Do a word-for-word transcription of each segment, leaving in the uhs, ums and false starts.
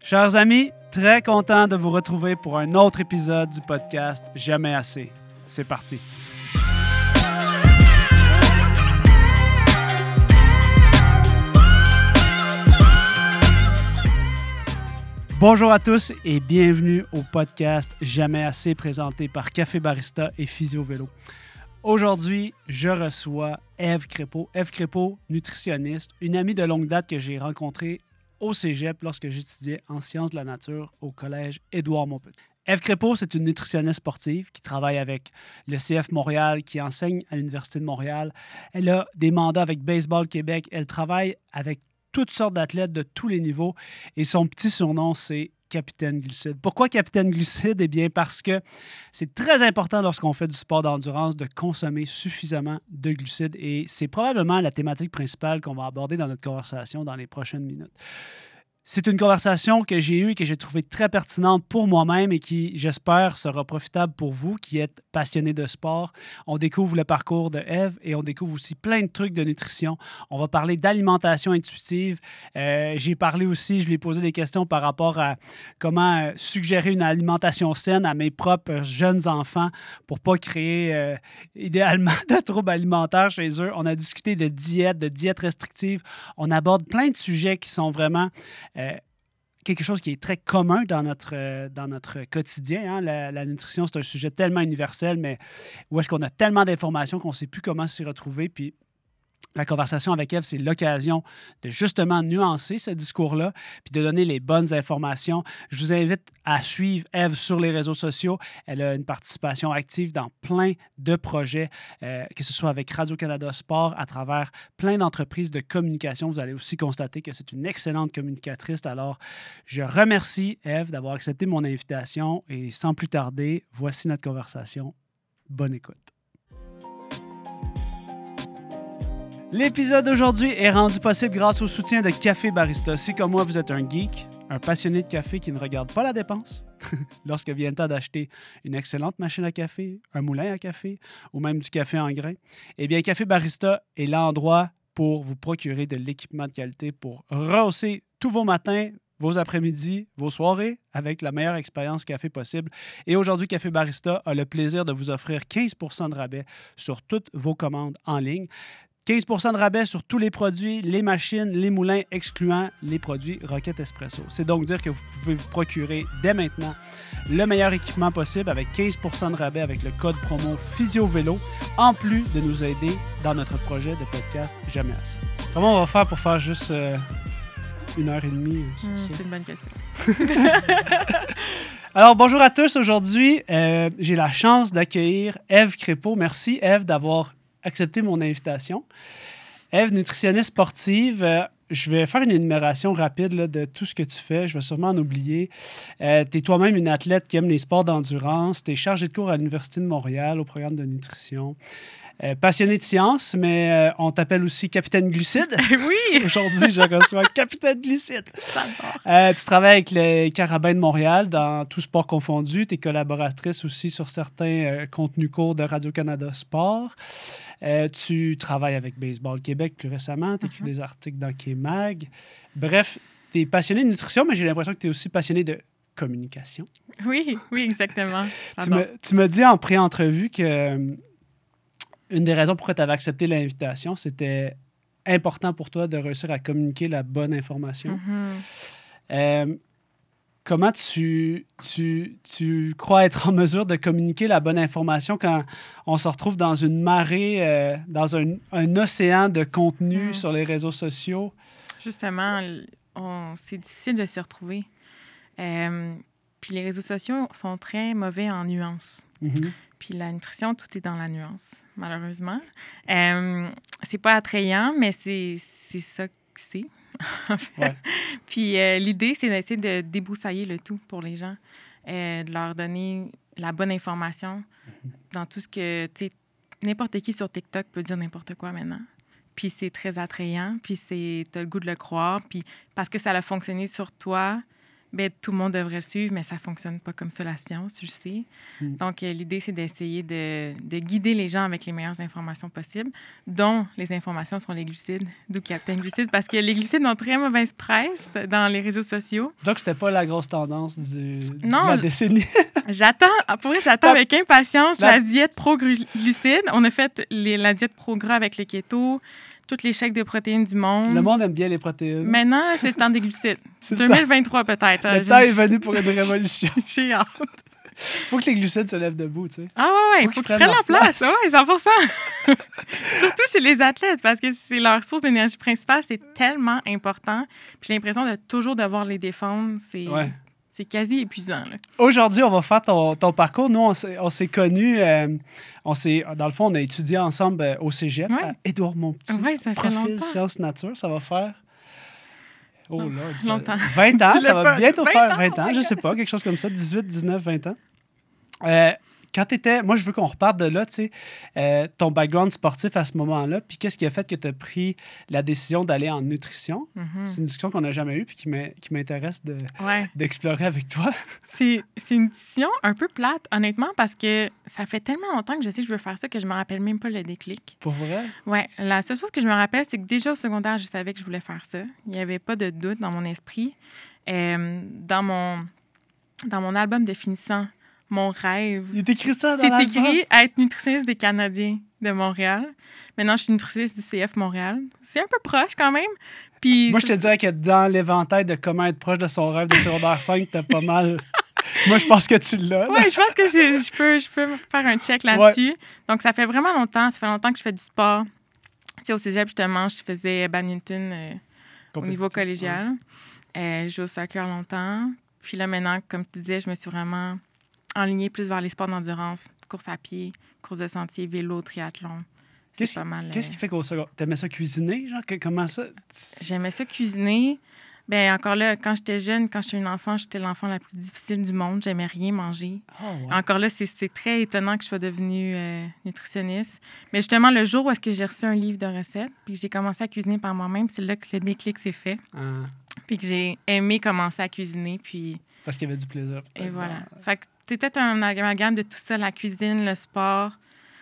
Chers amis, très content de vous retrouver pour un autre épisode du podcast Jamais assez. C'est parti. Bonjour à tous et bienvenue au podcast Jamais assez présenté par Café Barista et Physio Vélo. Aujourd'hui, je reçois Ève Crépeau. Ève Crépeau, nutritionniste, une amie de longue date que j'ai rencontrée au cégep lorsque j'étudiais en sciences de la nature au collège Édouard-Montpetit. Ève Crépeau, c'est une nutritionniste sportive qui travaille avec le C F Montréal, qui enseigne à l'Université de Montréal. Elle a des mandats avec Baseball Québec. Elle travaille avec toutes sortes d'athlètes de tous les niveaux et son petit surnom, c'est Capitaine Glucide. Pourquoi Capitaine Glucide? Eh bien, parce que c'est très important lorsqu'on fait du sport d'endurance de consommer suffisamment de glucides et c'est probablement la thématique principale qu'on va aborder dans notre conversation dans les prochaines minutes. C'est une conversation que j'ai eue et que j'ai trouvée très pertinente pour moi-même et qui, j'espère, sera profitable pour vous qui êtes passionnés de sport. On découvre le parcours de Ève et on découvre aussi plein de trucs de nutrition. On va parler d'alimentation intuitive. Euh, j'ai parlé aussi, je lui ai posé des questions par rapport à comment suggérer une alimentation saine à mes propres jeunes enfants pour ne pas créer euh, idéalement de troubles alimentaires chez eux. On a discuté de diète, de diète restrictive. On aborde plein de sujets qui sont vraiment... Euh, quelque chose qui est très commun dans notre, euh, dans notre quotidien. Hein? La, la nutrition, c'est un sujet tellement universel, mais où est-ce qu'on a tellement d'informations qu'on ne sait plus comment s'y retrouver. Puis la conversation avec Ève, c'est l'occasion de justement nuancer ce discours-là puis de donner les bonnes informations. Je vous invite à suivre Ève sur les réseaux sociaux. Elle a une participation active dans plein de projets, euh, que ce soit avec Radio-Canada Sport, à travers plein d'entreprises de communication. Vous allez aussi constater que c'est une excellente communicatrice. Alors, je remercie Ève d'avoir accepté mon invitation et sans plus tarder, voici notre conversation. Bonne écoute. L'épisode d'aujourd'hui est rendu possible grâce au soutien de Café Barista. Si, comme moi, vous êtes un geek, un passionné de café qui ne regarde pas la dépense, lorsque vient le temps d'acheter une excellente machine à café, un moulin à café ou même du café en grains, eh bien, Café Barista est l'endroit pour vous procurer de l'équipement de qualité pour rehausser tous vos matins, vos après-midi, vos soirées avec la meilleure expérience café possible. Et aujourd'hui, Café Barista a le plaisir de vous offrir quinze pour cent de rabais sur toutes vos commandes en ligne. quinze pour cent de rabais sur tous les produits, les machines, les moulins, excluant les produits Rocket Espresso. C'est donc dire que vous pouvez vous procurer dès maintenant le meilleur équipement possible avec quinze pour cent de rabais avec le code promo PhysioVélo, en plus de nous aider dans notre projet de podcast Jamais assez. Comment on va faire pour faire juste euh, une heure et demie? Mmh, c'est une bonne question. Alors, bonjour à tous. Aujourd'hui, euh, j'ai la chance d'accueillir Ève Crépeau. Merci, Ève, d'avoir accepté mon invitation. Ève, nutritionniste sportive, euh, je vais faire une énumération rapide là, de tout ce que tu fais. Je vais sûrement en oublier. Euh, tu es toi-même une athlète qui aime les sports d'endurance. Tu es chargée de cours à l'Université de Montréal au programme de nutrition. Euh, passionné de science, mais euh, on t'appelle aussi Capitaine Glucide. Oui! Aujourd'hui, je reçois Capitaine Glucide. Euh, tu travailles avec les Carabins de Montréal dans tout sport confondu. Tu es collaboratrice aussi sur certains euh, contenus courts de Radio-Canada Sport. Euh, tu travailles avec Baseball Québec plus récemment. Tu écris uh-huh. des articles dans K-Mag. Bref, tu es passionné de nutrition, mais j'ai l'impression que tu es aussi passionné de communication. Oui, oui, exactement. tu, me, tu m'as dit en pré-entrevue que euh, une des raisons pourquoi tu avais accepté l'invitation, c'était important pour toi de réussir à communiquer la bonne information. Mm-hmm. Euh, comment tu, tu, tu crois être en mesure de communiquer la bonne information quand on se retrouve dans une marée, euh, dans un, un océan de contenu mm. sur les réseaux sociaux? Justement, on, c'est difficile de s'y retrouver. Euh, puis les réseaux sociaux sont très mauvais en nuances. Mm-hmm. Puis la nutrition, tout est dans la nuance, malheureusement. Euh, c'est pas attrayant, mais c'est, c'est ça que c'est, en fait. Ouais. Puis euh, l'idée, c'est d'essayer de débroussailler le tout pour les gens, euh, de leur donner la bonne information mm-hmm. dans tout ce que... Tu sais, n'importe qui sur TikTok peut dire n'importe quoi maintenant. Puis c'est très attrayant, puis c'est, t'as le goût de le croire. Puis parce que ça a fonctionné sur toi, ben, tout le monde devrait le suivre, mais ça ne fonctionne pas comme ça, la science, je sais. Mm. Donc, euh, l'idée, c'est d'essayer de, de guider les gens avec les meilleures informations possibles, dont les informations sur les glucides, d'où Captain Glucides, parce que les glucides ont très mauvaise presse dans les réseaux sociaux. Donc, c'était pas la grosse tendance du, du, non, de la décennie. J'attends, pour vrai, j'attends avec impatience la, la diète pro-glucides. On a fait les, la diète pro-gras avec le keto, tous les chèques de protéines du monde. Le monde aime bien les protéines. Maintenant, c'est le temps des glucides. deux mille vingt-trois, peut-être. Le temps est venu pour une révolution. J'ai hâte. Faut que les glucides se lèvent debout, tu sais. Ah ouais, ouais, il faut, faut qu'ils prennent la place. place. Oui, cent pour cent. Surtout chez les athlètes, parce que c'est leur source d'énergie principale, c'est tellement important. Puis j'ai l'impression de toujours devoir les défendre. C'est... Ouais. C'est quasi épuisant. Là. Aujourd'hui, on va faire ton, ton parcours. Nous, on s'est, on s'est connus, euh, on s'est, dans le fond, on a étudié ensemble euh, au cégep, ouais. à Édouard Montpetit, ouais, ça fait profil longtemps. sciences nature. Ça va faire... Oh non, là, longtemps. vingt ans, ça va pas. bientôt vingt faire ans, vingt ans, oh je sais pas, quelque chose comme ça, dix-huit, dix-neuf, vingt ans. Euh, quand tu étais... Moi, je veux qu'on reparte de là, tu sais, euh, ton background sportif à ce moment-là, puis qu'est-ce qui a fait que tu as pris la décision d'aller en nutrition? Mm-hmm. C'est une discussion qu'on n'a jamais eue puis qui, qui m'intéresse de, ouais. d'explorer avec toi. C'est, c'est une décision un peu plate, honnêtement, parce que ça fait tellement longtemps que je sais que je veux faire ça que je me rappelle même pas le déclic. Pour vrai? Oui. La seule chose que je me rappelle, c'est que déjà au secondaire, je savais que je voulais faire ça. Il n'y avait pas de doute dans mon esprit. Euh, dans, mon, dans mon album de finissant, mon rêve. Il est écrit ça dans C'est l'album? écrit à être nutritionniste des Canadiens de Montréal. Maintenant, je suis nutritionniste du C F Montréal. C'est un peu proche quand même. Puis, moi, je te dirais que dans l'éventail de comment être proche de son rêve de secondaire cinq, t'as pas mal. Moi, je pense que tu l'as. Oui, je pense que je, je, peux, je peux faire un check là-dessus. Ouais. Donc, ça fait vraiment longtemps. Ça fait longtemps que je fais du sport. Tu sais, au cégep, justement, je faisais badminton euh, au niveau collégial. Ouais. Euh, je joue au soccer longtemps. Puis là, maintenant, comme tu disais, je me suis vraiment enlignée plus vers les sports d'endurance, course à pied, course de sentier, vélo, triathlon. C'est qu'est-ce, pas mal. Qu'est-ce euh... qui fait qu'au second... T'aimais ça cuisiner, genre? Que, comment ça? J'aimais ça cuisiner. Bien, encore là, quand j'étais jeune, quand j'étais une enfant, j'étais l'enfant la plus difficile du monde. J'aimais rien manger. Oh, ouais. Encore là, c'est, c'est très étonnant que je sois devenue euh, nutritionniste. Mais justement, le jour où est-ce que j'ai reçu un livre de recettes, puis que j'ai commencé à cuisiner par moi-même, c'est là que le déclic s'est fait. Ah. Puis que j'ai aimé commencer à cuisiner, puis... Parce qu'il y avait du plaisir. Et voilà. Dans... Fait que c'était un amalgame de tout ça, la cuisine, le sport,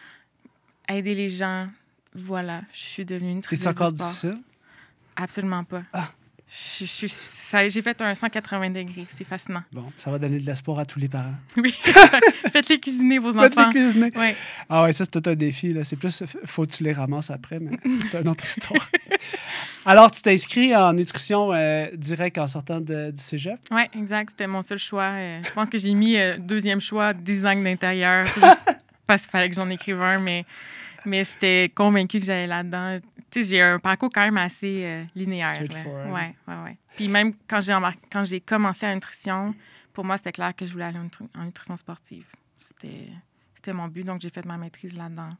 aider les gens. Voilà, je suis devenue une nutritionniste. C'est encore difficile? Absolument pas. Ah. Je, je, ça, j'ai fait un cent quatre-vingts degrés. C'est fascinant. Bon, ça va donner de l'espoir à tous les parents. Oui. Faites-les cuisiner, vos enfants. Faites-les cuisiner. Ouais. Ah ouais, ça, c'est tout un défi. Là. C'est plus, faut que tu les ramasses après, mais c'est une autre histoire. Alors, tu t'es inscrit en nutrition euh, direct en sortant de, du cégep? Oui, exact. C'était mon seul choix. Euh, je pense que j'ai mis euh, deuxième choix, design d'intérieur. Parce qu'il fallait que j'en écrive un, mais, mais j'étais convaincue que j'allais là-dedans. Tu sais, j'ai un parcours quand même assez euh, linéaire. Oui, oui, oui. Puis même quand j'ai, embar- quand j'ai commencé la nutrition, pour moi, c'était clair que je voulais aller en, nutri- en nutrition sportive. C'était, c'était mon but, donc j'ai fait ma maîtrise là-dedans.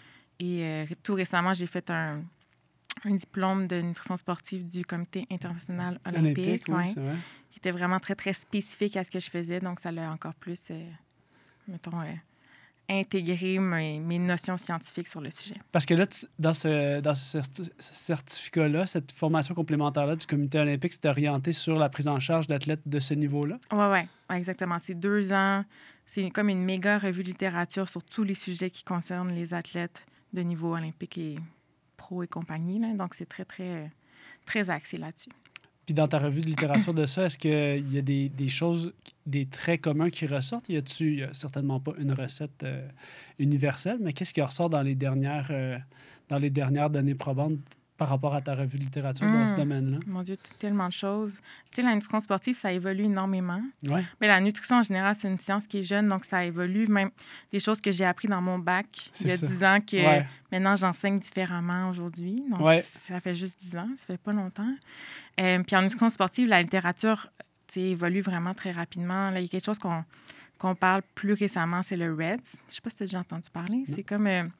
Et euh, tout récemment, j'ai fait un, un diplôme de nutrition sportive du Comité international olympique, olympique oui, ouais, c'est vrai. Qui était vraiment très, très spécifique à ce que je faisais. Donc, ça l'a encore plus, euh, mettons... Euh, intégrer mes, mes notions scientifiques sur le sujet. Parce que là, tu, dans, ce, dans ce, certi- ce certificat-là, cette formation complémentaire-là du comité olympique, c'est orienté sur la prise en charge d'athlètes de ce niveau-là? Oui, oui, ouais, exactement. C'est deux ans. C'est comme une méga revue de littérature sur tous les sujets qui concernent les athlètes de niveau olympique et pro et compagnie. Là. Donc, c'est très, très, très axé là-dessus. Puis dans ta revue de littérature de ça, est-ce qu'il y a des, des choses, des traits communs qui ressortent? Y a-tu, il y a certainement pas une recette euh, universelle, mais qu'est-ce qui ressort dans les dernières, euh, dans les dernières données probantes par rapport à ta revue de littérature mmh. dans ce domaine-là? Mon Dieu, tellement de choses. Tu sais, la nutrition sportive, ça évolue énormément. Ouais. Mais la nutrition, en général, c'est une science qui est jeune, donc ça évolue. Même des choses que j'ai appris dans mon bac c'est il y a ça. dix ans que ouais. maintenant, j'enseigne différemment aujourd'hui. Donc, ouais. ça fait juste dix ans, ça fait pas longtemps. Euh, puis en nutrition sportive, la littérature évolue vraiment très rapidement. Là, il y a quelque chose qu'on, qu'on parle plus récemment, c'est le R E D S. Je sais pas si tu as déjà entendu parler. Non. C'est comme... Euh,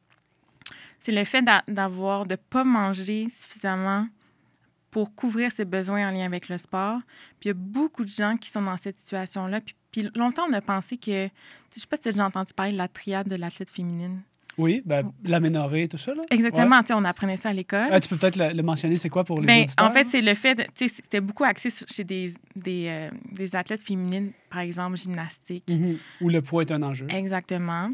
c'est le fait d'a- d'avoir, de ne pas manger suffisamment pour couvrir ses besoins en lien avec le sport. Puis il y a beaucoup de gens qui sont dans cette situation-là. Puis, puis longtemps, on a pensé que... Je ne sais pas si tu as déjà entendu parler de la triade de l'athlète féminine. Oui, ben, l'aménorrhée, tout ça. Là. Exactement. Ouais. Tu sais, on apprenait ça à l'école. Ah, tu peux peut-être le, le mentionner, c'est quoi pour les ben, auditeurs? En fait, c'est le fait, de, tu sais, c'était beaucoup axé sur, chez des, des, euh, des athlètes féminines, par exemple, gymnastique. Mm-hmm. Où le poids est un enjeu. Exactement.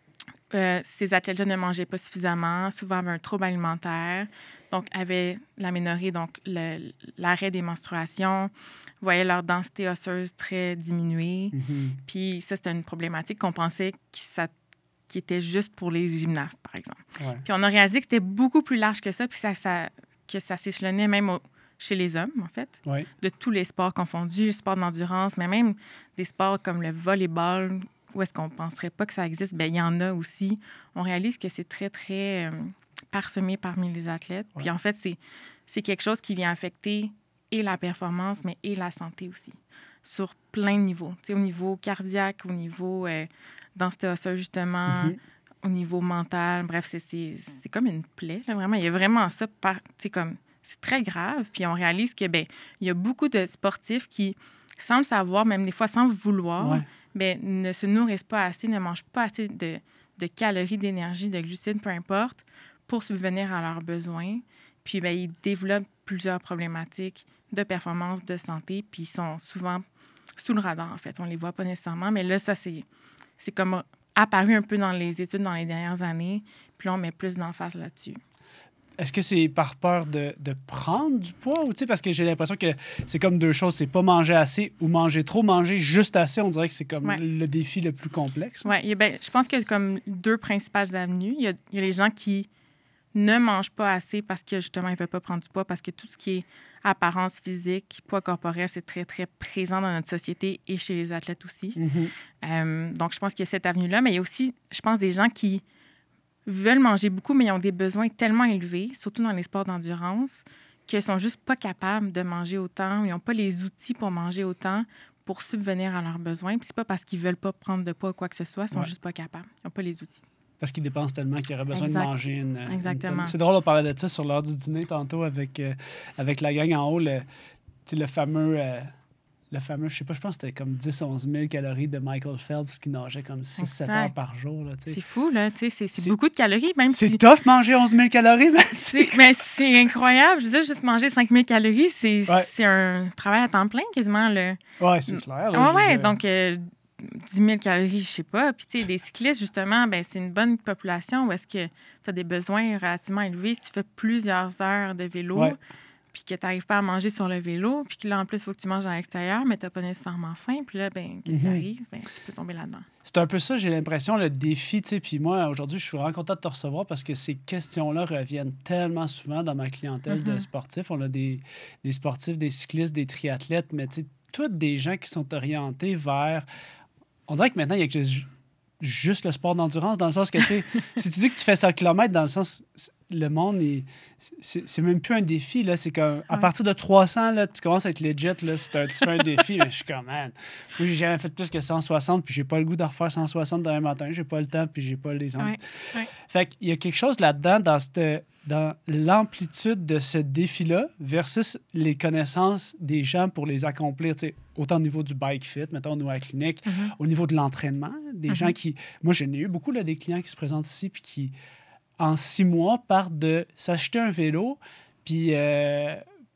Euh, ces athlètes-là ne mangeaient pas suffisamment, souvent avaient un trouble alimentaire, donc avaient l'aménorrhée, donc le, l'arrêt des menstruations, voyaient leur densité osseuse très diminuée. Mm-hmm. Puis ça, c'était une problématique qu'on pensait que ça, qui était juste pour les gymnastes, par exemple. Ouais. Puis on a réalisé que c'était beaucoup plus large que ça, puis ça, ça, que ça s'échelonnait même au, chez les hommes, en fait, ouais. de tous les sports confondus, le sport d'endurance, mais même des sports comme le volleyball, où est-ce qu'on ne penserait pas que ça existe, bien, il y en a aussi. On réalise que c'est très, très euh, parsemé parmi les athlètes. Ouais. Puis en fait, c'est, c'est quelque chose qui vient affecter et la performance, mais et la santé aussi, sur plein de niveaux. Tu sais, au niveau cardiaque, au niveau euh, densité osseuse, justement, mm-hmm. au niveau mental. Bref, c'est, c'est, c'est comme une plaie, là, vraiment. Il y a vraiment ça, par, tu sais, comme, c'est très grave. Puis on réalise que, bien, il y a beaucoup de sportifs qui, sans le savoir, même des fois sans le vouloir, ouais. bien, ne se nourrissent pas assez, ne mangent pas assez de, de calories, d'énergie, de glucides, peu importe, pour subvenir à leurs besoins. Puis, bien, ils développent plusieurs problématiques de performance, de santé, puis ils sont souvent sous le radar, en fait. On ne les voit pas nécessairement, mais là, ça, c'est, c'est comme apparu un peu dans les études dans les dernières années, puis là, on met plus d'emphase là-dessus. Est-ce que c'est par peur de, de prendre du poids? Ou, parce que j'ai l'impression que c'est comme deux choses. C'est pas manger assez ou manger trop. Manger juste assez, on dirait que c'est comme ouais. le défi le plus complexe. Oui, ben, je pense qu'il y a comme deux principales avenues. Il y a, il y a les gens qui ne mangent pas assez parce que, justement, ils ne veulent pas prendre du poids, parce que tout ce qui est apparence physique, poids corporel, c'est très, très présent dans notre société et chez les athlètes aussi. Mm-hmm. Euh, donc, je pense qu'il y a cette avenue-là. Mais il y a aussi, je pense, des gens qui veulent manger beaucoup, mais ils ont des besoins tellement élevés, surtout dans les sports d'endurance, qu'ils ne sont juste pas capables de manger autant. Ils n'ont pas les outils pour manger autant, pour subvenir à leurs besoins. Puis c'est pas parce qu'ils ne veulent pas prendre de poids ou quoi que ce soit, ils sont ouais. juste pas capables. Ils n'ont pas les outils. Parce qu'ils dépensent tellement qu'ils auraient besoin exact. de manger une... Exactement. Une c'est drôle, on parlait de ça sur l'heure du dîner tantôt avec, euh, avec la gang en haut, le, le fameux... Euh, Le fameux, je sais pas, je pense que c'était comme dix à onze mille calories de Michael Phelps qui nageait comme six à sept heures par jour. Là, c'est fou, là. C'est, c'est, c'est beaucoup de calories. Même c'est si... tough manger onze mille calories. Mais c'est, mais c'est incroyable. Je veux dire, juste manger cinq mille calories, c'est, ouais. c'est un travail à temps plein quasiment. Oui, c'est clair. Oui, ouais, je... donc euh, dix mille calories, je sais pas. Puis, tu sais, les cyclistes, justement, ben, c'est une bonne population où est-ce que tu as des besoins relativement élevés. Si tu fais plusieurs heures de vélo, ouais. puis que tu n'arrives pas à manger sur le vélo, puis que là, en plus, il faut que tu manges à l'extérieur, mais tu n'as pas nécessairement faim. Puis là, ben, qu'est-ce mm-hmm. qui arrive? Ben, tu peux tomber là-dedans. C'est un peu ça, j'ai l'impression, le défi. Tu sais, puis moi, aujourd'hui, je suis vraiment content de te recevoir parce que ces questions-là reviennent tellement souvent dans ma clientèle mm-hmm. de sportifs. On a des, des sportifs, des cyclistes, des triathlètes, mais tu sais, tous des gens qui sont orientés vers... On dirait que maintenant, il y a juste le sport d'endurance, dans le sens que, tu sais, si tu dis que tu fais cent kilomètres, dans le sens... Le monde, est, c'est, c'est même plus un défi. Là. C'est comme, à ouais. partir de trois cents, là, tu commences à être legit. Là, c'est un, tu fais un défi. Mais je suis comme, man, moi, j'ai jamais fait plus que cent soixante, puis j'ai pas le goût de refaire cent soixante demain matin. J'ai pas le temps, puis j'ai pas les ondes. Ouais. Ouais. Fait qu'il y a quelque chose là-dedans, dans, cette, dans l'amplitude de ce défi-là, versus les connaissances des gens pour les accomplir. Autant au niveau du bike fit, mettons, nous à la clinique, mm-hmm. au niveau de l'entraînement. Des mm-hmm. gens qui... Moi, j'en ai eu beaucoup, là, des clients qui se présentent ici, puis qui... en six mois, partent de s'acheter un vélo, puis euh,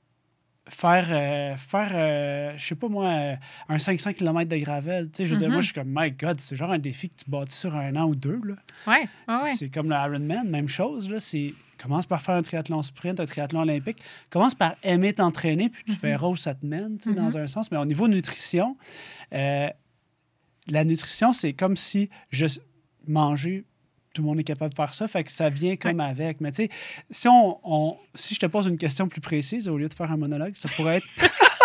faire, euh, faire euh, je sais pas moi, euh, un cinq cents kilomètres de gravel. Tu sais, je veux mm-hmm. dire, moi, je suis comme, my God, c'est genre un défi que tu bâtis sur un an ou deux, là. Ouais, c'est, ouais. c'est comme le Ironman, même chose, là. C'est, commence par faire un triathlon sprint, un triathlon olympique. Commence par aimer t'entraîner, puis tu mm-hmm. verras où ça te mène, tu sais, mm-hmm. dans un sens. Mais au niveau nutrition, euh, la nutrition, c'est comme si je mangeais... Tout le monde est capable de faire ça, fait que ça vient comme ouais. avec. Mais tu sais, si, on, on, si je te pose une question plus précise, au lieu de faire un monologue, ça pourrait être...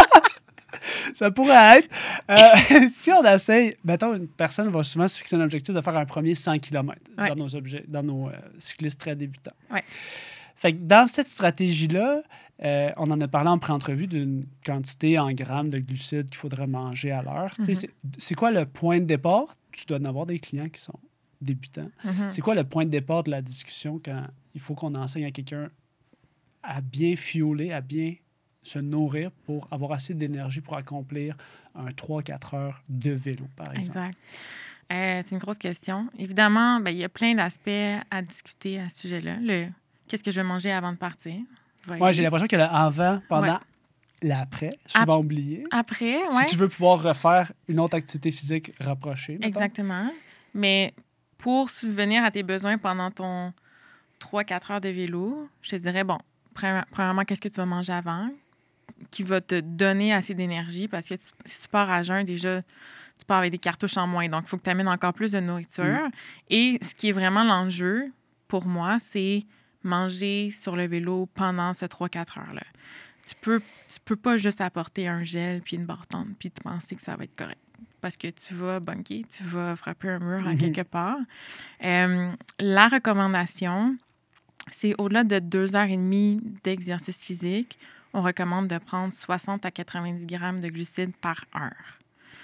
ça pourrait être... Euh, si on essaye... Mettons, une personne va souvent se fixer un objectif de faire un premier cent kilomètres ouais. dans nos, objets, dans nos euh, cyclistes très débutants. Ouais. Fait que dans cette stratégie-là, euh, on en a parlé en pré-entrevue d'une quantité en grammes de glucides qu'il faudrait manger à l'heure. Mm-hmm. C'est, c'est quoi le point de départ? Tu dois en avoir des clients qui sont... débutant. Mm-hmm. C'est quoi le point de départ de la discussion quand il faut qu'on enseigne à quelqu'un à bien fueler, à bien se nourrir pour avoir assez d'énergie pour accomplir un trois à quatre heures de vélo, par exemple? Exact. Euh, c'est une grosse question. Évidemment, ben, il y a plein d'aspects à discuter à ce sujet-là. Le qu'est-ce que je vais manger avant de partir? Oui, j'ai l'impression que l'avant, pendant, ouais. l'après, souvent Ap- oublié. Après, oui. Si tu veux pouvoir refaire une autre activité physique rapprochée. Mettons. Exactement. Mais pour subvenir à tes besoins pendant ton trois à quatre heures de vélo, je te dirais, bon, premièrement, qu'est-ce que tu vas manger avant qui va te donner assez d'énergie parce que tu, si tu pars à jeun, déjà, tu pars avec des cartouches en moins. Donc, il faut que tu amènes encore plus de nourriture. Mm. Et ce qui est vraiment l'enjeu pour moi, c'est manger sur le vélo pendant ces trois à quatre heures-là. Tu peux, tu peux pas juste apporter un gel puis une bartende puis te penser que ça va être correct. Parce que tu vas bunker, tu vas frapper un mur à mm-hmm. quelque part. Euh, la recommandation, c'est au-delà de deux heures et demie d'exercice physique, on recommande de prendre soixante à quatre-vingt-dix grammes de glucides par heure.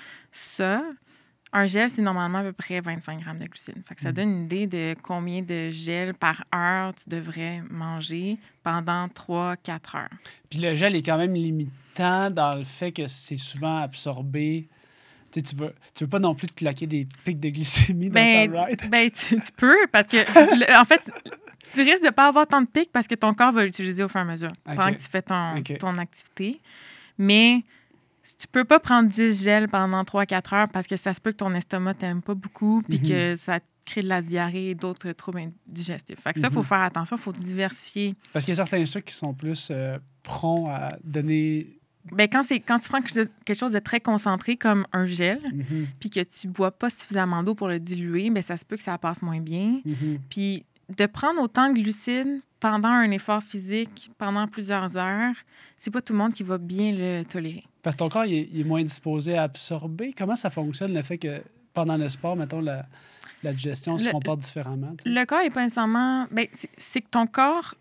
Ça, un gel, c'est normalement à peu près vingt-cinq grammes de glucides. Fait que ça donne une idée de combien de gel par heure tu devrais manger pendant trois à quatre heures. Puis le gel est quand même limitant dans le fait que c'est souvent absorbé. Tu sais, tu veux, tu veux pas non plus te claquer des pics de glycémie dans ben, ta ride. Ben, tu, tu peux, parce que, le, en fait, tu risques de ne pas avoir tant de pics parce que ton corps va l'utiliser au fur et à mesure okay. pendant que tu fais ton, okay. ton activité. Mais tu peux pas prendre dix gels pendant trois à quatre heures parce que ça se peut que ton estomac t'aime pas beaucoup puis mm-hmm. que ça crée de la diarrhée et d'autres troubles digestifs. Fait que ça, il mm-hmm. faut faire attention, il faut diversifier. Parce qu'il y a certains sucres qui sont plus euh, prompts à donner... Ben, quand, c'est, quand tu prends quelque chose de très concentré comme un gel, mm-hmm. puis que tu bois pas suffisamment d'eau pour le diluer, ben, ça se peut que ça passe moins bien. Mm-hmm. Puis de prendre autant de glucides pendant un effort physique, pendant plusieurs heures, c'est pas tout le monde qui va bien le tolérer. Parce que ton corps il est, il est moins disposé à absorber. Comment ça fonctionne, le fait que pendant le sport, mettons, la, la digestion se le, comporte différemment? T'sais? Le corps n'est pas nécessairement... Ben, c'est, c'est que ton corps...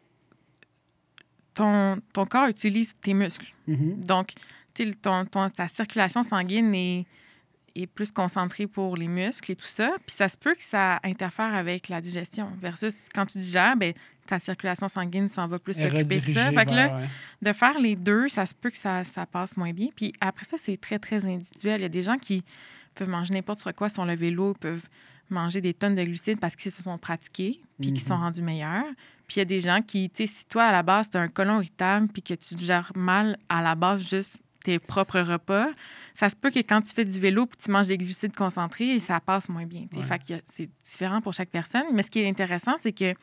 Ton, ton corps utilise tes muscles. Mm-hmm. Donc, ton, ton, ta circulation sanguine est, est plus concentrée pour les muscles et tout ça. Puis ça se peut que ça interfère avec la digestion. Versus quand tu digères, ben, ta circulation sanguine s'en va plus s'occuper de ça. Fait que là, ouais. de faire les deux, ça se peut que ça, ça passe moins bien. Puis après ça, c'est très, très individuel. Il y a des gens qui peuvent manger n'importe quoi sur le vélo, peuvent manger des tonnes de glucides parce qu'ils se sont pratiqués puis mm-hmm. qu'ils sont rendus meilleurs. Puis il y a des gens qui, tu sais, si toi, à la base, tu as un côlon irritable puis que tu gères mal à la base juste tes propres repas, ça se peut que quand tu fais du vélo puis tu manges des glucides concentrés, ça passe moins bien. Ouais. Fait que c'est différent pour chaque personne. Mais ce qui est intéressant, c'est que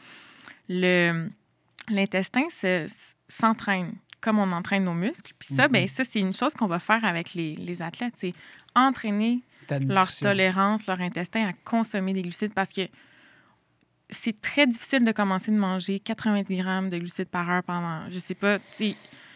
le, l'intestin se, s'entraîne comme on entraîne nos muscles. Puis ça, mm-hmm. ben ça, c'est une chose qu'on va faire avec les, les athlètes, c'est entraîner leur tolérance, leur intestin à consommer des glucides parce que c'est très difficile de commencer de manger quatre-vingt-dix grammes de glucides par heure pendant, je sais pas, tu sais,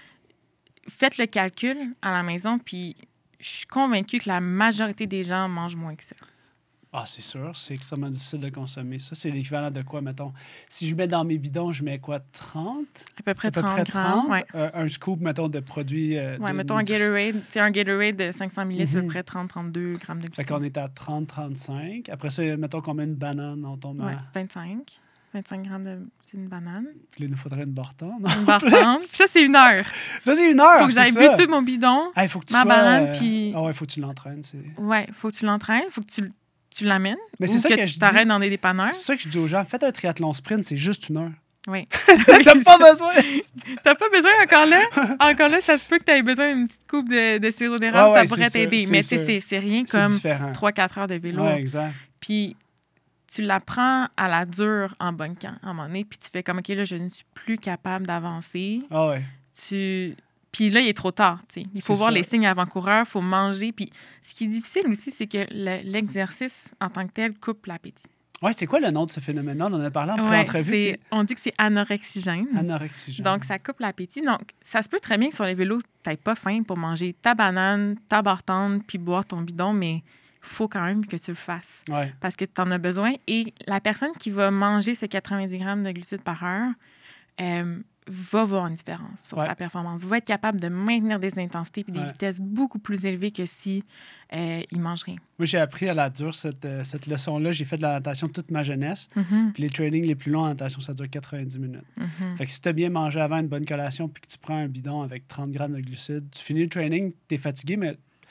faites le calcul à la maison, puis je suis convaincue que la majorité des gens mangent moins que ça. Ah, c'est sûr, c'est extrêmement difficile de consommer ça. C'est l'équivalent de quoi, mettons? Si je mets dans mes bidons, je mets quoi, trente? À peu près à peu trente près grammes, ouais. euh, un scoop, mettons, de produits... Euh, oui, de mettons un Gatorade. Tu sais, un Gatorade de cinq cents millilitres, mm-hmm. c'est à peu près trente à trente-deux grammes de glucides. Fait qu'on est à trente à trente-cinq. Après ça, mettons qu'on met une banane, on tombe ouais, à... vingt-cinq. vingt-cinq grammes de... C'est une banane. Puis là, il nous faudrait une bartende. Une bartende. Ça, c'est une heure. Ça, c'est une heure, faut que j'aille bu tout mon bidon, ah, faut que tu ma sois, banane, euh... puis... Ah ouais, il faut que tu l'entraînes. C'est... Ouais, il faut que tu l'entraînes, il faut que tu, tu l'amènes. Mais c'est ou ça que, que tu je t'arrêtes dis... dans des dépanneurs. C'est pour ça que je dis aux gens, faites un triathlon sprint, c'est juste une heure. Oui. T'as pas besoin. T'as pas besoin encore là. Encore là, ça se peut que tu aies besoin d'une petite coupe de, de sirop d'érable, ah ouais, ça pourrait t'aider. Sûr, mais c'est, c'est, c'est rien c'est comme différent. trois à quatre heures de vélo. Ouais, exact. Puis tu l'apprends à la dure en bunkant, à un moment donné, puis tu fais comme, OK, là, je ne suis plus capable d'avancer. Ah ouais. Tu... Puis là, il est trop tard. T'sais. Il faut c'est voir ça. Les signes avant-coureurs, il faut manger. Puis ce qui est difficile aussi, c'est que le, l'exercice en tant que tel coupe l'appétit. Oui, c'est quoi le nom de ce phénomène-là? On en a parlé en ouais, pré-entrevue. Puis... On dit que c'est anorexigène. Anorexigène. Donc, ça coupe l'appétit. Donc, ça se peut très bien que sur les vélos, tu n'aies pas faim pour manger ta banane, ta bartende, puis boire ton bidon, mais il faut quand même que tu le fasses. Ouais. Parce que tu en as besoin. Et la personne qui va manger ce quatre-vingt-dix grammes de glucides par heure euh, va voir une différence sur ouais. sa performance. Va être capable de maintenir des intensités et des ouais. vitesses beaucoup plus élevées que si euh, il mange rien. Moi, j'ai appris à la dure cette, euh, cette leçon-là. J'ai fait de la natation toute ma jeunesse. Mm-hmm. Puis les trainings les plus longs en natation, ça dure quatre-vingt-dix minutes. Mm-hmm. Fait que si tu as bien mangé avant une bonne collation puis que tu prends un bidon avec trente grammes de glucides, tu finis le training, tu es fatigué, mais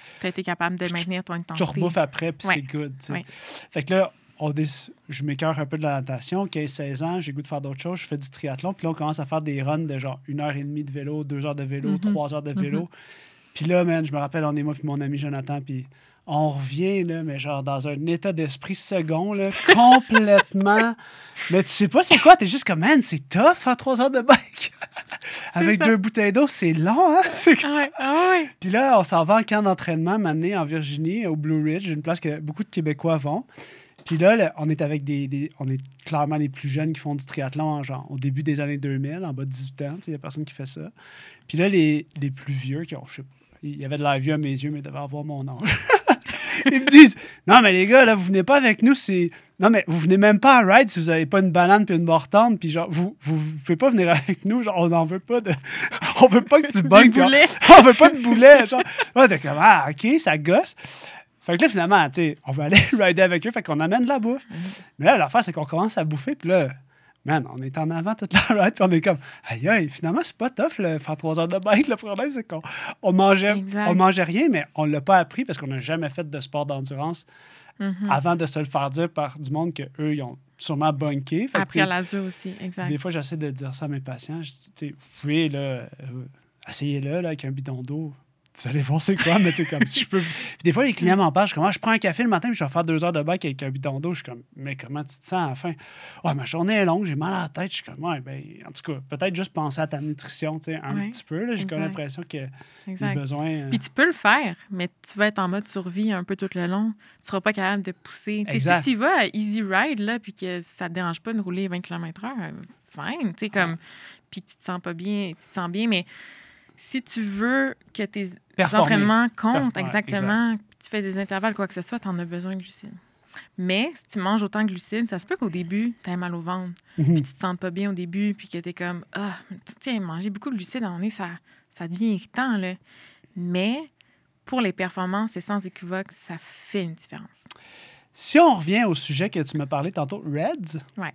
Tu as été capable de maintenir ton intensité. Tu rebouffes après, puis ouais. c'est good. Ouais. Fait que là, on déc... je m'écœure un peu de la natation. quinze seize ans, j'ai le goût de faire d'autres choses. Je fais du triathlon. Puis là, on commence à faire des runs de genre une heure et demie de vélo, deux heures de vélo, mm-hmm. trois heures de vélo. Mm-hmm. Puis là, man, je me rappelle, on est moi puis mon ami Jonathan, puis on revient, là, mais genre dans un état d'esprit second, là, complètement. Mais tu sais pas c'est quoi, t'es juste comme, man, c'est tough faire trois heures de bike. Avec ça. Deux bouteilles d'eau, c'est long, hein? C'est... Ah ouais, ah ouais. Puis là, on s'en va en camp d'entraînement, maintenant en Virginie, au Blue Ridge, une place que beaucoup de Québécois vont. Puis là, là, on est avec des, des... On est clairement les plus jeunes qui font du triathlon, genre au début des années deux mille, en bas de dix-huit ans, il n'y a personne qui fait ça. Puis là, les, les plus vieux, qui ont, je sais pas, il y avait de l'air vieux à mes yeux, mais ils devaient avoir mon âge. Ils me disent, non, mais les gars, là, vous venez pas avec nous, c'est... Non, mais vous venez même pas à ride si vous avez pas une banane puis une mortande, puis genre, vous, vous, vous pouvez pas venir avec nous, genre, on n'en veut pas de... On veut pas que tu bugnes, puis on... on veut pas de boulet, genre. Ouais, t'es comme, ah, OK, ça gosse. Fait que là, finalement, tu sais, on veut aller rider avec eux, fait qu'on amène de la bouffe. Mm-hmm. Mais là, l'affaire, c'est qu'on commence à bouffer, puis là... Man, on est en avant toute la ride, puis on est comme, aïe, aïe, finalement, c'est pas tough, là, faire trois heures de bike. Le problème, c'est qu'on on mangeait, on mangeait rien, mais on l'a pas appris parce qu'on n'a jamais fait de sport d'endurance mm-hmm. avant de se le faire dire par du monde qu'eux, ils ont sûrement bunké. Fait appris à l'azur aussi, exact. Des fois, j'essaie de dire ça à mes patients. Je dis, vous pouvez, là, euh, essayez-le, là, avec un bidon d'eau. Vous allez voir c'est quoi, mais tu sais, comme si je peux. Puis des fois, les clients m'en parlent. Je suis comme, ah, je prends un café le matin, puis je vais faire deux heures de bike avec un bidon d'eau. Je suis comme, mais comment tu te sens à la fin? Ouais, ma journée est longue, j'ai mal à la tête. Je suis comme, ouais, ben, en tout cas, peut-être juste penser à ta nutrition, tu sais, un ouais, petit peu. Là, j'ai comme l'impression que les besoins. Euh... Puis tu peux le faire, mais tu vas être en mode survie un peu tout le long. Tu seras pas capable de pousser. Si tu vas à easy ride, là, puis que ça te dérange pas de rouler vingt kilomètres heure, fine, tu sais, comme. Puis tu te sens pas bien, tu te sens bien, mais. Si tu veux que tes Performer. entraînements comptent, Performer, exactement, exact. Tu fais des intervalles, quoi que ce soit, tu en as besoin de glucides. Mais si tu manges autant de glucides, ça se peut qu'au début, tu aies mal au ventre, mm-hmm. puis tu te sens pas bien au début, puis que tu es comme, ah, tiens, manger beaucoup de glucides, à un moment donné, ça, ça devient irritant, là. Mais pour les performances, c'est sans équivoque, ça fait une différence. Si on revient au sujet que tu m'as parlé tantôt, Reds, ouais.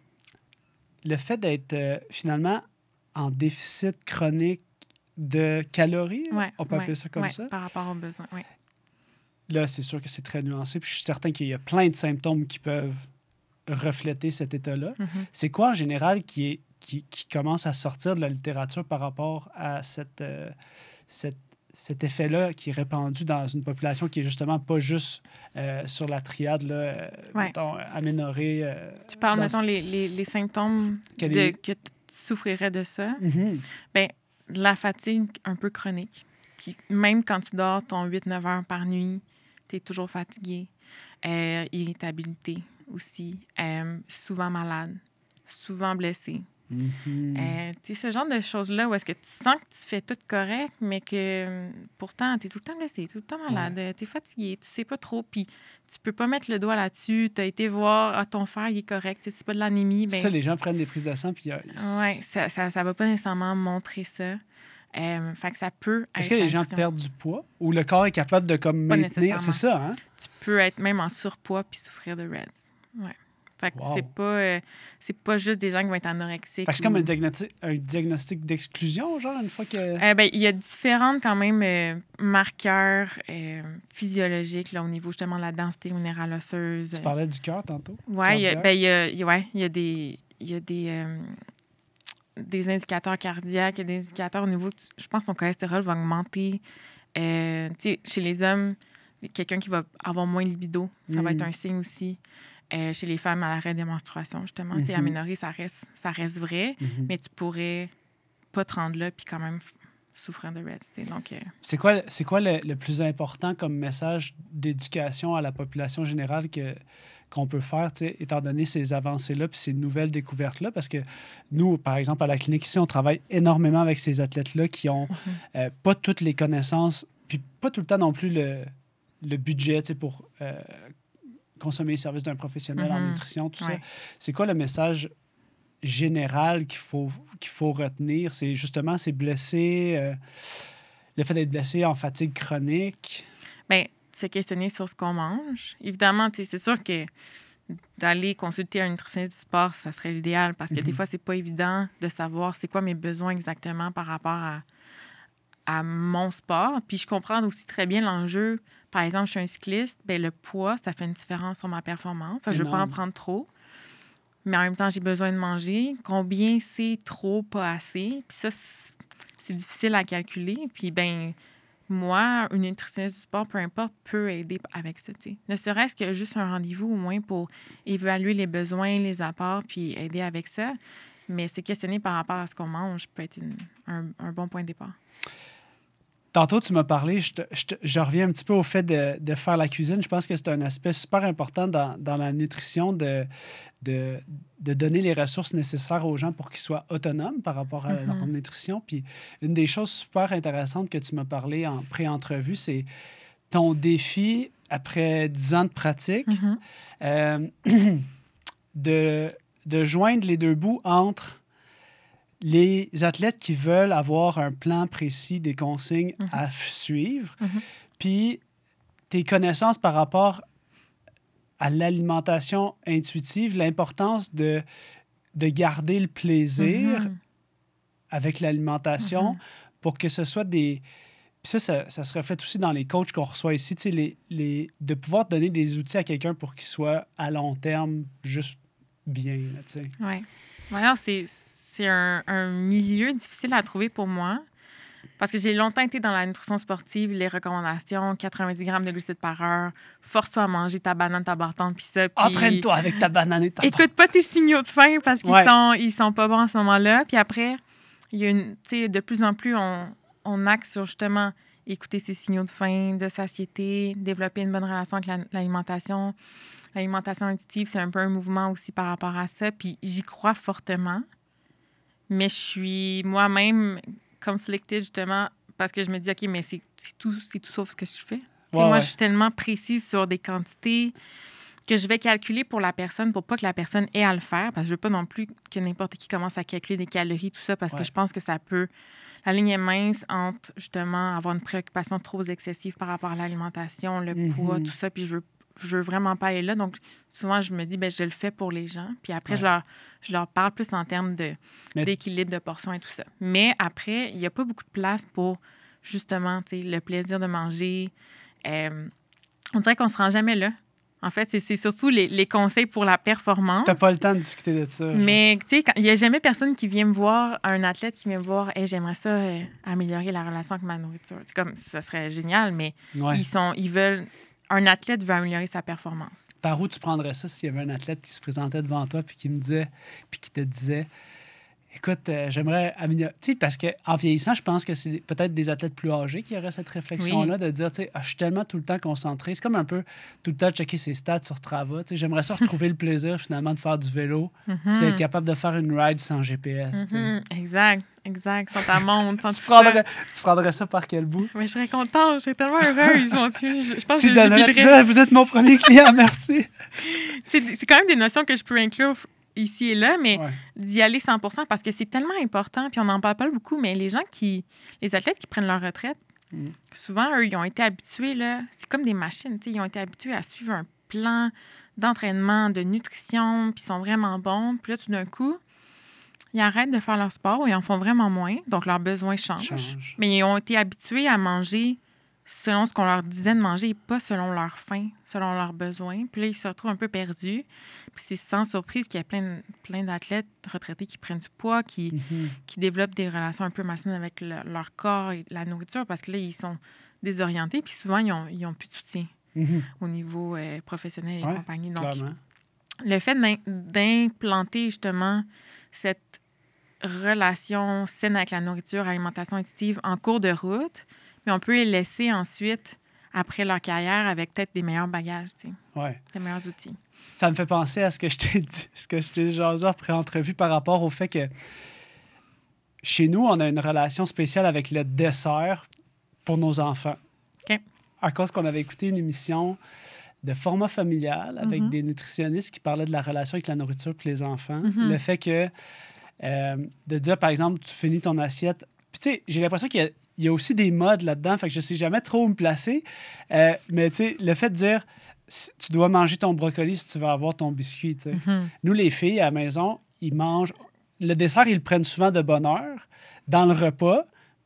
le fait d'être euh, finalement en déficit chronique de calories, ouais, on peut ouais, appeler ça comme ouais, ça. Par rapport aux besoins, oui. Là, c'est sûr que c'est très nuancé. Puis je suis certain qu'il y a plein de symptômes qui peuvent refléter cet état-là. Mm-hmm. C'est quoi, en général, qui, est, qui, qui commence à sortir de la littérature par rapport à cette, euh, cette, cet effet-là qui est répandu dans une population qui est justement pas juste euh, sur la triade, là, euh, ouais. mettons, aménorrhée. Euh, tu parles, mettons, ce... les, les, les symptômes de, est... que tu souffrirais de ça. Mm-hmm. Bien, de la fatigue un peu chronique. Puis même quand tu dors ton huit neuf heures par nuit, tu es toujours fatigué. Euh, irritabilité aussi. Euh, souvent malade. Souvent blessé. Mm-hmm. Euh, tu sais, ce genre de choses-là où est-ce que tu sens que tu fais tout correct, mais que pourtant, tu es tout le temps blessé, tout le temps malade, ouais. tu es fatigué, tu sais pas trop, puis tu peux pas mettre le doigt là-dessus. Tu as été voir, ah, ton fer, il est correct, c'est pas de l'anémie. Ben... Ça, les gens prennent des prises de sang, puis... Euh, oui, ça, ça, ça va pas nécessairement montrer ça. Euh, fait que ça peut être... Est-ce que les gens perdent du poids ou le corps est capable de comme pas maintenir? C'est ça, hein? Tu peux être même en surpoids puis souffrir de Reds. Ouais. Fait que wow. c'est pas euh, c'est pas juste des gens qui vont être anorexiques. Fait que c'est ou... comme un diagnostic, un diagnostic d'exclusion, genre, une fois que... Euh, ben, il y a différentes, quand même, euh, marqueurs euh, physiologiques, là, au niveau, justement, de la densité minérale osseuse. Tu parlais du cœur, tantôt? Oui, il y a, ben, il y a, il y a, ouais, il y a des... Il y a des euh, des indicateurs cardiaques, il y a des indicateurs au niveau... Je pense que ton cholestérol va augmenter. Euh, tu sais, chez les hommes, quelqu'un qui va avoir moins de libido, ça mm. va être un signe aussi. Euh, chez les femmes à l'arrêt des menstruations, justement. Mm-hmm. Tu sais, aménorrhée, ça reste, ça reste vrai, mm-hmm. mais tu pourrais pas te rendre là puis quand même f- souffrir de Reds. Donc, euh... C'est quoi, c'est quoi le, le plus important comme message d'éducation à la population générale que, qu'on peut faire, étant donné ces avancées-là puis ces nouvelles découvertes-là? Parce que nous, par exemple, à la clinique ici, on travaille énormément avec ces athlètes-là qui ont mm-hmm. euh, pas toutes les connaissances puis pas tout le temps non plus le, le budget pour... Euh, consommer les services d'un professionnel mm-hmm. en nutrition, tout ouais. ça. C'est quoi le message général qu'il faut, qu'il faut retenir? C'est justement ces blessés, euh, le fait d'être blessé en fatigue chronique. Bien, se questionner sur ce qu'on mange. Évidemment, c'est sûr que d'aller consulter un nutritionniste du sport, ça serait l'idéal parce que mm-hmm. des fois, c'est pas évident de savoir c'est quoi mes besoins exactement par rapport à, à mon sport. Puis je comprends aussi très bien l'enjeu. Par exemple, je suis un cycliste, bien, le poids, ça fait une différence sur ma performance. Je ne veux pas en prendre trop. Mais en même temps, j'ai besoin de manger. Combien c'est trop, pas assez? Puis ça, c'est, c'est difficile à calculer. Puis, ben moi, une nutritionniste du sport, peu importe, peut aider avec ça. T'sais. Ne serait-ce que juste un rendez-vous, au moins, pour évaluer les besoins, les apports, puis aider avec ça. Mais se questionner par rapport à ce qu'on mange peut être une, un, un bon point de départ. Tantôt, tu m'as parlé, je, te, je, te, je reviens un petit peu au fait de, de faire la cuisine. Je pense que c'est un aspect super important dans, dans la nutrition de, de, de donner les ressources nécessaires aux gens pour qu'ils soient autonomes par rapport à mm-hmm. leur nutrition. Puis une des choses super intéressantes que tu m'as parlé en pré-entrevue, c'est ton défi après dix ans de pratique mm-hmm. euh, de, de joindre les deux bouts entre les athlètes qui veulent avoir un plan précis des consignes mm-hmm. à suivre, mm-hmm. puis tes connaissances par rapport à l'alimentation intuitive, l'importance de, de garder le plaisir mm-hmm. avec l'alimentation mm-hmm. pour que ce soit des... Puis ça, ça, ça se reflète aussi dans les coachs qu'on reçoit ici, tu sais, les, les, de pouvoir donner des outils à quelqu'un pour qu'il soit à long terme juste bien, tu sais. Oui. Alors, c'est... C'est un, un milieu difficile à trouver pour moi parce que j'ai longtemps été dans la nutrition sportive, les recommandations, quatre-vingt-dix grammes de glucides par heure, force-toi à manger ta banane, ta barre tendre, puis ça. Pis... Entraîne-toi avec ta banane et ta barre. Écoute pas tes signaux de faim parce qu'ils ouais. sont, ils sont pas bons à ce moment-là. Puis après, il y a une, tu sais, de plus en plus, on, on axe sur justement écouter ses signaux de faim, de satiété, développer une bonne relation avec la, l'alimentation. L'alimentation intuitive, c'est un peu un mouvement aussi par rapport à ça. Puis j'y crois fortement. Mais je suis moi-même conflictée, justement, parce que je me dis, OK, mais c'est, c'est, tout, c'est tout sauf ce que je fais. Ouais, moi, ouais. je suis tellement précise sur des quantités que je vais calculer pour la personne pour pas que la personne ait à le faire, parce que je veux pas non plus que n'importe qui commence à calculer des calories, tout ça, parce ouais. que je pense que ça peut... La ligne est mince entre, justement, avoir une préoccupation trop excessive par rapport à l'alimentation, le mm-hmm. poids, tout ça, puis je veux je veux vraiment pas aller là. Donc, souvent, je me dis, ben je le fais pour les gens. Puis après, ouais. je, leur, je leur parle plus en termes de, Mais... d'équilibre, de portions et tout ça. Mais après, il n'y a pas beaucoup de place pour, justement, tu sais, le plaisir de manger. Euh, on dirait qu'on ne se rend jamais là. En fait, c'est, c'est surtout les, les conseils pour la performance. Tu n'as pas le temps de discuter de ça. Mais, tu sais, il n'y a jamais personne qui vient me voir, un athlète qui vient me voir, hey, j'aimerais ça euh, améliorer la relation avec ma nourriture. C'est comme, ça serait génial, mais ouais. ils sont, ils veulent... Un athlète veut améliorer sa performance. Par où tu prendrais ça s'il y avait un athlète qui se présentait devant toi puis qui me disait, puis qui te disait, écoute, euh, j'aimerais améliorer. Tu sais, parce qu'en vieillissant, je pense que c'est peut-être des athlètes plus âgés qui auraient cette réflexion-là oui. de dire, tu sais, ah, je suis tellement tout le temps concentré. C'est comme un peu tout le temps checker ses stats sur Strava. Tu sais, j'aimerais ça retrouver le plaisir finalement de faire du vélo, mm-hmm. puis d'être capable de faire une ride sans G P S. Mm-hmm. Exact. Exact, sans ta montre, sans tu, prendrais, tu prendrais ça par quel bout? Mais je serais contente, je serais tellement heureuse. je, je pense tu que donnerais, je tu dirais, vous êtes mon premier client, merci. c'est, c'est quand même des notions que je peux inclure ici et là, mais ouais. d'y aller cent pour cent parce que c'est tellement important, puis on n'en parle pas beaucoup, mais les gens qui, les athlètes qui prennent leur retraite, mm. souvent, eux, ils ont été habitués, là, c'est comme des machines, ils ont été habitués à suivre un plan d'entraînement, de nutrition, puis ils sont vraiment bons, puis là, tout d'un coup, ils arrêtent de faire leur sport ou ils en font vraiment moins, donc leurs besoins changent. Change. Mais ils ont été habitués à manger selon ce qu'on leur disait de manger et pas selon leur faim, selon leurs besoins. Puis là, ils se retrouvent un peu perdus. Puis c'est sans surprise qu'il y a plein, plein d'athlètes retraités qui prennent du poids, qui, mm-hmm. qui développent des relations un peu malsaines avec le, leur corps et la nourriture parce que là, ils sont désorientés. Puis souvent, ils n'ont ils ont plus de soutien mm-hmm. au niveau euh, professionnel et ouais, compagnie. Donc, clairement. Le fait d'im- d'implanter justement cette relation saine avec la nourriture, alimentation intuitive en cours de route, mais on peut les laisser ensuite, après leur carrière, avec peut-être des meilleurs bagages, tu sais, ouais. des meilleurs outils. Ça me fait penser à ce que je t'ai dit, ce que je t'ai jasé après entrevue par rapport au fait que chez nous, on a une relation spéciale avec le dessert pour nos enfants. OK. À cause qu'on avait écouté une émission de format familial avec mm-hmm. des nutritionnistes qui parlaient de la relation avec la nourriture pour les enfants. Mm-hmm. Le fait que Euh, de dire, par exemple, tu finis ton assiette. Puis, tu sais, j'ai l'impression qu'il y a, il y a aussi des modes là-dedans, fait que je sais jamais trop où me placer. Euh, mais, tu sais, le fait de dire, tu dois manger ton brocoli si tu veux avoir ton biscuit, tu sais. Mm-hmm. Nous, les filles, à la maison, ils mangent... Le dessert, ils le prennent souvent de bonne heure, dans le repas.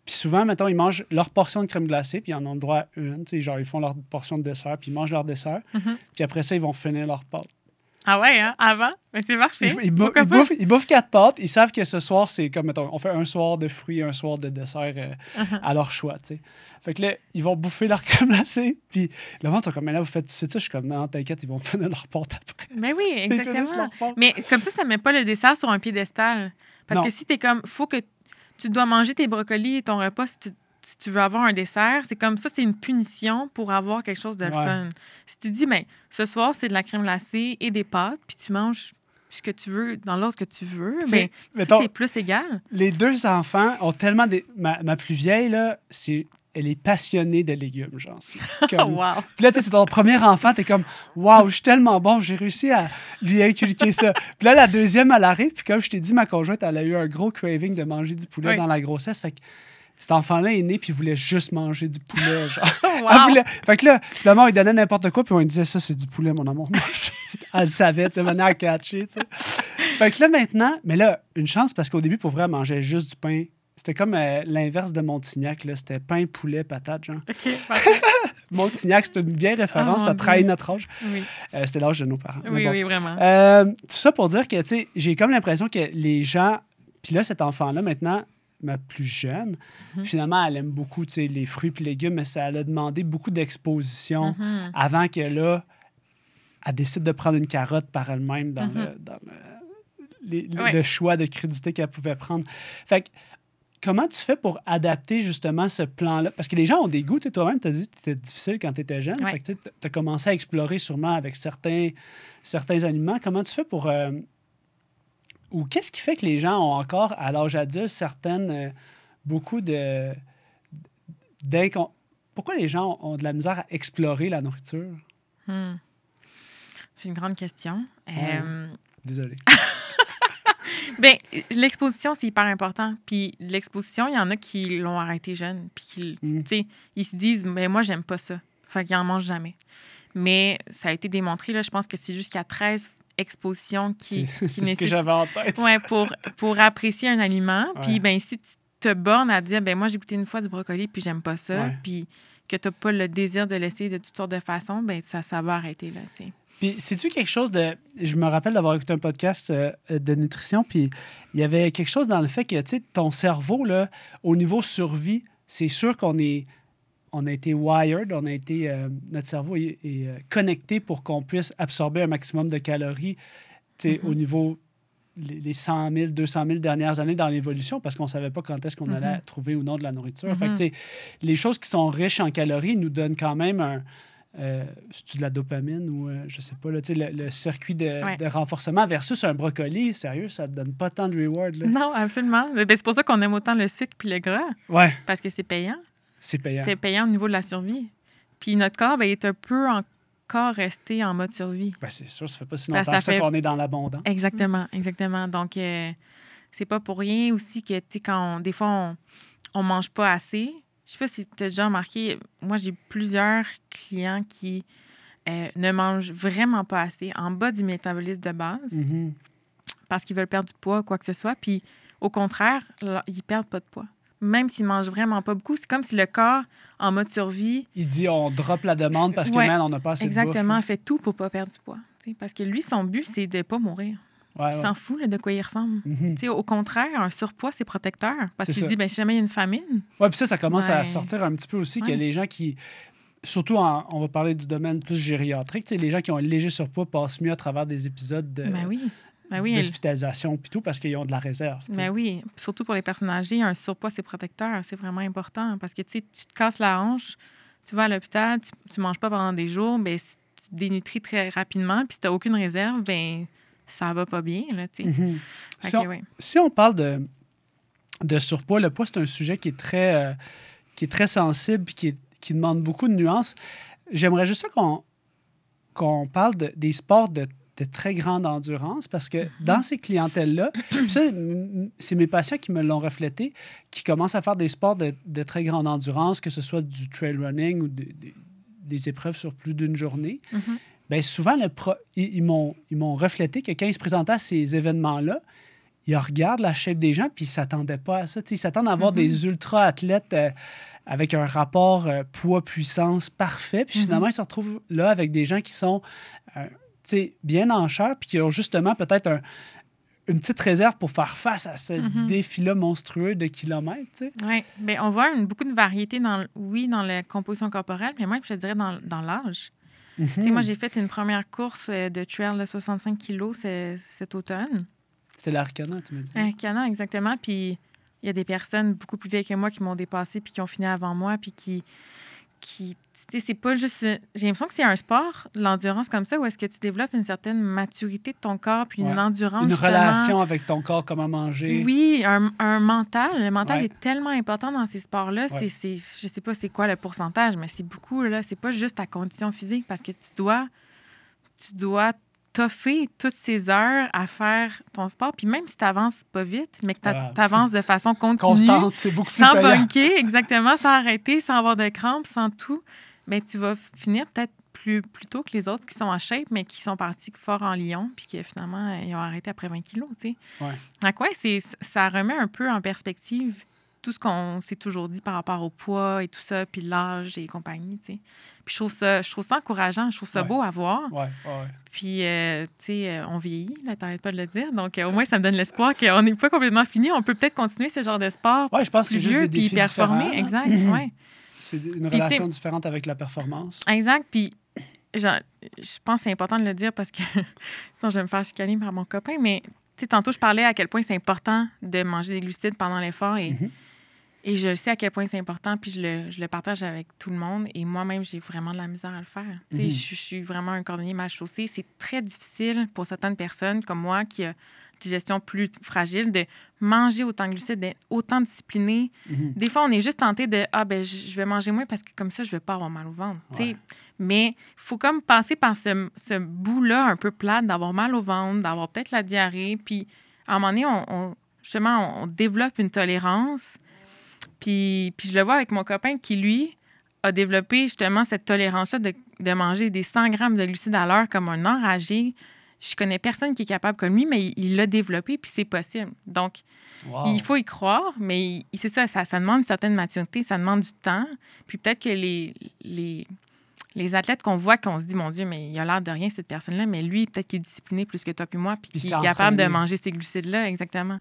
Puis souvent, mettons, ils mangent leur portion de crème glacée, puis ils en ont le droit à une. Tu sais, genre, ils font leur portion de dessert, puis ils mangent leur dessert. Mhm. Puis après ça, ils vont finir leur pâte. Ah ouais, hein? Avant? Mais c'est parfait. Ils, ils, bou- Pourquoi ils pas? bouffent, ils bouffent quatre pâtes. Ils savent que ce soir, c'est comme, mettons, on fait un soir de fruits, un soir de dessert euh, Mhm. à leur choix, tu sais. Fait que là, ils vont bouffer leur crème glacée, puis le monde sont comme, mais là, vous faites tout ça. Je suis comme, non, t'inquiète, ils vont finir leur pâte après. Mais oui, Ils finissent exactement. leur pâte. Mais comme ça, ça ne met pas le dessert sur un piédestal. Parce Non. que si tu es comme, faut que tu dois manger tes brocolis et ton repas si tu, si tu veux avoir un dessert, c'est comme ça, c'est une punition pour avoir quelque chose de le Ouais. fun. Si tu dis, ben, ce soir, c'est de la crème glacée et des pâtes, puis tu manges ce que tu veux dans l'ordre que tu veux, Tu sais, mais mettons, tout est plus égal. les deux enfants ont tellement des... Ma, ma plus vieille, là, c'est... Elle est passionnée de légumes, genre. C'est comme... Oh, wow! Puis là, tu sais, c'est ton premier enfant, t'es comme, waouh, je suis tellement bon, j'ai réussi à lui inculquer ça. Puis là, la deuxième, elle arrive, puis comme je t'ai dit, ma conjointe, elle a eu un gros craving de manger du poulet Oui. dans la grossesse. Fait que cet enfant-là est né, puis il voulait juste manger du poulet, genre. Wow! Elle voulait... Fait que là, finalement, on lui donnait n'importe quoi, puis on lui disait, ça, c'est du poulet, mon amour. Elle le savait, tu sais, venait à catcher, tu sais. Fait que là, maintenant, mais là, une chance, parce qu'au début, pour vrai, elle mangeait juste du pain. C'était comme euh, l'inverse de Montignac, là. C'était pain, poulet, patate, genre. OK, parfait. Montignac, c'est une vieille référence, Oh, ça mon trahit Dieu. notre âge. Oui, Euh, c'était l'âge de nos parents. Mais oui, bon. oui, vraiment. Euh, tout ça pour dire que, tu sais, j'ai comme l'impression que les gens... Puis là, cet enfant-là, maintenant, ma plus jeune, Mhm. finalement, elle aime beaucoup, tu sais, les fruits et légumes, mais ça elle a demandé beaucoup d'exposition Mhm. avant que, là, elle décide de prendre une carotte par elle-même dans, Mhm. le, dans le, les- le- Ouais. le choix de crudité qu'elle pouvait prendre. Fait que, comment tu fais pour adapter justement ce plan-là? Parce que les gens ont des goûts. Tu sais, toi-même, tu as dit que c'était difficile quand tu étais jeune. Ouais. Fait que tu as commencé à explorer sûrement avec certains, certains aliments. Comment tu fais pour... euh, ou qu'est-ce qui fait que les gens ont encore, à l'âge adulte, certaines... euh, beaucoup de... d'incon- Pourquoi les gens ont de la misère à explorer la nourriture? Hmm. C'est une grande question. Ouais. Euh, Désolé. ben, l'exposition, c'est hyper important. Puis l'exposition, il y en a qui l'ont arrêté jeune. Puis qui, Mm. tu sais, ils se disent, mais moi, j'aime pas ça. Fait qu'ils en mangent jamais. Mais ça a été démontré, là, je pense que c'est jusqu'à treize expositions qui, C'est qui c'est ce que nécessitent- j'avais en tête. Ouais, pour, pour apprécier un aliment. Ouais. Puis, ben, si tu te bornes à dire, ben moi, j'ai goûté une fois du brocoli, puis j'aime pas ça, Ouais. puis que tu n'as pas le désir de l'essayer de toutes sortes de façons, ben ça, ça va arrêter, là, tu sais. Puis, c'est-tu quelque chose de... Je me rappelle d'avoir écouté un podcast euh, de nutrition, puis il y avait quelque chose dans le fait que, tu sais, ton cerveau, là, au niveau survie, c'est sûr qu'on est... On a été wired, on a été... euh, notre cerveau est, est, euh, connecté pour qu'on puisse absorber un maximum de calories, tu sais, Mhm. au niveau... Les les cent mille, deux cent mille dernières années dans l'évolution, parce qu'on ne savait pas quand est-ce qu'on Mhm. allait trouver ou non de la nourriture. Mhm. Fait que, tu sais, les choses qui sont riches en calories nous donnent quand même un... Euh, c'est-tu de la dopamine ou euh, je sais pas, là, tu sais, le, le circuit de, Ouais. de renforcement versus un brocoli, sérieux, ça ne donne pas tant de reward. Là. Non, absolument. Ben, c'est pour ça qu'on aime autant le sucre puis le gras, Ouais, parce que c'est payant. c'est payant. C'est payant au niveau de la survie. Puis notre corps, ben, il est un peu encore resté en mode survie. Ben, c'est sûr, ça fait pas si Parce longtemps que que ça ça fait- qu'on est dans l'abondance. Exactement, exactement. Donc, euh, c'est pas pour rien aussi que, tu sais, quand on- des fois, on, on mange pas assez. Je sais pas si tu as déjà remarqué, moi, j'ai plusieurs clients qui euh, ne mangent vraiment pas assez, en bas du métabolisme de base, Mhm. parce qu'ils veulent perdre du poids ou quoi que ce soit. Puis, au contraire, là, ils perdent pas de poids. Même s'ils mangent vraiment pas beaucoup, c'est comme si le corps, en mode survie, Il dit on drop la demande parce que, Ouais, man, on n'a pas assez exactement, de bouffe. fait tout pour pas perdre du poids. Tu sais, parce que lui, son but, c'est de pas mourir. là. Ouais, Il ouais. s'en fout là, de quoi il ressemble. Mhm. Tu sais, au contraire, un surpoids, c'est protecteur. Parce C'est qu'il ça. se dit, ben, si jamais il y a une famine, Ouais, puis ça, ça commence à Ben, sortir un petit peu aussi que ouais. les gens qui, surtout, en- on va parler du domaine plus gériatrique, tu sais, les gens qui ont un léger surpoids passent mieux à travers des épisodes de, ben oui. Ben oui, elle- d'hospitalisation puis tout parce qu'ils ont de la réserve. tu sais. ben oui. Surtout pour les personnes âgées, un surpoids, c'est protecteur. C'est vraiment important. Parce que tu sais, tu te casses la hanche, tu vas à l'hôpital, tu, tu manges pas pendant des jours, ben, si tu te dénutris très rapidement, puis si tu n'as aucune réserve, ben ça va pas bien, là, tu sais. Mhm. Fait Si que, on- ouais. Si on parle de, de surpoids, le poids, c'est un sujet qui est très, euh, qui est très sensible et qui, est- qui demande beaucoup de nuances. J'aimerais juste ça qu'on, qu'on parle de- des sports de, de très grande endurance parce que dans ces clientèles-là, puis ça, m- c'est mes patients qui me l'ont reflété, qui commencent à faire des sports de, de très grande endurance, que ce soit du trail running ou de- de- des épreuves sur plus d'une journée. Mhm. Bien, souvent, le pro- ils, ils m'ont, ils m'ont reflété que quand ils se présentaient à ces événements-là, ils regardent la shape des gens puis ils ne s'attendaient pas à ça. T'sais, ils s'attendent à avoir mm-hmm. des ultra-athlètes euh, avec un rapport euh, poids-puissance parfait. Puis mm-hmm. finalement, ils se retrouvent là avec des gens qui sont euh, bien en chair puis qui ont justement peut-être un, une petite réserve pour faire face à ce mm-hmm. défi-là monstrueux de kilomètres. Oui, bien, on voit une, beaucoup de variété, dans, oui, dans la composition corporelle, mais même, je te dirais, dans, dans l'âge. Mm-hmm. Moi, j'ai fait une première course de trail de soixante-cinq kilos cet automne. C'est l'Arcana, tu me dis. L'Arcana, exactement. Puis il y a des personnes beaucoup plus vieilles que moi qui m'ont dépassé puis qui ont fini avant moi puis qui... qui c'est pas juste... J'ai l'impression que c'est un sport, l'endurance comme ça, où est-ce que tu développes une certaine maturité de ton corps puis ouais. une endurance, Une justement. relation avec ton corps, comment manger. Oui, un, un mental. Le mental ouais. est tellement important dans ces sports-là. Ouais. C'est, c'est, je sais pas c'est quoi le pourcentage, mais c'est beaucoup, là. C'est pas juste ta condition physique parce que tu dois... Tu dois toffer toutes ces heures à faire ton sport. Puis même si tu avances pas vite, mais que tu avances de façon continue. Constante, c'est beaucoup plus sans payant. bunker, exactement, sans arrêter, sans avoir de crampes, sans tout, bien, tu vas finir peut-être plus, plus tôt que les autres qui sont en shape, mais qui sont partis fort en Lyon, puis qui finalement, ils ont arrêté après vingt kilos, tu sais. Ouais. Donc, ouais, c'est, ça remet un peu en perspective tout ce qu'on s'est toujours dit par rapport au poids et tout ça, puis l'âge et compagnie, tu sais. Puis je trouve ça, je trouve ça encourageant, je trouve ça ouais. beau à voir. Ouais, ouais. Puis, euh, tu sais, on vieillit, là, t'arrêtes pas de le dire. Donc, euh, au moins, ça me donne l'espoir qu'on n'est pas complètement fini. On peut peut-être continuer ce genre de sport ouais, je pense plus que c'est juste vieux, des défis puis performer. différents. Exact, ouais. C'est une relation différente avec la performance. Exact, puis genre, je pense que c'est important de le dire parce que sinon, je vais me faire chicaner par mon copain, mais tu sais, tantôt, je parlais à quel point c'est important de manger des glucides pendant l'effort et... Mm-hmm. Et je le sais à quel point c'est important, puis je le, je le partage avec tout le monde. Et moi-même, j'ai vraiment de la misère à le faire. Mm-hmm. Je, je suis vraiment un cordonnier mal chaussé. C'est très difficile pour certaines personnes comme moi qui a une digestion plus fragile de manger autant de glucides, d'être autant discipliné. Mm-hmm. Des fois, on est juste tenté de « Ah, ben je vais manger moins parce que comme ça, je ne vais pas avoir mal au ventre. Ouais. » Mais il faut comme passer par ce, ce bout-là un peu plate d'avoir mal au ventre, d'avoir peut-être la diarrhée. Puis, à un moment donné, on, on, justement, on développe une tolérance. Puis, puis je le vois avec mon copain qui, lui, a développé justement cette tolérance-là de, de manger des cent grammes de glucides à l'heure comme un enragé. Je connais personne qui est capable comme lui, mais il, il l'a développé, puis c'est possible. Donc, wow. il faut y croire, mais il, c'est ça, ça, ça demande une certaine maturité, ça demande du temps. Puis peut-être que les, les, les athlètes qu'on voit, qu'on se dit, mon Dieu, mais il a l'air de rien, cette personne-là, mais lui, peut-être qu'il est discipliné plus que toi puis moi, puis qu'il est capable de manger ces glucides-là, exactement.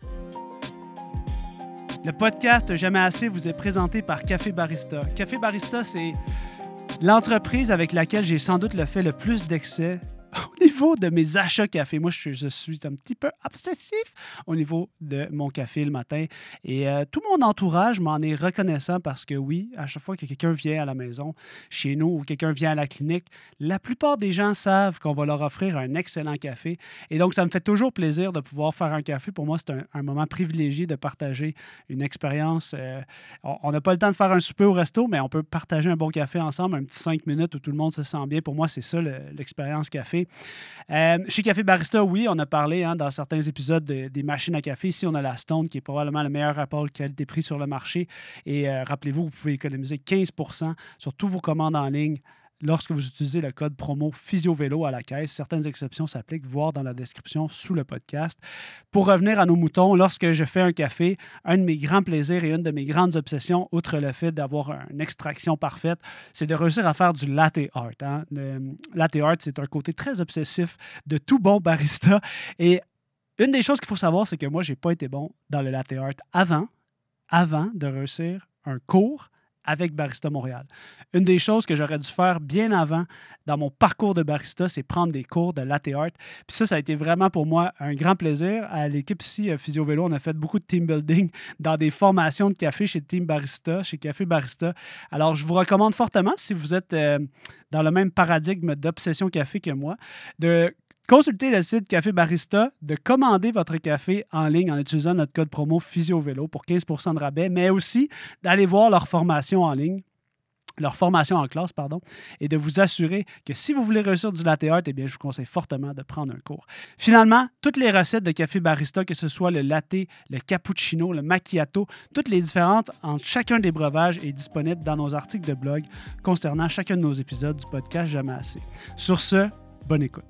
Le podcast Jamais assez vous est présenté par Café Barista. Café Barista, c'est l'entreprise avec laquelle j'ai sans doute le fait le plus d'excès au niveau de mes achats café. Moi, je, je suis un petit peu obsessif au niveau de mon café le matin. Et euh, tout mon entourage m'en est reconnaissant parce que oui, à chaque fois que quelqu'un vient à la maison, chez nous, ou quelqu'un vient à la clinique, la plupart des gens savent qu'on va leur offrir un excellent café. Et donc, ça me fait toujours plaisir de pouvoir faire un café. Pour moi, c'est un, un moment privilégié de partager une expérience. Euh, on n'a pas le temps de faire un souper au resto, mais on peut partager un bon café ensemble, un petit cinq minutes où tout le monde se sent bien. Pour moi, c'est ça le, l'expérience café. Euh, chez Café Barista, oui, on a parlé hein, dans certains épisodes de, des machines à café. Ici, on a la Stone, qui est probablement le meilleur rapport qualité-prix sur le marché. Et euh, rappelez-vous, vous pouvez économiser quinze pour cent sur tous vos commandes en ligne lorsque vous utilisez le code promo PhysioVélo à la caisse. Certaines exceptions s'appliquent, voir dans la description sous le podcast. Pour revenir à nos moutons, lorsque je fais un café, un de mes grands plaisirs et une de mes grandes obsessions, outre le fait d'avoir une extraction parfaite, c'est de réussir à faire du latte art. Hein. Le latte art, c'est un côté très obsessif de tout bon barista. Et une des choses qu'il faut savoir, c'est que moi, je n'ai pas été bon dans le latte art avant, avant de réussir un cours avec Barista Montréal. Une des choses que j'aurais dû faire bien avant dans mon parcours de barista, c'est prendre des cours de latte art. Puis ça, ça a été vraiment pour moi un grand plaisir. À l'équipe ici, Physio Vélo, on a fait beaucoup de team building dans des formations de café chez Team Barista, chez Café Barista. Alors, je vous recommande fortement, si vous êtes euh, dans le même paradigme d'obsession café que moi, de consultez le site Café Barista, de commander votre café en ligne en utilisant notre code promo PhysioVélo pour quinze pour cent de rabais, mais aussi d'aller voir leur formation en ligne, leur formation en classe, pardon, et de vous assurer que si vous voulez réussir du latte art, eh bien, je vous conseille fortement de prendre un cours. Finalement, toutes les recettes de Café Barista, que ce soit le latte, le cappuccino, le macchiato, toutes les différentes entre chacun des breuvages est disponible dans nos articles de blog concernant chacun de nos épisodes du podcast Jamais assez. Sur ce, bonne écoute.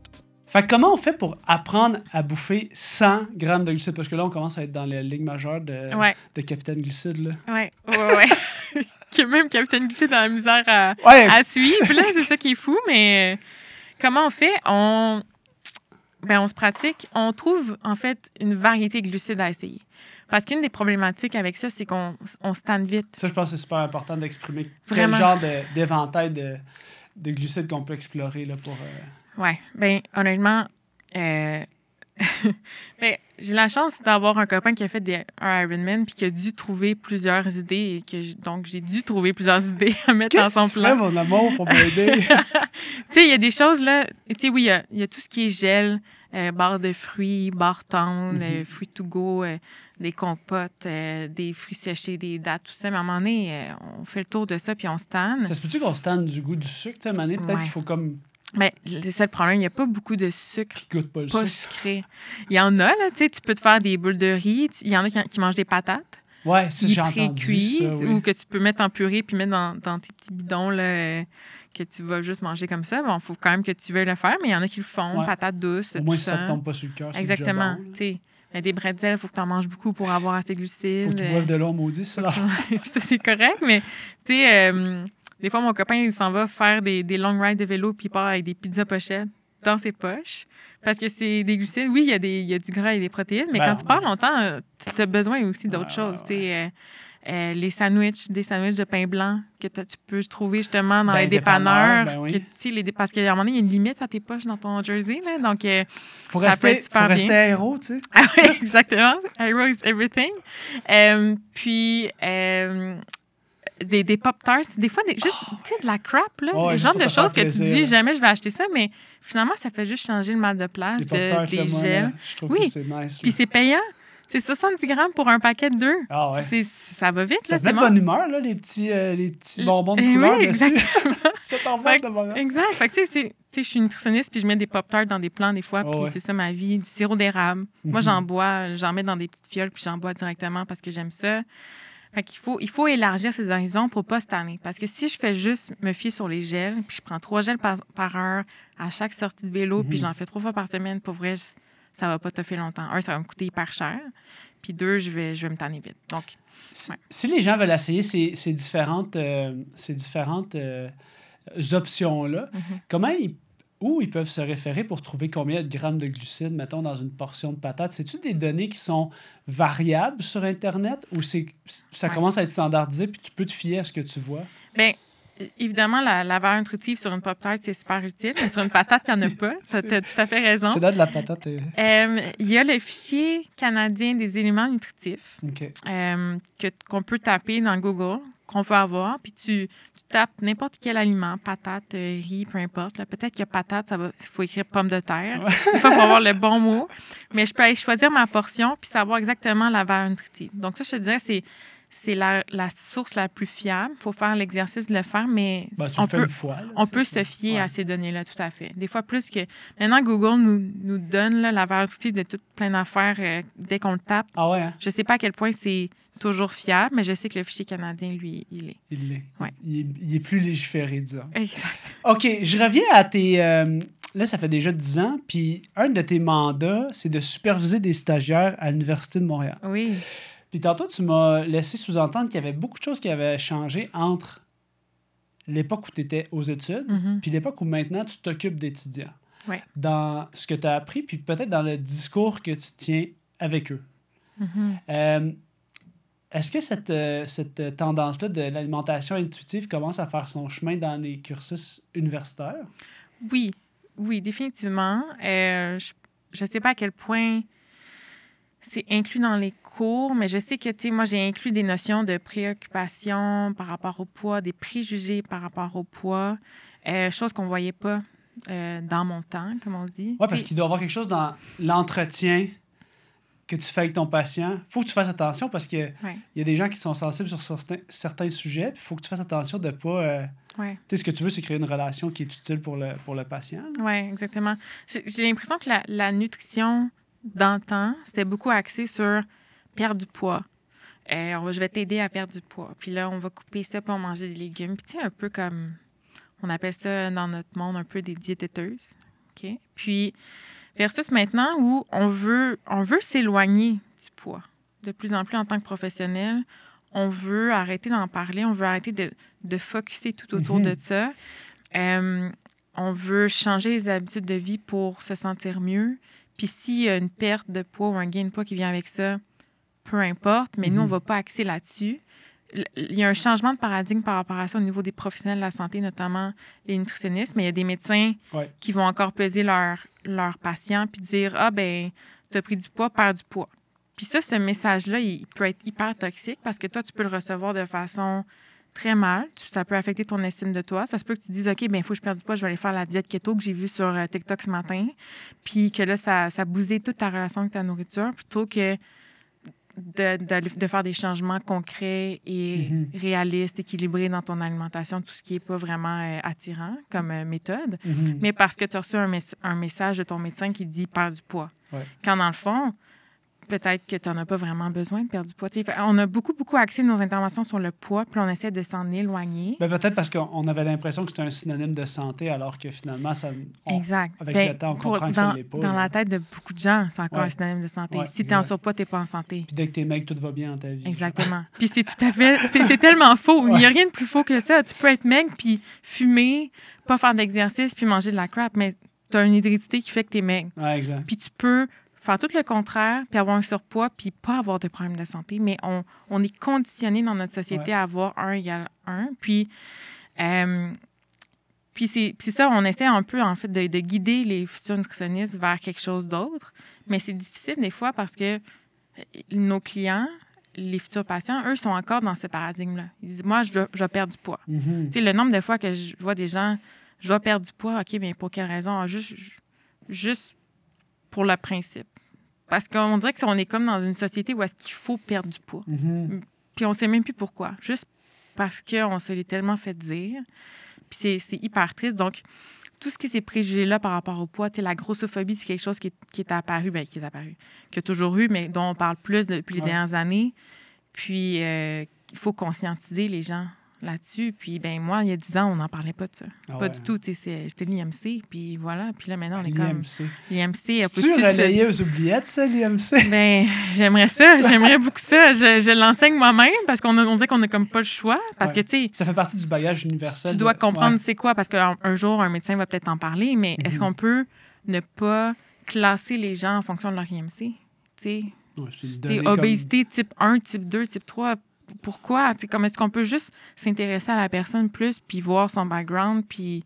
Fait que comment on fait pour apprendre à bouffer cent grammes de glucides? Parce que là, on commence à être dans la ligne majeure de, Ouais. de Capitaine Glucide. Là. Ouais, ouais, ouais. Que même Capitaine Glucide dans la misère à, Ouais. à suivre, là, c'est ça qui est fou. Mais euh, comment on fait? On, ben, on se pratique. On trouve, en fait, une variété de glucides à essayer. Parce qu'une des problématiques avec ça, c'est qu'on on se tanne vite. Ça, je pense que c'est super important d'exprimer Vraiment. quel genre de, d'éventail de, de glucides qu'on peut explorer là, pour... Euh... Ouais. Ben, honnêtement, euh... ben, j'ai la chance d'avoir un copain qui a fait des, un Ironman puis qui a dû trouver plusieurs idées. Et que j- donc, j'ai dû trouver plusieurs idées à mettre Qu'est-ce dans son que tu plan. fais, mon amour, pour m'aider? Tu sais, il y a des choses, là... Tu sais, oui, il y a, il y a tout ce qui est gel, euh, barre de fruits, barre tendre, Mm-hmm. euh, fruits to go, euh, des compotes, euh, des fruits séchés, des dattes, tout ça. Mais à un moment donné, euh, on fait le tour de ça puis on se tanne. Ça se peut-tu qu'on se tanne du goût du sucre? Tu sais, à un moment donné, peut-être Ouais. qu'il faut comme... Mais c'est ça le problème, il n'y a pas beaucoup de sucre. Qui goûte pas le Pas sucre. sucré. Il y en a, là, tu sais, tu peux te faire des boules de riz. Tu- Il y en a qui, qui mangent des patates. Ouais, ça, Qui j'ai entendu pré-cuisent ça, oui. ou que tu peux mettre en purée puis mettre dans, dans tes petits bidons, là, euh, que tu vas juste manger comme ça. Bon, il faut quand même que tu veuilles le faire, mais il y en a qui le font. Ouais. Patates douces, Au moins, tout si ça te tombe pas sur le cœur, c'est Exactement. déjà bon. Tu sais, mais des bretzels, il faut que tu en manges beaucoup pour avoir assez de glucides. Faut que tu boives de l'eau maudit, c'est ça. Puis ça, c'est correct, mais tu sais, euh, des fois, mon copain, il s'en va faire des, des long rides de vélo puis il part avec des pizzas pochettes dans ses poches. Parce que c'est des glucides. Oui, il y, a des- il y a du gras et des protéines, mais Ben, quand tu pars longtemps, euh, tu as besoin aussi d'autres Ouais, choses. ouais, Tu sais, euh, euh, les sandwichs, des sandwichs de pain blanc que t'as- tu peux trouver justement dans Ben, les dépanneurs, dépanneurs. ben oui. que, tu sais, les dé- parce qu'à un moment donné, il y a une limite à tes poches dans ton jersey. Là, donc, euh, Faut ça peut rester, être super faut rester bien. aéro, tu sais. Ah oui, exactement. Hero is everything. Euh, puis, euh, des, des Pop-Tarts, des fois, des, juste, tu sais, de la crap, là. Ouais, le juste genre pour de te faire choses que tu plaisir, dis là. jamais je vais acheter ça, mais finalement, ça fait juste changer le mal de place Les de, Pop-Tarts, des là, moi, gels. là, je trouve Oui. que c'est nice. Puis là. c'est payant. C'est soixante-dix grammes pour un paquet de deux. Ah ouais. C'est, ça va vite, Ça là, te met c'est de bon. bonne humeur, là, les petits, euh, les petits Euh, bonbons de eh couleur oui, dessus. exactement. Ça t'en Fait va de bonheur. Exact. Fait que, tu sais, c'est- tu sais, je suis nutritionniste, puis je mets des Pop-Tarts dans des plans des fois, Oh, puis ouais. c'est ça ma vie. Du sirop d'érable. Moi, Mhm. j'en bois, j'en mets dans des petites fioles, puis j'en bois directement parce que j'aime ça. Fait qu'il faut, il faut élargir ses horizons pour pas se tanner. Parce que si je fais juste me fier sur les gels, puis je prends trois gels par, par heure à chaque sortie de vélo, puis Mhm. j'en fais trois fois par semaine, pour vrai, je- ça va pas te faire longtemps. Un, ça va me coûter hyper cher. Puis deux, je vais, je vais me tanner vite. Donc, Si, Ouais. si les gens veulent essayer ces, ces différentes, euh, ces différentes euh, options-là, Mhm. comment ils, où ils peuvent se référer pour trouver combien de grammes de glucides, mettons, dans une portion de patate? C'est-tu des données qui sont variables sur Internet ou c'est, ça Ouais. commence à être standardisé puis tu peux te fier à ce que tu vois? bien, évidemment, la, la valeur nutritive sur une Pop-Tart, c'est super utile, mais sur une patate, il n'y en a pas. Tu as tout à fait raison. C'est là de la patate. euh, Euh, Il y a le fichier canadien des éléments nutritifs. OK. euh, que, qu'on peut taper dans Google, qu'on peut avoir, puis tu, tu tapes n'importe quel aliment, patate, euh, riz, peu importe. Là. Peut-être que patate, ça va, il faut écrire pomme de terre. Des fois, il faut avoir le bon mot. Mais je peux aller choisir ma portion puis savoir exactement la valeur nutritive. Donc ça, je te dirais, c'est, c'est la, la source la plus fiable. Il faut faire l'exercice de le faire, mais Ben, tu on le fais peut... une fois. là, On tu sais, peut c'est- se fier ouais. à ces données-là, tout à fait. Des fois, plus que... Maintenant, Google nous, nous donne là, la valeur nutritive de toutes plein d'affaires euh, dès qu'on le tape. Ah ouais, hein? Je ne sais pas à quel point c'est toujours fiable, mais je sais que le fichier canadien, lui, il est. Il l'est. Ouais. Il, est, il est plus légiféré, disons. Exact. OK, je reviens à tes... euh, là, ça fait déjà dix ans, puis un de tes mandats, c'est de superviser des stagiaires à l'Université de Montréal. Oui. Puis tantôt, tu m'as laissé sous-entendre qu'il y avait beaucoup de choses qui avaient changé entre l'époque où tu étais aux études Mhm. puis l'époque où maintenant tu t'occupes d'étudiants. Ouais. Dans ce que tu as appris, puis peut-être dans le discours que tu tiens avec eux. Mhm. Euh, est-ce que cette, euh, cette tendance-là de l'alimentation intuitive commence à faire son chemin dans les cursus universitaires? Oui, oui, définitivement. Euh, je ne sais pas à quel point c'est inclus dans les cours, mais je sais que, tu sais, moi, j'ai inclus des notions de préoccupation par rapport au poids, des préjugés par rapport au poids, euh, chose qu'on ne voyait pas euh, dans mon temps, comme on dit. Oui, parce T'sais, qu'il doit y avoir quelque chose dans l'entretien que tu fais avec ton patient. Il faut que tu fasses attention parce qu'il Ouais. y a des gens qui sont sensibles sur certains, certains sujets. Il faut que tu fasses attention de ne pas... euh, ouais. Tu sais, ce que tu veux, c'est créer une relation qui est utile pour le, pour le patient. là. Oui, exactement. J'ai j'ai l'impression que la, la nutrition d'antan, c'était beaucoup axé sur perdre du poids. Euh, on va- je vais t'aider à perdre du poids. Puis là, on va couper ça pour manger des légumes. Puis tu sais, un peu comme, on appelle ça dans notre monde un peu des diététeuses, OK? Puis, versus maintenant où on veut, on veut s'éloigner du poids. De plus en plus, en tant que professionnel, on veut arrêter d'en parler, on veut arrêter de, de focusser tout autour mm-hmm. de ça. Euh, on veut changer les habitudes de vie pour se sentir mieux. Puis s'il y a une perte de poids ou un gain de poids qui vient avec ça, peu importe, mais mm-hmm. nous, on ne va pas axer là-dessus. Il y a un changement de paradigme par rapport à ça au niveau des professionnels de la santé, notamment les nutritionnistes, mais il y a des médecins ouais. qui vont encore peser leurs leur patients puis dire « Ah, ben, tu as pris du poids, perds du poids ». Puis ça, ce message-là, il peut être hyper toxique parce que toi, tu peux le recevoir de façon très mal. Ça peut affecter ton estime de toi. Ça se peut que tu dises « OK, bien, il faut que je perde du poids, je vais aller faire la diète keto que j'ai vue sur TikTok ce matin ». Puis que là, ça, ça bousille toute ta relation avec ta nourriture plutôt que De, de, de faire des changements concrets et mm-hmm. réalistes, équilibrés dans ton alimentation, tout ce qui n'est pas vraiment euh, attirant comme euh, méthode, mm-hmm. mais parce que tu as reçu un, mes- un message de ton médecin qui dit « perds du poids ouais. ». Quand dans le fond, peut-être que tu n'en as pas vraiment besoin de perdre du poids. T'sais, on a beaucoup, beaucoup axé nos interventions sur le poids, puis on essaie de s'en éloigner. Ben, peut-être parce qu'on avait l'impression que c'était un synonyme de santé, alors que finalement, ça, on, exact. avec ben, le temps, on pour, comprend que dans, ça ne l'est pas. Dans là. la tête de beaucoup de gens, c'est encore ouais. un synonyme de santé. Ouais, si tu es en surpoids, tu n'es pas en santé. Puis dès que tu es maigre, tout va bien dans ta vie. Exactement. Puis c'est tout à fait... C'est, c'est tellement faux. Ouais. Il n'y a rien de plus faux que ça. Tu peux être maigre, puis fumer, pas faire d'exercice, puis manger de la crap, mais tu as une hérédité qui fait que tu es maigre. Ouais, exact. Puis tu peux faire tout le contraire, puis avoir un surpoids, puis pas avoir de problème de santé. Mais on, on est conditionné dans notre société ouais. à avoir un égale un. Puis, euh, puis c'est, c'est ça, on essaie un peu, en fait, de, de guider les futurs nutritionnistes vers quelque chose d'autre. Mais c'est difficile des fois parce que nos clients, les futurs patients, eux, sont encore dans ce paradigme-là. Ils disent, moi, je dois, je dois perdre du poids. Mm-hmm. Tu sais, le nombre de fois que je vois des gens, je dois perdre du poids, OK, mais pour quelle raison? Juste, juste pour le principe. Parce qu'on dirait qu'on est comme dans une société où est-ce qu'il faut perdre du poids. Mm-hmm. Puis on ne sait même plus pourquoi. Juste parce qu'on se l'est tellement fait dire. Puis c'est, c'est hyper triste. Donc, tout ce qui s'est préjugé-là par rapport au poids, la grossophobie, c'est quelque chose qui est, qui est apparu, bien, qui est apparu, qui a toujours eu, mais dont on parle plus depuis les ouais. dernières années. Puis, euh, il faut conscientiser les gens là-dessus. Puis, ben moi, il y a dix ans, on n'en parlait pas de ça. Ah pas ouais. du tout. C'était l'I M C. Puis voilà. Puis là, maintenant, on est comme... L'I M C. C'est-tu relayé aux oubliettes, ça, l'I M C? Ben, j'aimerais ça. J'aimerais beaucoup ça. Je, je l'enseigne moi-même parce qu'on a, on dirait qu'on n'a comme pas le choix. Parce ouais. que, tu sais... Ça fait partie du bagage universel. Tu dois de... comprendre ouais. c'est quoi. Parce qu'un un jour, un médecin va peut-être en parler. Mais mm-hmm. est-ce qu'on peut ne pas classer les gens en fonction de leur I M C? Tu sais... Ouais, obésité comme... type un, type deux, type trois... Pourquoi? T'sais, comme est-ce qu'on peut juste s'intéresser à la personne plus, puis voir son background, puis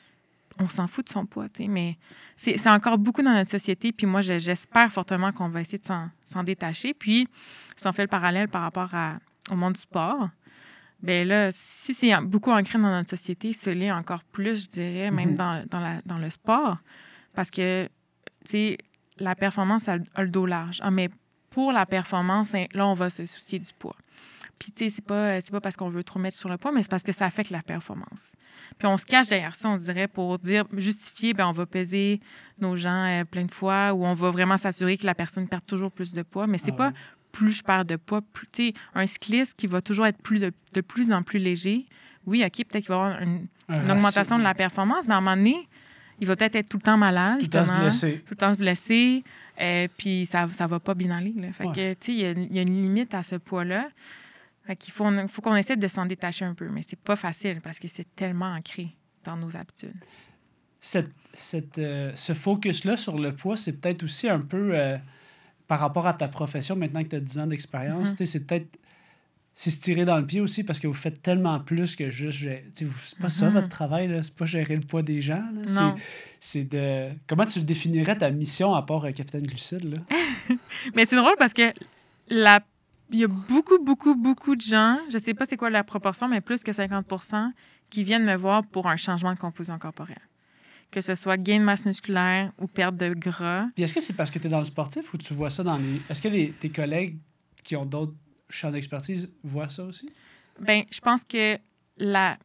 on s'en fout de son poids, t'sais, mais c'est, c'est encore beaucoup dans notre société, puis moi, je, j'espère fortement qu'on va essayer de s'en, s'en détacher. Puis, si on fait le parallèle par rapport à, au monde du sport, bien là, si c'est beaucoup ancré dans notre société, ce l'est encore plus, je dirais, même mm-hmm. dans, dans, la, dans le sport, parce que, tu sais, la performance a, a le dos large. Ah, mais pour la performance, là, on va se soucier du poids. Puis, tu sais, c'est pas, c'est pas parce qu'on veut trop mettre sur le poids, mais c'est parce que ça affecte la performance. Puis, on se cache derrière ça, on dirait, pour dire, justifier, bien, on va peser nos gens euh, plein de fois ou on va vraiment s'assurer que la personne perd toujours plus de poids. Mais c'est ah, pas ouais. plus je perds de poids. Plus, tu sais, un cycliste qui va toujours être plus de, de plus en plus léger, oui, OK, peut-être qu'il va avoir une, une augmentation de la performance, mais à un moment donné, il va peut-être être tout le temps malade, tout le temps se blesser. Tout le temps se blesser, euh, puis ça ça va pas bien aller. Là. Fait ouais. que, tu sais, il y a, y a une limite à ce poids-là. Fait qu'il faut, faut qu'on essaie de s'en détacher un peu, mais c'est pas facile parce que c'est tellement ancré dans nos habitudes. Cette, cette, euh, ce focus-là sur le poids, c'est peut-être aussi un peu euh, par rapport à ta profession, maintenant que tu as dix ans d'expérience, mm-hmm. c'est peut-être c'est se tirer dans le pied aussi parce que vous faites tellement plus que juste... C'est pas mm-hmm. ça votre travail, là, c'est pas gérer le poids des gens. Là, non. C'est, c'est de... Comment tu définirais ta mission à part euh, Capitaine Glucide? Là? Mais c'est drôle parce que la il y a beaucoup, beaucoup, beaucoup de gens, je ne sais pas c'est quoi la proportion, mais plus que cinquante pour cent qui viennent me voir pour un changement de composition corporelle. Que ce soit gain de masse musculaire ou perte de gras. Puis est-ce que c'est parce que tu es dans le sportif ou tu vois ça dans les... Est-ce que les, tes collègues qui ont d'autres champs d'expertise voient ça aussi? Bien, je pense que la,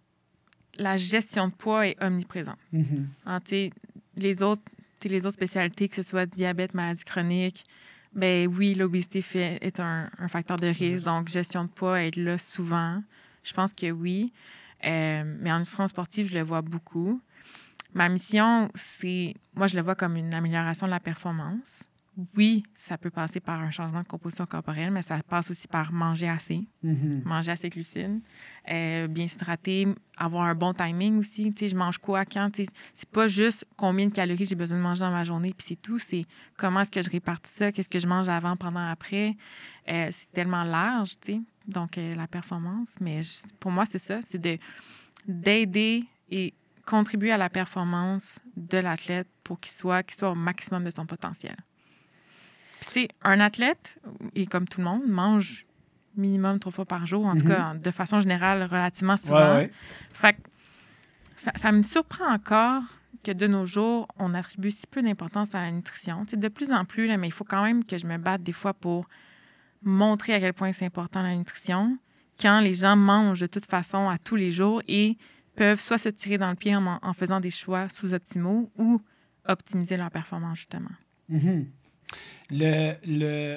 la gestion de poids est omniprésente. Mm-hmm. Alors, les autres, les autres spécialités, que ce soit diabète, maladie chronique, ben oui, l'obésité fait, est un, un facteur de risque, donc gestion de poids est là souvent. Je pense que oui. Euh, mais en nutrition sportive, je le vois beaucoup. ma mission, c'est... Moi, je le vois comme une amélioration de la performance. Oui, ça peut passer par un changement de composition corporelle, mais ça passe aussi par manger assez, Mm-hmm. manger assez de glucides, euh, bien s'hydrater, avoir un bon timing aussi. Tu sais, je mange quoi, quand? Tu sais, c'est pas juste combien de calories j'ai besoin de manger dans ma journée, puis c'est tout. C'est comment est-ce que je répartis ça, qu'est-ce que je mange avant, pendant, après. Euh, c'est tellement large, tu sais. Donc, euh, la performance. Mais je, pour moi, c'est ça, c'est de, d'aider et contribuer à la performance de l'athlète pour qu'il soit, qu'il soit au maximum de son potentiel. Tu sais, un athlète, et comme tout le monde, mange minimum trois fois par jour, en mm-hmm. tout cas, de façon générale, relativement souvent. Ouais, ouais. Fait que ça, ça me surprend encore que de nos jours, on attribue si peu d'importance à la nutrition. Tu sais, de plus en plus, là, mais il faut quand même que je me batte des fois pour montrer à quel point c'est important la nutrition quand les gens mangent de toute façon à tous les jours et peuvent soit se tirer dans le pied en, en faisant des choix sous-optimaux ou optimiser leur performance, justement. Mm-hmm. Le, le,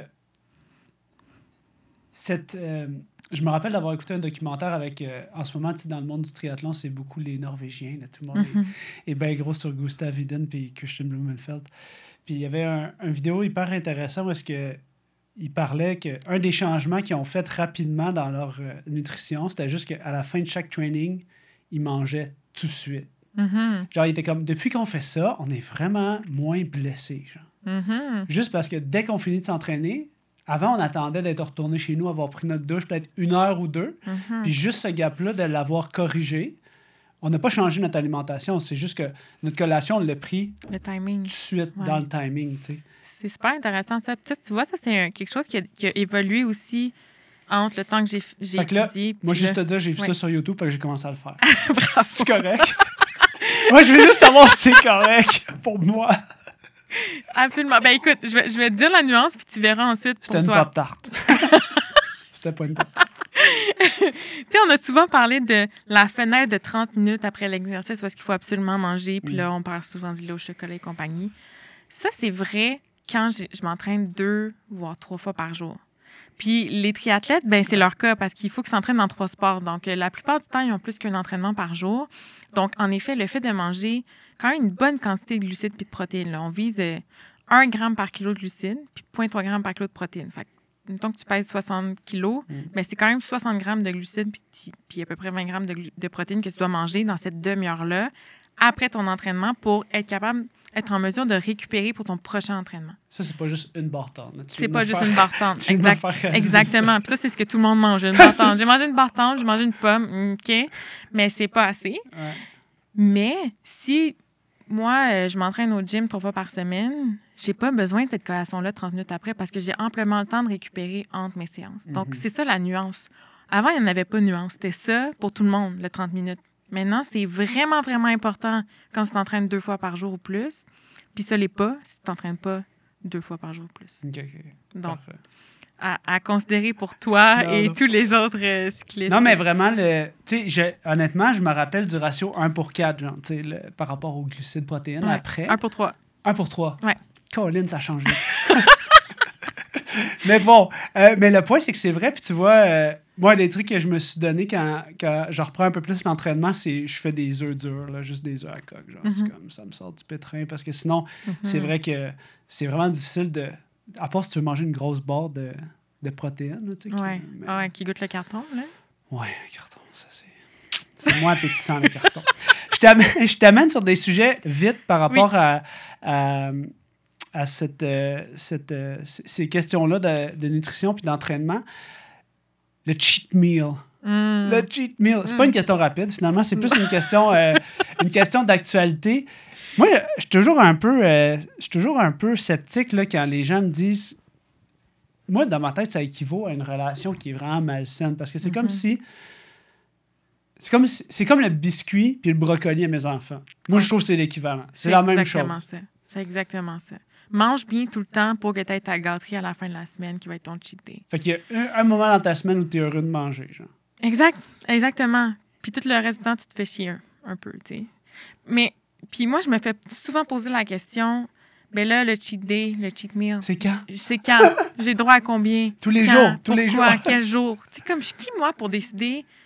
cette, euh, je me rappelle d'avoir écouté un documentaire avec, euh, en ce moment, dans le monde du triathlon, c'est beaucoup les Norvégiens. Là, tout le monde mm-hmm. est, est bien gros sur Gustav Iden et Christian Blumenfeld. Puis il y avait un, un vidéo hyper intéressant où est-ce que il parlait qu'un des changements qu'ils ont fait rapidement dans leur euh, nutrition, c'était juste qu'à la fin de chaque training, ils mangeaient tout de suite. Mm-hmm. Genre, il était comme, depuis qu'on fait ça, on est vraiment moins blessés, genre. Mm-hmm. Juste parce que dès qu'on finit de s'entraîner, avant, on attendait d'être retourné chez nous, avoir pris notre douche peut-être une heure ou deux. Mm-hmm. Puis juste ce gap-là, de l'avoir corrigé, on n'a pas changé notre alimentation. C'est juste que notre collation, on l'a pris le timing. tout de suite ouais. dans le timing. Tu sais. C'est super intéressant, ça. Puis, tu vois, ça, c'est un, quelque chose qui a, qui a évolué aussi entre le temps que j'ai, j'ai fait que là, étudié. Moi, là, juste te dire, j'ai vu ouais. ça sur YouTube, fait que j'ai commencé à le faire. C'est correct? Moi, je veux juste savoir si c'est correct pour moi. Absolument. Ben écoute, je vais, je vais te dire la nuance, puis tu verras ensuite pour C'était une toi. Pop-Tart. C'était pas une Pop-Tart. Tu sais, on a souvent parlé de la fenêtre de trente minutes après l'exercice où est-ce qu'il faut absolument manger, puis mm. là, on parle souvent du lait au chocolat et compagnie. Ça, c'est vrai quand je, je m'entraîne deux, voire trois fois par jour. Puis les triathlètes, ben c'est leur cas parce qu'il faut qu'ils s'entraînent dans trois sports. Donc, euh, la plupart du temps, ils ont plus qu'un entraînement par jour. Donc, en effet, le fait de manger quand même une bonne quantité de glucides puis de protéines, là, on vise euh, un gramme par kilo de glucides puis zéro virgule trois grammes par kilo de protéines. Fait que, mettons que tu pèses soixante kilos, mm. ben, c'est quand même soixante grammes de glucides puis, puis à peu près vingt grammes de, glu- de protéines que tu dois manger dans cette demi-heure-là après ton entraînement pour être capable être en mesure de récupérer pour ton prochain entraînement. Ça, c'est pas juste une barre tendre. C'est pas juste faire... une barre tendre. tu exact. faire Exactement. Puis ça, c'est ce que tout le monde mange. Une barre tendre. J'ai mangé une barre tendre, j'ai mangé une pomme, OK, mais c'est pas assez. Ouais. Mais si moi, euh, je m'entraîne au gym trois fois par semaine, j'ai pas besoin de cette collation-là trente minutes après parce que j'ai amplement le temps de récupérer entre mes séances. Donc, mm-hmm. c'est ça la nuance. Avant, il n'y en avait pas de nuance. C'était ça pour tout le monde, le trente minutes. Maintenant, c'est vraiment, vraiment important quand tu t'entraînes deux fois par jour ou plus. Puis ça l'est pas si tu t'entraînes pas deux fois par jour ou plus. OK, OK. Donc, à, à considérer pour toi non, et non. tous les autres euh, cyclistes. Non, mais vraiment, le, honnêtement, je me rappelle du ratio un pour quatre, genre, le, par rapport aux glucides protéines. Ouais. Après. un pour trois. un pour trois. Ouais. Colin, ça a changé. Mais bon, euh, mais le point, c'est que c'est vrai. Puis tu vois, euh, moi, des trucs que je me suis donné quand, quand je reprends un peu plus l'entraînement, c'est je fais des œufs durs, là, juste des œufs à coque. Genre, mm-hmm. C'est comme ça me sort du pétrin. Parce que sinon, mm-hmm. c'est vrai que c'est vraiment difficile de. À part si tu veux manger une grosse barre de, de protéines. Tu sais, ouais. Qui, mais... Ah ouais, qui goûte le carton, là. Ouais, le carton, ça, c'est. C'est moins appétissant, le carton. Je t'amène, je t'amène sur des sujets vite par rapport oui. à. à à cette, euh, cette, euh, ces questions-là de, de nutrition puis d'entraînement. Le cheat meal. Mm. Le cheat meal. C'est mm. pas une question rapide, finalement. C'est plus une question, euh, une question d'actualité. Moi, je suis toujours un peu, euh, je suis toujours un peu sceptique là, quand les gens me disent... Moi, dans ma tête, ça équivaut à une relation qui est vraiment malsaine parce que c'est mm-hmm. comme si... C'est comme, c'est comme le biscuit puis le brocoli à mes enfants. Moi, je trouve que c'est l'équivalent. C'est, c'est la même chose. Ça. C'est exactement ça. Mange bien tout le temps pour que tu aies ta gâterie à la fin de la semaine qui va être ton cheat day. Fait qu'il y a un, un moment dans ta semaine où tu es heureux de manger, genre. Exact, exactement. Puis tout le reste du temps, tu te fais chier un, un peu, tu sais. Mais, puis moi, je me fais souvent poser la question, ben là, le cheat day, le cheat meal. C'est quand? C'est quand? J'ai droit à combien? Tous les quand? jours, tous Pourquoi? les jours. Quel jour? Tu sais, comme je suis qui, moi, pour décider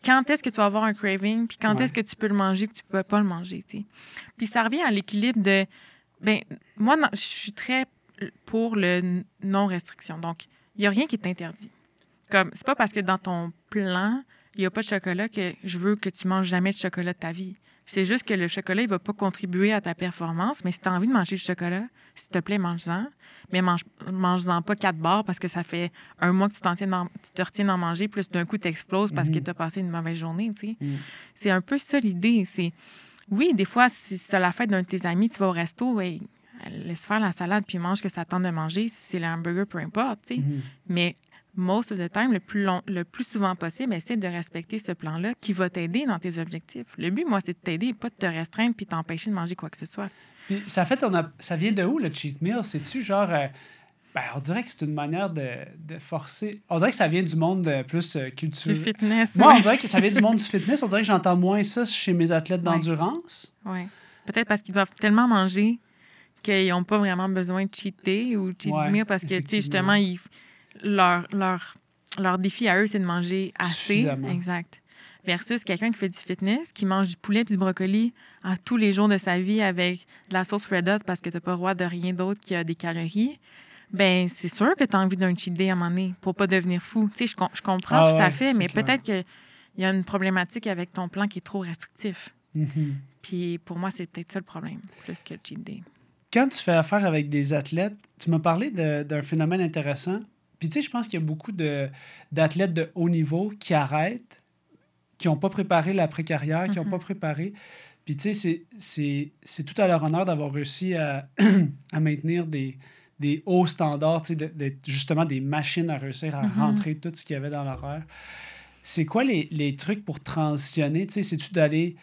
quand est-ce que tu vas avoir un craving, puis quand Ouais. est-ce que tu peux le manger, que tu peux pas le manger, tu sais. Puis ça revient à l'équilibre de... Ben moi, non, je suis très pour le non-restriction. Donc, il n'y a rien qui est interdit. Comme, c'est pas parce que dans ton plan, il n'y a pas de chocolat que je veux que tu manges jamais de chocolat de ta vie. C'est juste que le chocolat, il va pas contribuer à ta performance, mais si tu as envie de manger du chocolat, s'il te plaît, mange-en. Mais mange, mange-en pas quatre barres parce que ça fait un mois que tu, t'en tiens dans, tu te retiens d'en manger, plus d'un coup, tu exploses parce Mhm. que tu as passé une mauvaise journée, tu sais. Mhm. C'est un peu ça l'idée. C'est... Oui, des fois, si c'est la fête d'un de tes amis, tu vas au resto, ouais, laisse faire la salade puis mange ce que ça tente de manger, si c'est le hamburger, peu importe, tu sais. Mhm. Mais most of the time, le plus, long, le plus souvent possible, essaie de respecter ce plan-là qui va t'aider dans tes objectifs. Le but, moi, c'est de t'aider, pas de te restreindre puis t'empêcher de manger quoi que ce soit. Puis ça fait, on a, ça vient de où, le cheat meal? C'est-tu genre... euh, ben, on dirait que c'est une manière de, de forcer... On dirait que ça vient du monde euh, plus euh, Du culturel. fitness. Moi, ouais. on dirait que ça vient du monde du fitness. On dirait que j'entends moins ça chez mes athlètes d'endurance. Oui. Peut-être parce qu'ils doivent tellement manger qu'ils n'ont pas vraiment besoin de cheater ou cheat Ouais, meal parce que, tu sais, effectivement. justement, ils, leur, leur, leur défi à eux, c'est de manger assez. Suffisamment. Exact. Versus quelqu'un qui fait du fitness, qui mange du poulet puis du brocoli à tous les jours de sa vie avec de la sauce Red Hot parce que tu n'as pas le droit de rien d'autre qui a des calories. Ben c'est sûr que tu as envie d'un cheat day à un moment donné pour pas devenir fou. Tu sais, je, com- je comprends Ah tout ouais, à fait, c'est mais clair. peut-être qu'il y a une problématique avec ton plan qui est trop restrictif. Mhm. Puis pour moi, c'est peut-être ça le problème, plus que le cheat day. Quand tu fais affaire avec des athlètes, tu m'as parlé de- d'un phénomène intéressant. Puis tu sais, je pense qu'il y a beaucoup de, d'athlètes de haut niveau qui arrêtent, qui n'ont pas préparé l'après-carrière, qui n'ont Mhm. pas préparé. Puis tu sais, c'est, c'est, c'est tout à leur honneur d'avoir réussi à, à maintenir des, des hauts standards, tu sais, de- d'être justement des machines à réussir à Mhm. rentrer tout ce qu'il y avait dans l'horaire. C'est quoi les, les trucs pour transitionner? Tu sais, c'est-tu d'aller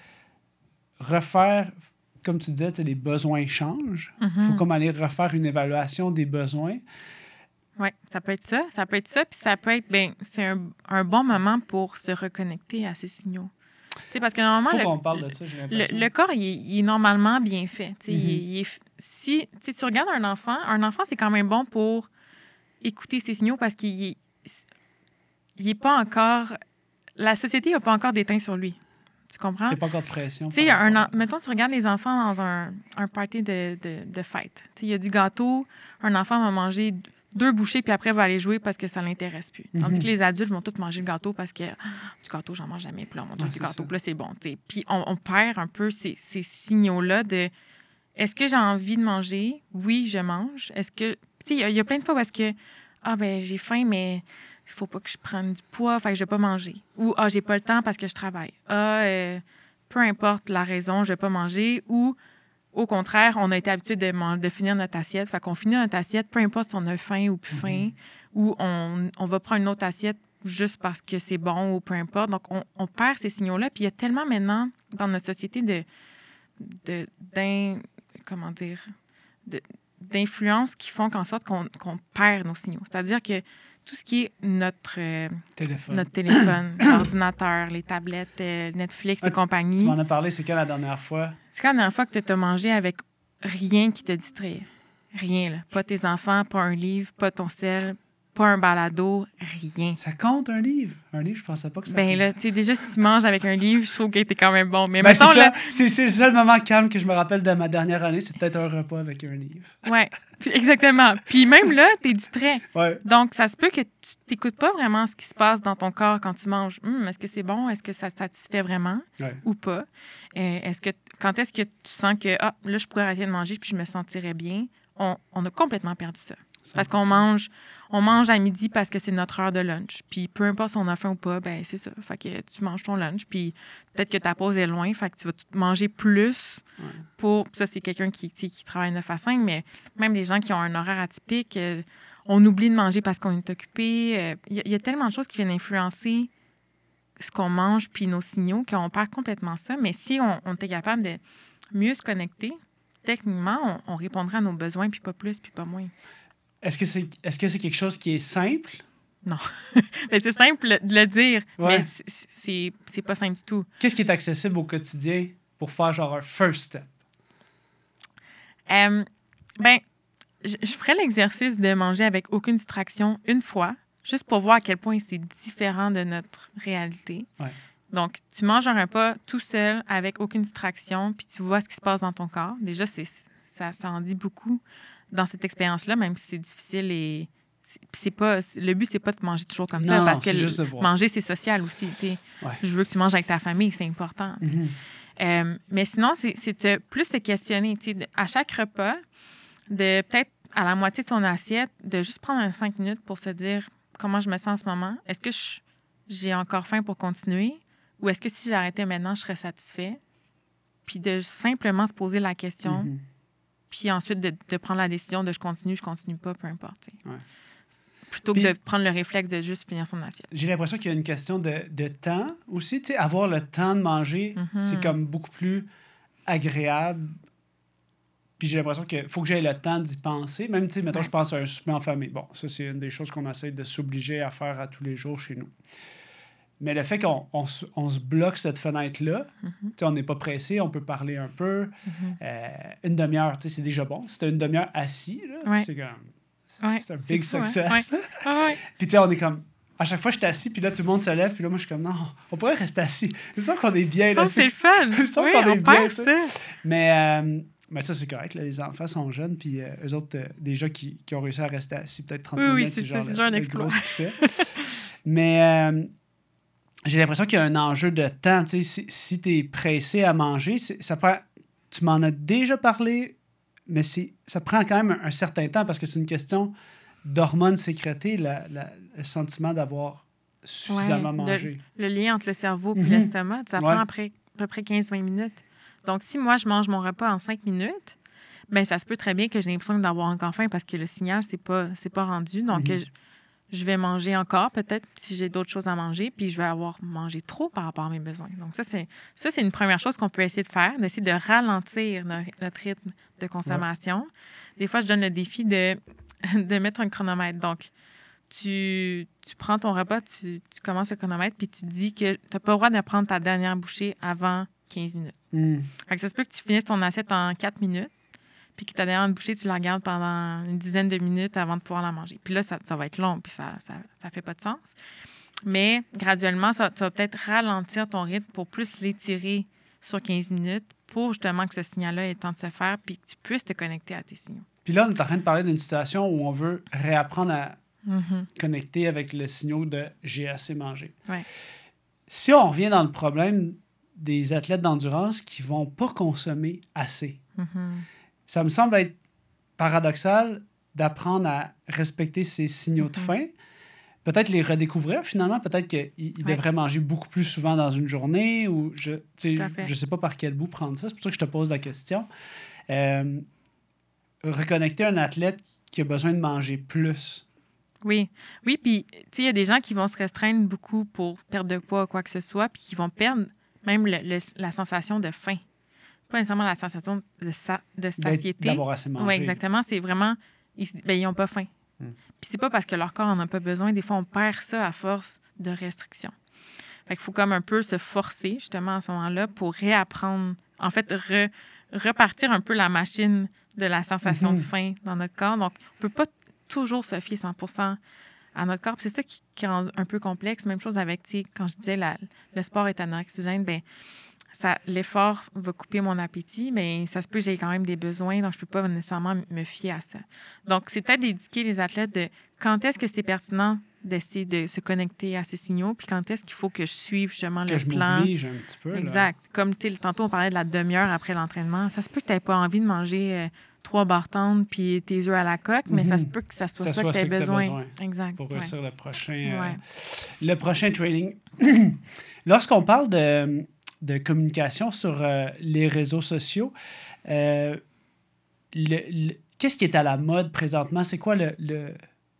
refaire, comme tu disais, tu sais, les besoins changent. Il faut Mhm. comme aller refaire une évaluation des besoins. Oui, ça peut être ça. Ça peut être ça. Puis ça peut être, ben, c'est un, un bon moment pour se reconnecter à ces signaux. Tu sais, parce que Il normalement, faut le, qu'on parle de ça, j'ai le, l'impression. le corps, il est, il est normalement bien fait. Tu sais, il est- Mhm. il est f- si tu sais, tu regardes un enfant, un enfant, c'est quand même bon pour écouter ses signaux parce qu'il est, il est pas encore... La société n'a pas encore d'éteint sur lui. Tu Il comprends? n'y a pas encore de pression. Tu sais, par un, rapport en- mettons, tu regardes les enfants dans un, un party de, de, de fête. Tu sais, il y a du gâteau, un enfant va manger deux bouchées, puis après va aller jouer parce que ça l'intéresse plus. Tandis Mhm. que les adultes vont tous manger le gâteau parce que ah, du gâteau, j'en mange jamais. Puis là, on mange Ouais, du c'est gâteau, ça. puis là, c'est bon. Tu sais. Puis on, on perd un peu ces, ces signaux-là de est-ce que j'ai envie de manger? Oui, je mange. Est-ce que. Tu sais, il y, a- il y a plein de fois où est-ce que ah, ben j'ai faim, mais il faut pas que je prenne du poids, fait que je vais pas manger. Ou ah, j'ai pas le temps parce que je travaille. Ah, euh, peu importe la raison, je vais pas manger. Ou au contraire, on a été habitué de, man- de finir notre assiette. Fait qu'on finit notre assiette, peu importe si on a faim ou plus faim, ou on, on va prendre une autre assiette juste parce que c'est bon ou peu importe. Donc, on, on perd ces signaux-là. Puis il y a tellement maintenant dans notre société de, de d'in- comment dire, de- d'influences qui font qu'en sorte qu'on, qu'on perd nos signaux. C'est-à-dire que tout ce qui est notre, euh, Téléphone. notre téléphone, l'ordinateur, les tablettes, euh, Netflix Ah, et tu- compagnie, Tu m'en as parlé, c'est quand la dernière fois? c'est quand la dernière fois que tu as mangé avec rien qui te distrait? Rien, là. Pas tes enfants, pas un livre, pas ton sel, pas un balado, rien. Ça compte un livre? Un livre, je pensais pas que ça Ben compte. là, tu sais, déjà, si tu manges avec un livre, je trouve que t'es quand même bon. Mais Ben, c'est mettons, ça. là, C'est, c'est le seul moment calme que je me rappelle de ma dernière année, c'est peut-être un repas avec un livre. ouais, puis exactement. Puis même là, t'es distrait. Ouais. Donc, ça se peut que tu t'écoutes pas vraiment ce qui se passe dans ton corps quand tu manges. Hum, est-ce que c'est bon? Est-ce que ça te satisfait vraiment Ouais. ou pas? Euh, est-ce que, quand est-ce que tu sens que, ah, là, je pourrais arrêter de manger puis je me sentirais bien? On, on a complètement perdu ça. Parce qu'on mange, on mange à midi parce que c'est notre heure de lunch. Puis peu importe si on a faim ou pas, ben c'est ça. Fait que tu manges ton lunch. Puis peut-être que ta pause est loin. Fait que tu vas t- manger plus Ouais. pour... Ça, c'est quelqu'un qui, tu sais, qui travaille neuf à cinq, mais même des gens qui ont un horaire atypique, euh, on oublie de manger parce qu'on est occupé. Euh, Il y, a- il y a tellement de choses qui viennent influencer ce qu'on mange puis nos signaux qu'on perd complètement ça. Mais si on, on était capable de mieux se connecter, techniquement, on, on répondrait à nos besoins puis pas plus puis pas moins. Est-ce que c'est, est-ce que c'est quelque chose qui est simple? Mais c'est simple de le dire, Ouais. mais c'est- c'est c'est pas simple du tout. Qu'est-ce qui est accessible au quotidien pour faire genre un first step? Euh, ben, je, je ferais l'exercice de manger avec aucune distraction une fois, juste pour voir à quel point c'est différent de notre réalité. Ouais. Donc, tu manges un repas tout seul, avec aucune distraction, puis tu vois ce qui se passe dans ton corps. Déjà, c'est, ça, ça en dit beaucoup dans cette expérience-là, même si c'est difficile et... C'est, c'est pas, le but, c'est pas de manger toujours comme non, ça, non, parce que c'est le, juste de voir. manger, c'est social aussi. Ouais. Je veux que tu manges avec ta famille, c'est important. Mm-hmm. Euh, mais sinon, c'est, c'est de plus te questionner. De, à chaque repas, de peut-être à la moitié de ton assiette, de juste prendre un cinq minutes pour se dire comment je me sens en ce moment. Est-ce que je, j'ai encore faim pour continuer? Ou est-ce que si j'arrêtais maintenant, je serais satisfait? Puis de simplement se poser la question, mm-hmm. puis ensuite de, de prendre la décision de je continue, je continue pas, peu importe. Ouais. Plutôt que Puis, de prendre le réflexe de juste finir son assiette. J'ai l'impression qu'il y a une question de, de temps aussi. Tu sais, avoir le temps de manger, mm-hmm. c'est comme beaucoup plus agréable. Puis j'ai l'impression qu'il faut que j'aie le temps d'y penser. Même, tu sais, mettons, ouais. je pense à un souper en famille. Bon, ça, c'est une des choses qu'on essaie de s'obliger à faire à tous les jours chez nous. Mais le fait qu'on on, on se bloque cette fenêtre-là, mm-hmm. tu sais, on n'est pas pressé, on peut parler un peu. Mm-hmm. Euh, une demi-heure, tu sais, c'est déjà bon. Si t'as une demi-heure assis, là, ouais. c'est comme... C'est, ouais, c'est un big c'est fou, success. Hein? Ouais. Ouais. Puis tu sais, on est comme... À chaque fois, je suis assis, puis là, tout le monde se lève, puis là, moi, je suis comme, non, on pourrait rester assis. Il me semble qu'on est bien. Ça, là, c'est le fun. Il me semble oui, qu'on on est bien. Ça. Mais, euh, mais ça, c'est correct. Là, les enfants sont jeunes, puis euh, eux autres, euh, déjà, qui, qui ont réussi à rester assis peut-être trente oui, minutes, oui, c'est, c'est genre, c'est le, genre un le exploit. gros succès. Mais euh, j'ai l'impression qu'il y a un enjeu de temps. Tu sais, si, si tu es pressé à manger, c'est, ça prend... Tu m'en as déjà parlé, mais c'est, ça prend quand même un, un certain temps parce que c'est une question d'hormones sécrétées, la, la, le sentiment d'avoir suffisamment ouais, mangé. Le, le lien entre le cerveau et mm-hmm. l'estomac, ça ouais. prend après, à peu près quinze à vingt minutes. Donc, si moi, je mange mon repas en cinq minutes, bien, ça se peut très bien que j'ai l'impression d'avoir encore faim parce que le signal, c'est pas, c'est pas rendu. Donc, mm-hmm. je, je vais manger encore, peut-être, si j'ai d'autres choses à manger, puis je vais avoir mangé trop par rapport à mes besoins. Donc, ça, c'est, ça, c'est une première chose qu'on peut essayer de faire, d'essayer de ralentir notre, notre rythme de consommation. Ouais. Des fois, je donne le défi de, de mettre un chronomètre. Donc, Tu, tu prends ton repas, tu, tu commences le chronomètre, puis tu dis que tu n'as pas le droit de prendre ta dernière bouchée avant quinze minutes. Mm. Fait que ça se peut que tu finisses ton assiette en quatre minutes, puis que ta dernière bouchée, tu la regardes pendant une dizaine de minutes avant de pouvoir la manger. Puis là, ça, ça va être long, puis ça ça, ça fait pas de sens. Mais graduellement, ça, tu vas peut-être ralentir ton rythme pour plus l'étirer sur quinze minutes pour justement que ce signal-là ait le temps de se faire, puis que tu puisses te connecter à tes signaux. Puis là, on est en train de parler d'une situation où on veut réapprendre à Mm-hmm. connecté avec le signal de « j'ai assez mangé ouais. ». Si on revient dans le problème des athlètes d'endurance qui ne vont pas consommer assez, mm-hmm. ça me semble être paradoxal d'apprendre à respecter ces signaux mm-hmm. de faim. Peut-être les redécouvrir finalement, peut-être qu'ils ouais. devraient manger beaucoup plus souvent dans une journée ou je ne sais pas par quel bout prendre ça. C'est pour ça que je te pose la question. Euh, reconnecter un athlète qui a besoin de manger plus. Oui. Oui, puis, tu sais, il y a des gens qui vont se restreindre beaucoup pour perdre de poids ou quoi que ce soit, puis qui vont perdre même le, le, la sensation de faim. Pas nécessairement la sensation de, sa, de satiété. D'avoir assez mangé. Oui, exactement. C'est vraiment... Ils n'ont pas faim. Hmm. Puis c'est pas parce que leur corps n'en a pas besoin. Des fois, on perd ça à force de restrictions. Fait qu'il faut comme un peu se forcer, justement, à ce moment-là, pour réapprendre... En fait, re, repartir un peu la machine de la sensation mm-hmm. de faim dans notre corps. Donc, on peut pas toujours se fier cent pour cent à notre corps. Puis c'est ça qui, qui rend un peu complexe. Même chose avec, tu sais, quand je disais la, le sport est anoxygène, bien, ça, l'effort va couper mon appétit, mais ça se peut que j'ai quand même des besoins, donc je ne peux pas nécessairement me fier à ça. Donc, c'est peut-être d'éduquer les athlètes de quand est-ce que c'est pertinent d'essayer de se connecter à ces signaux, puis quand est-ce qu'il faut que je suive justement que le je plan. m'oblige un petit peu. Exact. Là. Comme, tu sais, tantôt, on parlait de la demi-heure après l'entraînement. Ça se peut que tu n'aies pas envie de manger euh, trois barres tendres puis tes œufs à la coque, mm-hmm. mais ça se peut que ça soit ça, ça soit que tu aies besoin. besoin. Exact. Pour réussir ouais. le prochain, ouais. euh, le prochain training. Lorsqu'on parle de, de communication sur euh, les réseaux sociaux, euh, le, le, qu'est-ce qui est à la mode présentement? C'est quoi le... le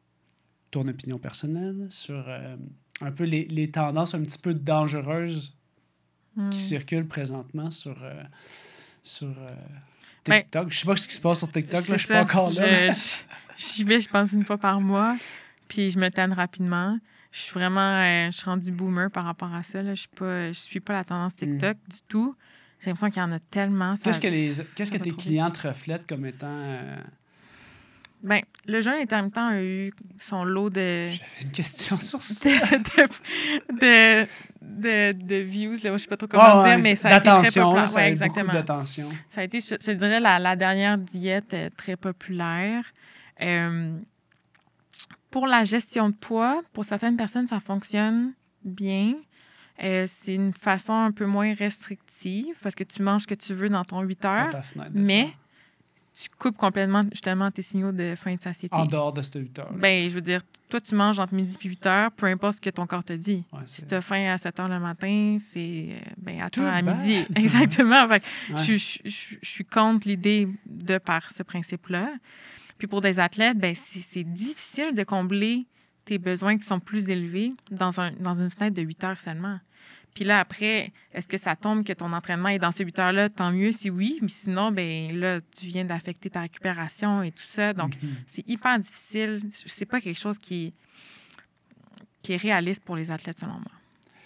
ton opinion personnelle sur euh, un peu les, les tendances un petit peu dangereuses mm. qui circulent présentement sur, euh, sur euh, TikTok. Ben, je sais pas ce qui se passe sur TikTok, là, je suis pas encore là. Je, j'y vais, je pense, une fois par mois, puis je me tanne rapidement. Je suis vraiment... Euh, je suis rendue boomer par rapport à ça. Là. Je suis pas, je suis pas la tendance TikTok mm. du tout. J'ai l'impression qu'il y en a tellement. Ça, qu'est-ce que, les, qu'est-ce que tes vite. clients te reflètent comme étant... Euh, Ben, le jeûne intermittent a eu son lot de... J'avais une question sur ça. De, de, de, de views, là, je ne sais pas trop comment oh, dire, ouais, mais ça a été très populaire. Ça a ouais, eu exactement. beaucoup d'attention. Ça a été, je, je dirais, la, la dernière diète euh, très populaire. Euh, pour la gestion de poids, pour certaines personnes, ça fonctionne bien. Euh, c'est une façon un peu moins restrictive parce que tu manges ce que tu veux dans ton huit heures, mais temps. Tu coupes complètement justement tes signaux de faim et de satiété. En dehors de cette huit heures. Ben, je veux dire, toi, tu manges entre midi et huit heures, peu importe ce que ton corps te dit. Ouais, si tu as faim à sept heures le matin, c'est ben, attends à bad. midi. Exactement. Fait, ouais. je, je, je, je suis contre l'idée de par ce principe-là. Puis pour des athlètes, ben, c'est, c'est difficile de combler tes besoins qui sont plus élevés dans, un, dans une fenêtre de huit heures seulement. Puis là, après, est-ce que ça tombe que ton entraînement est dans ces huit heures-là? Tant mieux si oui, mais sinon, ben là, tu viens d'affecter ta récupération et tout ça. Donc, mm-hmm. c'est hyper difficile. C'est pas quelque chose qui, qui est réaliste pour les athlètes, selon moi.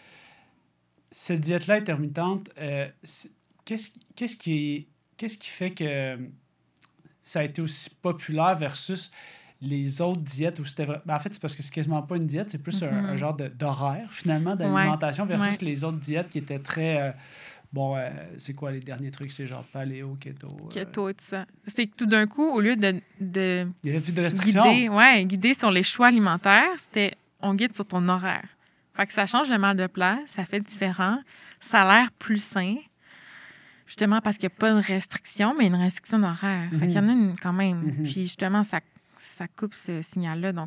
Cette diète-là intermittente, euh, qu'est-ce, qu'est-ce, qui, qu'est-ce qui fait que ça a été aussi populaire versus les autres diètes où c'était... Ben, en fait, c'est parce que c'est quasiment pas une diète, c'est plus mm-hmm. un, un genre de, d'horaire, finalement, d'alimentation ouais. versus ouais. les autres diètes qui étaient très... Euh, bon, euh, c'est quoi les derniers trucs? C'est genre paléo, keto... Euh... Keto et tout ça. C'est que tout d'un coup, au lieu de... de Il n'y avait plus de restrictions. Guider, ouais, guider sur les choix alimentaires, c'était on guide sur ton horaire. Fait que ça change le mal de place, ça fait différent, ça a l'air plus sain, justement parce qu'il n'y a pas de restriction, mais une restriction d'horaire. Mm-hmm. Fait qu'il y en a une quand même. Mm-hmm. Puis justement, ça... ça coupe ce signal-là. Donc,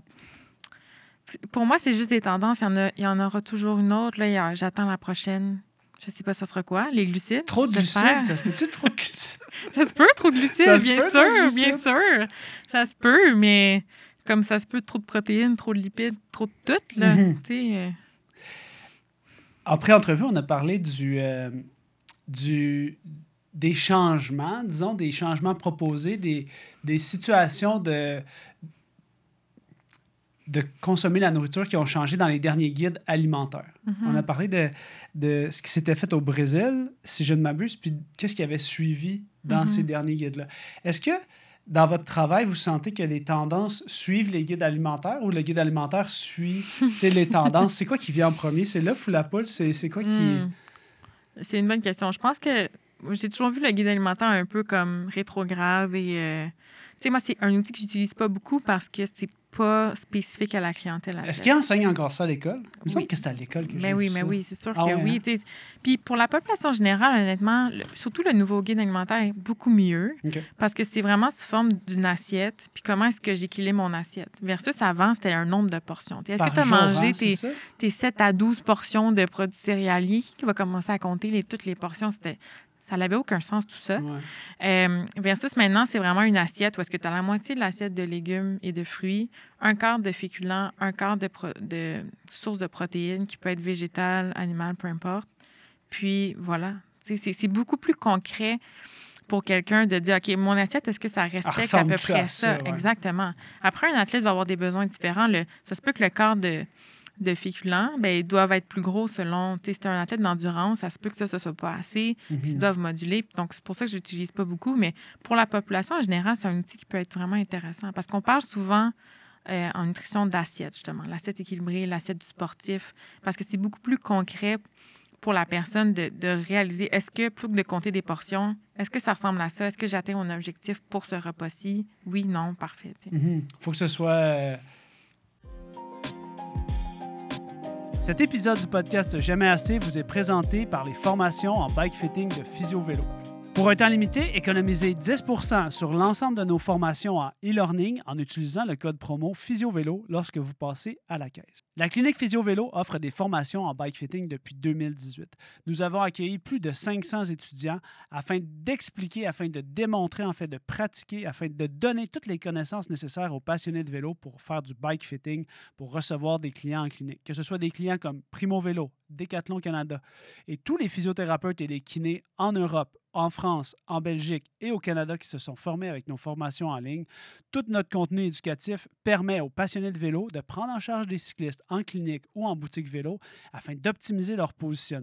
pour moi, c'est juste des tendances. Il y en, a, il y en aura toujours une autre. Là, a, j'attends la prochaine. Je sais pas, ça sera quoi? Les glucides? Trop de j'espère. glucides? Ça se peut-tu trop de glucides? Ça se peut, trop de glucides, bien peut, sûr, glucides. bien sûr. Ça se peut, mais comme ça se peut, trop de protéines, trop de lipides, trop de tout, là. Mm-hmm. Tu sais... Euh... Après entrevue, on a parlé du... Euh, du des changements, disons, des changements proposés, des, des situations de, de consommer la nourriture qui ont changé dans les derniers guides alimentaires. Mm-hmm. On a parlé de, de ce qui s'était fait au Brésil, si je ne m'abuse, puis qu'est-ce qui avait suivi dans mm-hmm. ces derniers guides-là. Est-ce que, dans votre travail, vous sentez que les tendances suivent les guides alimentaires ou le guide alimentaire suit les tendances? C'est quoi qui vient en premier? C'est l'œuf ou la poule? C'est, c'est quoi qui... Mm. C'est une bonne question. Je pense que j'ai toujours vu le guide alimentaire un peu comme rétrograde et... Euh, tu sais, moi, c'est un outil que j'utilise pas beaucoup parce que c'est pas spécifique à la clientèle. Est-ce qu'ils enseignent encore ça à l'école? Il me semble oui. que c'est à l'école que mais j'ai oui, vu mais ça. oui, c'est sûr ah que ouais, oui. Hein? Puis pour la population générale, honnêtement, le, surtout le nouveau guide alimentaire est beaucoup mieux okay. parce que c'est vraiment sous forme d'une assiette. Puis comment est-ce que j'équilibre mon assiette? Versus avant, c'était un nombre de portions. T'sais, est-ce Par que tu as jour, mangé hein, tes, tes sept à douze portions de produits céréaliers? Qui va commencer à compter les, toutes les portions? C'était... Ça n'avait aucun sens, tout ça. Ouais. Euh, versus maintenant, c'est vraiment une assiette où est-ce que tu as la moitié de l'assiette de légumes et de fruits, un quart de féculents, un quart de, pro- de source de protéines qui peut être végétale, animale, peu importe. Puis voilà. C'est, c'est beaucoup plus concret pour quelqu'un de dire, OK, mon assiette, est-ce que ça respecte à peu près à ça? ça? Ouais. Exactement. Après, un athlète va avoir des besoins différents. Le, ça se peut que le quart de... de féculents, ben, ils doivent être plus gros selon... Tu sais, c'est un athlète d'endurance, ça se peut que ça ne soit pas assez, mm-hmm. puis ils doivent moduler. Donc, c'est pour ça que je l'utilise pas beaucoup. Mais pour la population, en général, c'est un outil qui peut être vraiment intéressant parce qu'on parle souvent euh, en nutrition d'assiette, justement. L'assiette équilibrée, l'assiette du sportif, parce que c'est beaucoup plus concret pour la personne de, de réaliser, est-ce que, plutôt que de compter des portions, est-ce que ça ressemble à ça? Est-ce que j'atteins mon objectif pour ce repas-ci? Oui, non, parfait. Il mm-hmm. faut que ce soit... Euh... Cet épisode du podcast Jamais assez vous est présenté par les formations en bike fitting de Physio Vélo. Pour un temps limité, économisez dix pour cent sur l'ensemble de nos formations en e-learning en utilisant le code promo PhysioVélo lorsque vous passez à la caisse. La clinique Physio Vélo offre des formations en bike fitting depuis deux mille dix-huit. Nous avons accueilli plus de cinq cents étudiants afin d'expliquer, afin de démontrer, en fait de pratiquer, afin de donner toutes les connaissances nécessaires aux passionnés de vélo pour faire du bike fitting, pour recevoir des clients en clinique. Que ce soit des clients comme Primo Vélo, Decathlon Canada et tous les physiothérapeutes et les kinés en Europe, en France, en Belgique et au Canada qui se sont formés avec nos formations en ligne. Tout notre contenu éducatif permet aux passionnés de vélo de prendre en charge des cyclistes en clinique ou en boutique vélo afin d'optimiser leur positionnement.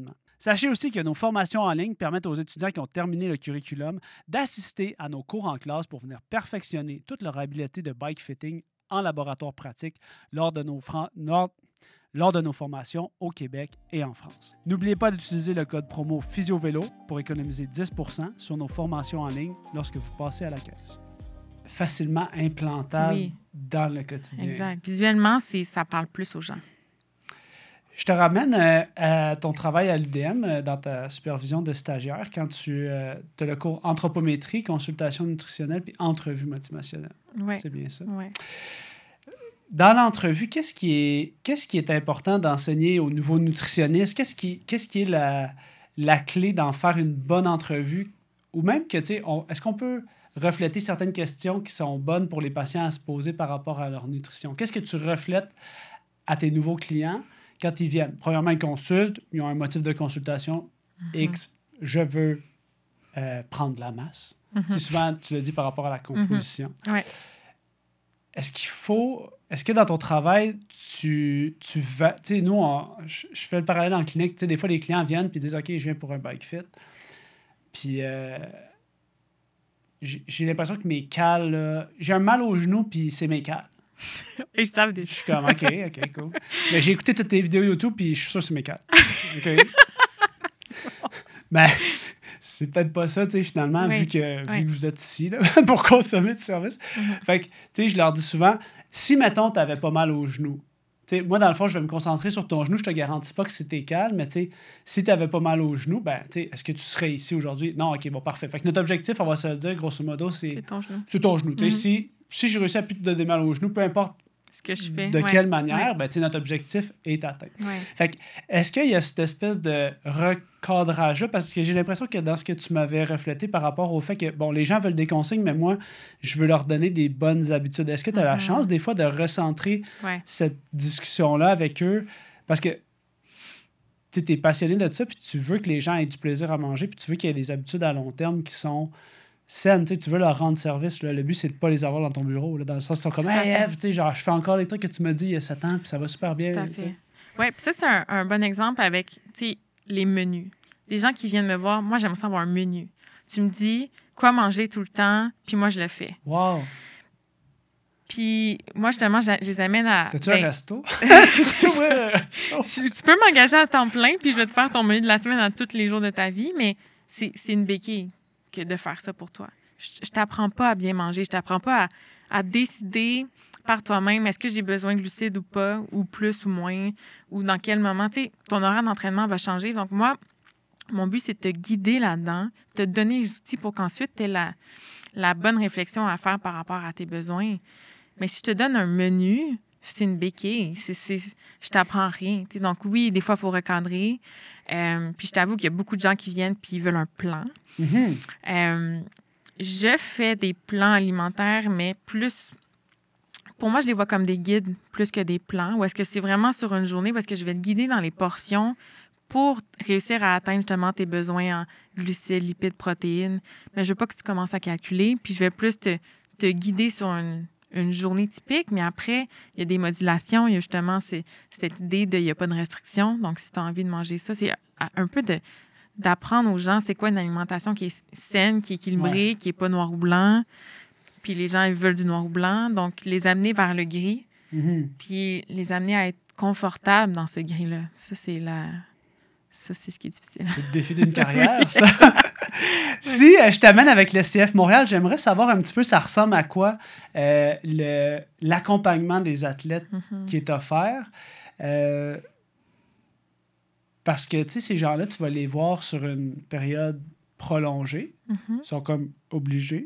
Sachez aussi que nos formations en ligne permettent aux étudiants qui ont terminé le curriculum d'assister à nos cours en classe pour venir perfectionner toute leur habileté de bike fitting en laboratoire pratique lors de nos, fran- lors, lors de nos formations au Québec et en France. N'oubliez pas d'utiliser le code promo PhysioVélo pour économiser dix pour cent sur nos formations en ligne lorsque vous passez à la caisse. Facilement implantable Oui. dans le quotidien. Exact. Visuellement, c'est, ça parle plus aux gens. Je te ramène euh, à ton travail à l'U D M euh, dans ta supervision de stagiaire quand tu euh, as le cours anthropométrie, consultation nutritionnelle puis entrevue motivationnelle. Ouais. C'est bien ça? Ouais. Dans l'entrevue, qu'est-ce qui est, qu'est-ce qui est important d'enseigner aux nouveaux nutritionnistes? Qu'est-ce qui, qu'est-ce qui est la, la clé d'en faire une bonne entrevue? Ou même que, tu sais, on- est-ce qu'on peut refléter certaines questions qui sont bonnes pour les patients à se poser par rapport à leur nutrition? Qu'est-ce que tu reflètes à tes nouveaux clients quand ils viennent? Premièrement, ils consultent, ils ont un motif de consultation Mm-hmm. X, je veux euh, prendre de la masse. Mm-hmm. C'est souvent, tu le dis, par rapport à la composition. Mm-hmm. Ouais. Est-ce qu'il faut... Est-ce que dans ton travail, tu, tu vas... Tu sais, nous, on, je, je fais le parallèle en clinique. Tu sais, des fois, les clients viennent et disent « OK, je viens pour un bike fit. » Puis... Euh, j'ai, j'ai l'impression que mes cales... là, j'ai un mal au genou, puis c'est mes cales. Ils savent Je déjà. suis comme « OK, OK, cool. » Mais j'ai écouté toutes tes vidéos YouTube, puis je suis sûr que c'est mes cales. OK? Mais c'est peut-être pas ça, tu sais, finalement, Oui. vu, que, Oui. vu que vous êtes ici là, pour consommer du service. Mm-hmm. Fait que, tu sais, je leur dis souvent, si, mettons, t'avais pas mal au genou, tu sais, moi, dans le fond, je vais me concentrer sur ton genou, je te garantis pas que c'était calme, mais tu sais, si t'avais pas mal au genou, ben, tu sais, est-ce que tu serais ici aujourd'hui? Non, OK, bon, parfait. Fait que notre objectif, on va se le dire, grosso modo, c'est, C'est ton genou. c'est ton genou. Tu sais, Mm-hmm. si, si j'ai réussi à plus te donner mal au genou, peu importe Ce que je fais. de ouais. quelle manière, Ouais. ben, tu sais, notre objectif est atteint. Ouais. Fait que, est-ce qu'il y a cette espèce de recadrage-là? Parce que j'ai l'impression que dans ce que tu m'avais reflété par rapport au fait que, bon, les gens veulent des consignes, mais moi, je veux leur donner des bonnes habitudes. Est-ce que tu as la Mm-hmm. chance, des fois, de recentrer Ouais. cette discussion-là avec eux? Parce que tu es passionné de ça, puis tu veux que les gens aient du plaisir à manger, puis tu veux qu'il y ait des habitudes à long terme qui sont saines. Tu sais, tu veux leur rendre service. Là. Le but, c'est de ne pas les avoir dans ton bureau. Là, dans le sens, ils sont comme « Tout à Hey, fait. Eve, tu sais, genre, je fais encore les trucs que tu m'as dit il y a sept ans, puis ça va super bien. » Tout à tu sais. fait. Oui, puis ça, c'est un, un bon exemple avec, tu sais, les menus. Les gens qui viennent me voir, moi, j'aime ça avoir un menu. Tu me dis quoi manger tout le temps, puis moi, je le fais. Wow! Puis moi, justement, je, je les amène à... T'as-tu ben, un resto? Tu ouvrir un resto? tu, tu peux m'engager à temps plein, puis je vais te faire ton menu de la semaine à tous les jours de ta vie, mais c'est, c'est une béquille que de faire ça pour toi. Je, je t'apprends pas à bien manger, je t'apprends pas à, à décider par toi-même est-ce que j'ai besoin de glucides ou pas, ou plus ou moins, ou dans quel moment. Tu sais, ton horaire d'entraînement va changer. Donc moi, mon but, c'est de te guider là-dedans, te donner les outils pour qu'ensuite tu aies la, la bonne réflexion à faire par rapport à tes besoins. Mais si je te donne un menu, c'est une béquille. C'est, c'est, je t'apprends rien. Tu sais, donc oui, des fois, il faut recadrer. Euh, puis je t'avoue qu'il y a beaucoup de gens qui viennent puis ils veulent un plan. Mm-hmm. Euh, je fais des plans alimentaires, mais plus... Pour moi, je les vois comme des guides plus que des plans. Ou est-ce que c'est vraiment sur une journée parce que je vais te guider dans les portions pour réussir à atteindre justement tes besoins en glucides, lipides, protéines. Mais je veux pas que tu commences à calculer. Puis je vais plus te, te guider sur une, une journée typique. Mais après, il y a des modulations. Il y a justement c'est, cette idée de il n'y a pas de restriction. Donc, si tu as envie de manger ça, c'est un peu de, d'apprendre aux gens c'est quoi une alimentation qui est saine, qui est équilibrée, Ouais. qui n'est pas noir ou blanc. Puis les gens, ils veulent du noir ou blanc. Donc, les amener vers le gris. Mm-hmm. Puis les amener à être confortables dans ce gris-là. Ça, c'est la... Ça, c'est ce qui est difficile. C'est le défi d'une carrière, ça. Si euh, je t'amène avec le C F Montréal, j'aimerais savoir un petit peu ça ressemble à quoi euh, le, l'accompagnement des athlètes Mm-hmm. qui est offert. Euh, parce que, tu sais, ces gens-là, tu vas les voir sur une période prolongée. Mm-hmm. Ils sont comme obligés.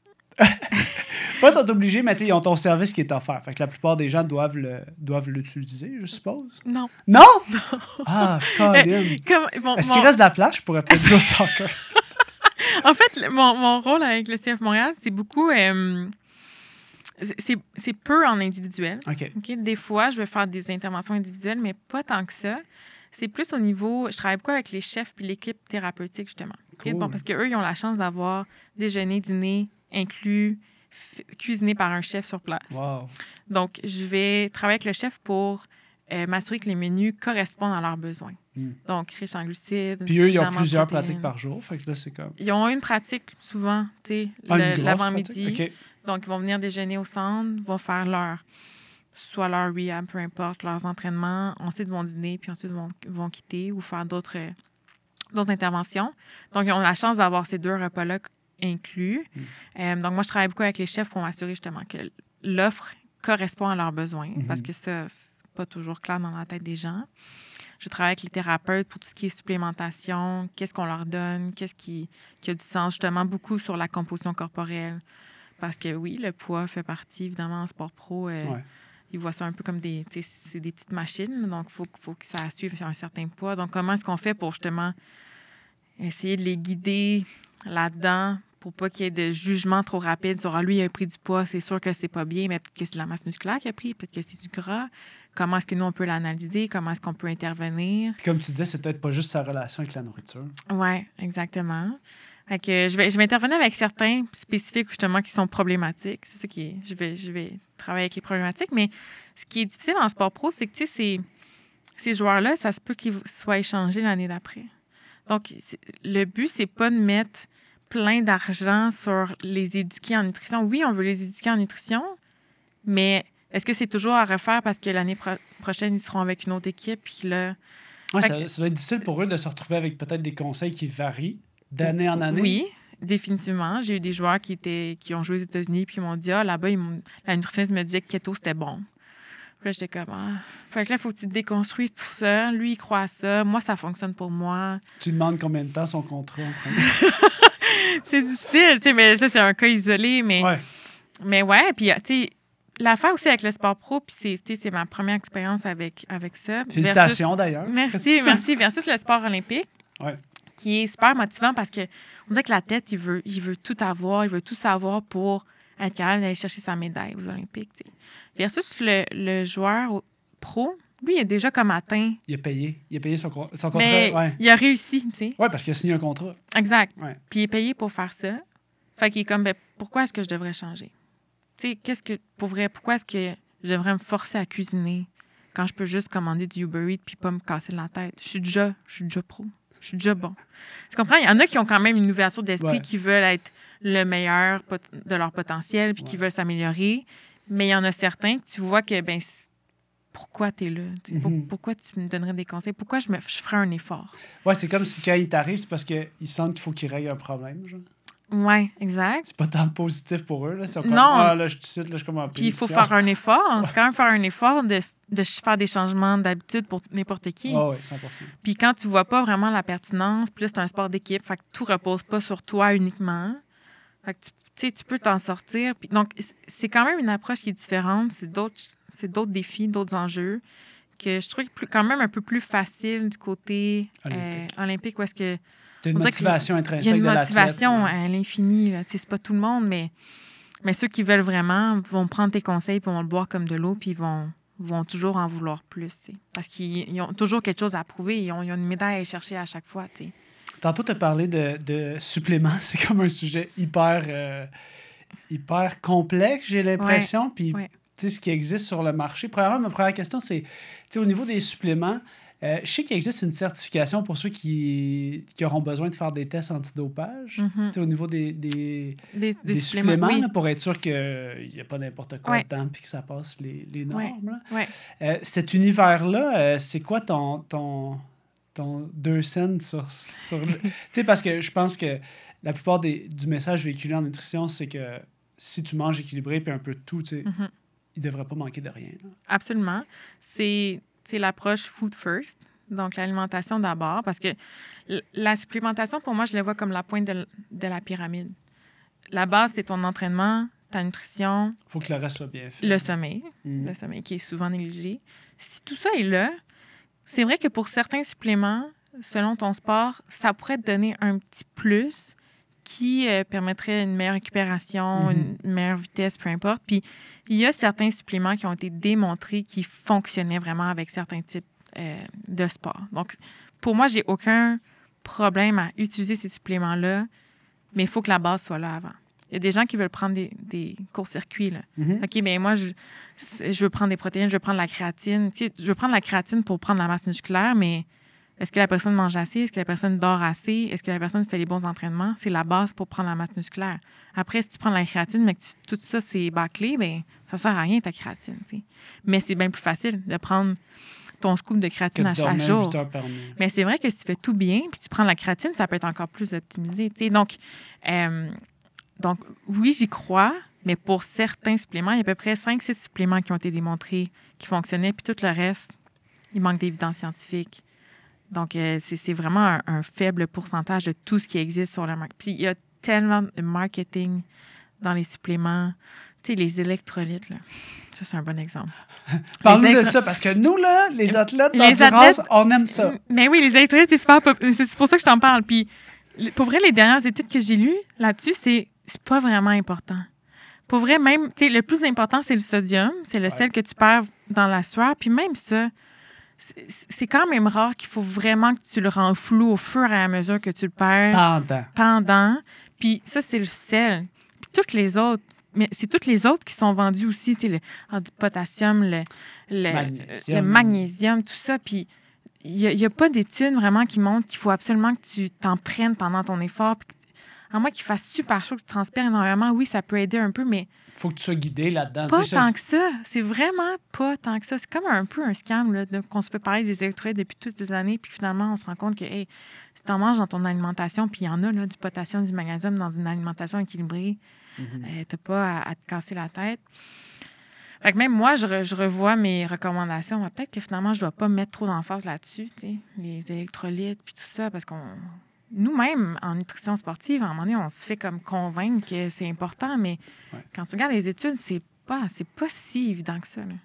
Pas sont obligés, mais tu sais, ils ont ton service qui est offert. Fait que la plupart des gens doivent, le, doivent l'utiliser, je suppose. Non. Non? Ah, Colin. Comme, bon, Est-ce mon- qu'il reste de la place? Je pourrais peut-être jouer au soccer. En fait, le- mon, mon rôle avec le C F Montréal, c'est beaucoup... euh, c'est, c'est- c'est peu en individuel. OK. OK? Des fois, je vais faire des interventions individuelles, mais pas tant que ça. C'est plus au niveau... Je travaille beaucoup avec les chefs puis l'équipe thérapeutique, justement. OK? Cool. Bon, parce qu'eux, ils ont la chance d'avoir déjeuner, dîner inclus, f- cuisiné par un chef sur place. Wow. Donc, je vais travailler avec le chef pour euh, m'assurer que les menus correspondent à leurs besoins. Mm. Donc, riche en glucides. Puis eux, ils ont plusieurs pratiques par jour. Fait que là, c'est comme... Ils ont une pratique souvent, tu sais, ah, l'avant-midi. Okay. Donc, ils vont venir déjeuner au centre, vont faire leur, soit leur rehab, peu importe, leurs entraînements. Ensuite, ils vont dîner, puis ensuite, ils vont, vont quitter ou faire d'autres, d'autres interventions. Donc, ils ont la chance d'avoir ces deux repas-là inclus. Mm. Euh, donc, moi, je travaille beaucoup avec les chefs pour m'assurer justement que l'offre correspond à leurs besoins, mm-hmm. parce que ça, c'est pas toujours clair dans la tête des gens. Je travaille avec les thérapeutes pour tout ce qui est supplémentation, qu'est-ce qu'on leur donne, qu'est-ce qui, qui a du sens, justement, beaucoup sur la composition corporelle. Parce que oui, le poids fait partie, évidemment, en sport pro. Euh, ouais. Ils voient ça un peu comme des, c'est des petites machines, donc il faut, faut que ça suive un certain poids. Donc, comment est-ce qu'on fait pour, justement, essayer de les guider là-dedans pour pas qu'il y ait de jugement trop rapide sur ah, lui, il a pris du poids, c'est sûr que c'est pas bien, mais peut-être que c'est de la masse musculaire qu'il a pris, peut-être que c'est du gras. Comment est-ce que nous, on peut l'analyser? Comment est-ce qu'on peut intervenir? Puis comme tu disais, c'est peut-être pas juste sa relation avec la nourriture. Oui, exactement. Fait que je vais, je vais intervenir avec certains spécifiques, justement, qui sont problématiques. C'est ça qui est... Je vais, je vais travailler avec les problématiques, mais ce qui est difficile en sport pro, c'est que, tu sais, ces, ces joueurs-là, ça se peut qu'ils soient échangés l'année d'après. Donc, le but, c'est pas de mettre plein d'argent sur les éduquer en nutrition. Oui, on veut les éduquer en nutrition, mais est-ce que c'est toujours à refaire parce que l'année pro- prochaine, ils seront avec une autre équipe? Puis là... Ouais, ça, ça doit être difficile pour eux de se retrouver avec peut-être des conseils qui varient d'année en année. Oui, définitivement. J'ai eu des joueurs qui, étaient, qui ont joué aux États-Unis puis qui m'ont dit « Ah, là-bas, ils m'ont... la nutritionniste me disait que keto, c'était bon. » Puis là, j'étais comme « Ah... » Fait que là, il faut que tu te déconstruises tout ça. Lui, il croit à ça. Moi, ça fonctionne pour moi. Tu demandes combien de temps son contrat? C'est difficile, tu sais, mais ça, c'est un cas isolé. Mais ouais, mais ouais, puis tu sais, l'affaire aussi avec le sport pro, puis c'est, tu sais, c'est ma première expérience avec, avec ça. Félicitations, versus, d'ailleurs. Merci, merci. Versus le sport olympique, ouais. qui est super motivant parce qu'on dirait que la tête, il veut, il veut tout avoir, il veut tout savoir pour être capable d'aller chercher sa médaille aux Olympiques, tu sais. Versus le, le joueur pro, lui, il a déjà comme atteint... Il a payé. Il a payé son, son contrat. Mais ouais. il a réussi, tu sais. Oui, parce qu'il a signé un contrat. Exact. Ouais. Puis il est payé pour faire ça. Fait qu'il est comme, ben, pourquoi est-ce que je devrais changer? Tu sais, qu'est-ce que... Pour vrai, pourquoi est-ce que je devrais me forcer à cuisiner quand je peux juste commander du Uber Eats puis pas me casser la tête? Je suis déjà, je suis déjà pro. Je suis déjà bon. Tu comprends? Il y en a qui ont quand même une ouverture d'esprit, ouais. qui veulent être le meilleur de leur potentiel puis ouais. qui veulent s'améliorer. Mais il y en a certains que tu vois que, ben pourquoi tu es là? Mm-hmm. Pourquoi tu me donnerais des conseils? Pourquoi je, me, je ferais un effort? Oui, c'est comme si quand il t'arrive, c'est parce qu'ils sentent qu'il faut qu'ils règlent un problème, genre. Oui, exact. C'est pas tant positif pour eux. Là. C'est comme, non. Ah, là, je te cite, là, je suis comme en Puis il faut faire un effort. Ouais. C'est quand même faire un effort de, de faire des changements d'habitude pour n'importe qui. Ah oui, cent pour cent. Puis quand tu vois pas vraiment la pertinence, puis là, c'est un sport d'équipe, fait que tout repose pas sur toi uniquement. Fait que tu Tu sais, tu peux t'en sortir. Puis, donc, c'est quand même une approche qui est différente. C'est d'autres, c'est d'autres défis, d'autres enjeux que je trouve plus, quand même un peu plus facile du côté olympique, euh, olympique où est-ce que... Tu as une motivation intrinsèque de l'athlète. Il y a une motivation à l'infini. Là. Tu sais, c'est pas tout le monde, mais, mais ceux qui veulent vraiment vont prendre tes conseils puis vont le boire comme de l'eau puis vont, vont toujours en vouloir plus. Tu sais, parce qu'ils ils ont toujours quelque chose à prouver. Ils ont, ils ont une médaille à aller chercher à chaque fois. Tu sais. Tantôt, tu as parlé de, de suppléments. C'est comme un sujet hyper, euh, hyper complexe, j'ai l'impression. Ouais, Puis, ouais. tu sais, ce qui existe sur le marché. Premièrement, ma première question, c'est, tu sais, au niveau des suppléments, euh, je sais qu'il existe une certification pour ceux qui, qui auront besoin de faire des tests antidopage. Mm-hmm. Tu sais, au niveau des, des, des, des, des suppléments, suppléments oui. là, pour être sûr qu'il n'y a pas n'importe quoi ouais. dedans puis que ça passe les, les normes. Ouais. Là. Ouais. Euh, cet univers-là, euh, c'est quoi ton... ton ton deux cents sur, sur le... tu sais, parce que je pense que la plupart des, du message véhiculé en nutrition, c'est que si tu manges équilibré puis un peu de tout, tu sais, mm-hmm. il ne devrait pas manquer de rien. Là. Absolument. C'est, c'est l'approche food first, donc l'alimentation d'abord, parce que la supplémentation, pour moi, je la vois comme la pointe de, de la pyramide. La base, c'est ton entraînement, ta nutrition. Il faut que le reste soit bien fait. Le sommeil, mm. le sommeil qui est souvent négligé. Si tout ça est là, c'est vrai que pour certains suppléments, selon ton sport, ça pourrait te donner un petit plus qui euh, permettrait une meilleure récupération, mm-hmm. une meilleure vitesse, peu importe. Puis, il y a certains suppléments qui ont été démontrés qui fonctionnaient vraiment avec certains types euh, de sports. Donc, pour moi, j'ai aucun problème à utiliser ces suppléments-là, mais il faut que la base soit là avant. Il y a des gens qui veulent prendre des, des courts-circuits. Là. Mm-hmm. OK, bien moi, je, je veux prendre des protéines, je veux prendre la créatine. Tu sais, je veux prendre la créatine pour prendre la masse musculaire, mais Est-ce que la personne mange assez? Est-ce que la personne dort assez? Est-ce que la personne fait les bons entraînements? C'est la base pour prendre la masse musculaire. Après, si tu prends de la créatine, mais que tu- tout ça, c'est bâclé, bien, ça sert à rien, ta créatine. T'sais. Mais c'est bien plus facile de prendre ton scoop de créatine à chaque jour. Mais c'est vrai que si tu fais tout bien, puis tu prends la créatine, ça peut être encore plus optimisé. T'sais. Donc, euh, donc, oui, j'y crois, mais pour certains suppléments, il y a à peu près cinq six suppléments qui ont été démontrés, qui fonctionnaient, puis tout le reste, il manque d'évidence scientifique. Donc, euh, c'est, c'est vraiment un, un faible pourcentage de tout ce qui existe sur le marché. Puis, il y a tellement de marketing dans les suppléments. Tu sais, les électrolytes, là. Ça, c'est un bon exemple. Parle-nous électro... de ça, parce que nous, là, les athlètes les d'endurance, athlètes... on aime ça. Mais oui, les électrolytes, c'est super pop... c'est pour ça que je t'en parle. Puis, pour vrai, les dernières études que j'ai lues là-dessus, c'est, c'est pas vraiment important. Pour vrai, même, tu sais, le plus important, c'est le sodium. C'est le ouais. sel que tu perds dans la sueur. Puis même ça, c'est, c'est quand même rare qu'il faut vraiment que tu le rends flou au fur et à mesure que tu le perds. Pendant. Pendant. Puis ça, c'est le sel. Puis toutes les autres, mais c'est toutes les autres qui sont vendues aussi, tu sais, le ah, du potassium, le, le, magnésium. le magnésium, tout ça. Puis il n'y a, a pas d'études vraiment qui montrent qu'il faut absolument que tu t'en prennes pendant ton effort. Puis à moins qu'il fasse super chaud, que tu transpires énormément, oui, ça peut aider un peu, mais... Il faut que tu sois guidé là-dedans. Pas t'sais, tant ça, que ça. C'est vraiment pas tant que ça. C'est comme un peu un scam, là, de, qu'on se fait parler des électrolytes depuis toutes ces années, puis finalement, on se rend compte que, hey, si t'en manges dans ton alimentation, puis il y en a, là, du potassium, du magnésium dans une alimentation équilibrée, mm-hmm. euh, t'as pas à, à te casser la tête. Fait que même moi, je, re, je revois mes recommandations. Peut-être que finalement, je dois pas mettre trop d'emphase là-dessus, tu sais, les électrolytes, puis tout ça, parce qu'on... Nous-mêmes, en nutrition sportive, à un moment donné, on se fait comme convaincre que c'est important, mais ouais. quand tu regardes les études, c'est pas, c'est pas si évident que ça. Là.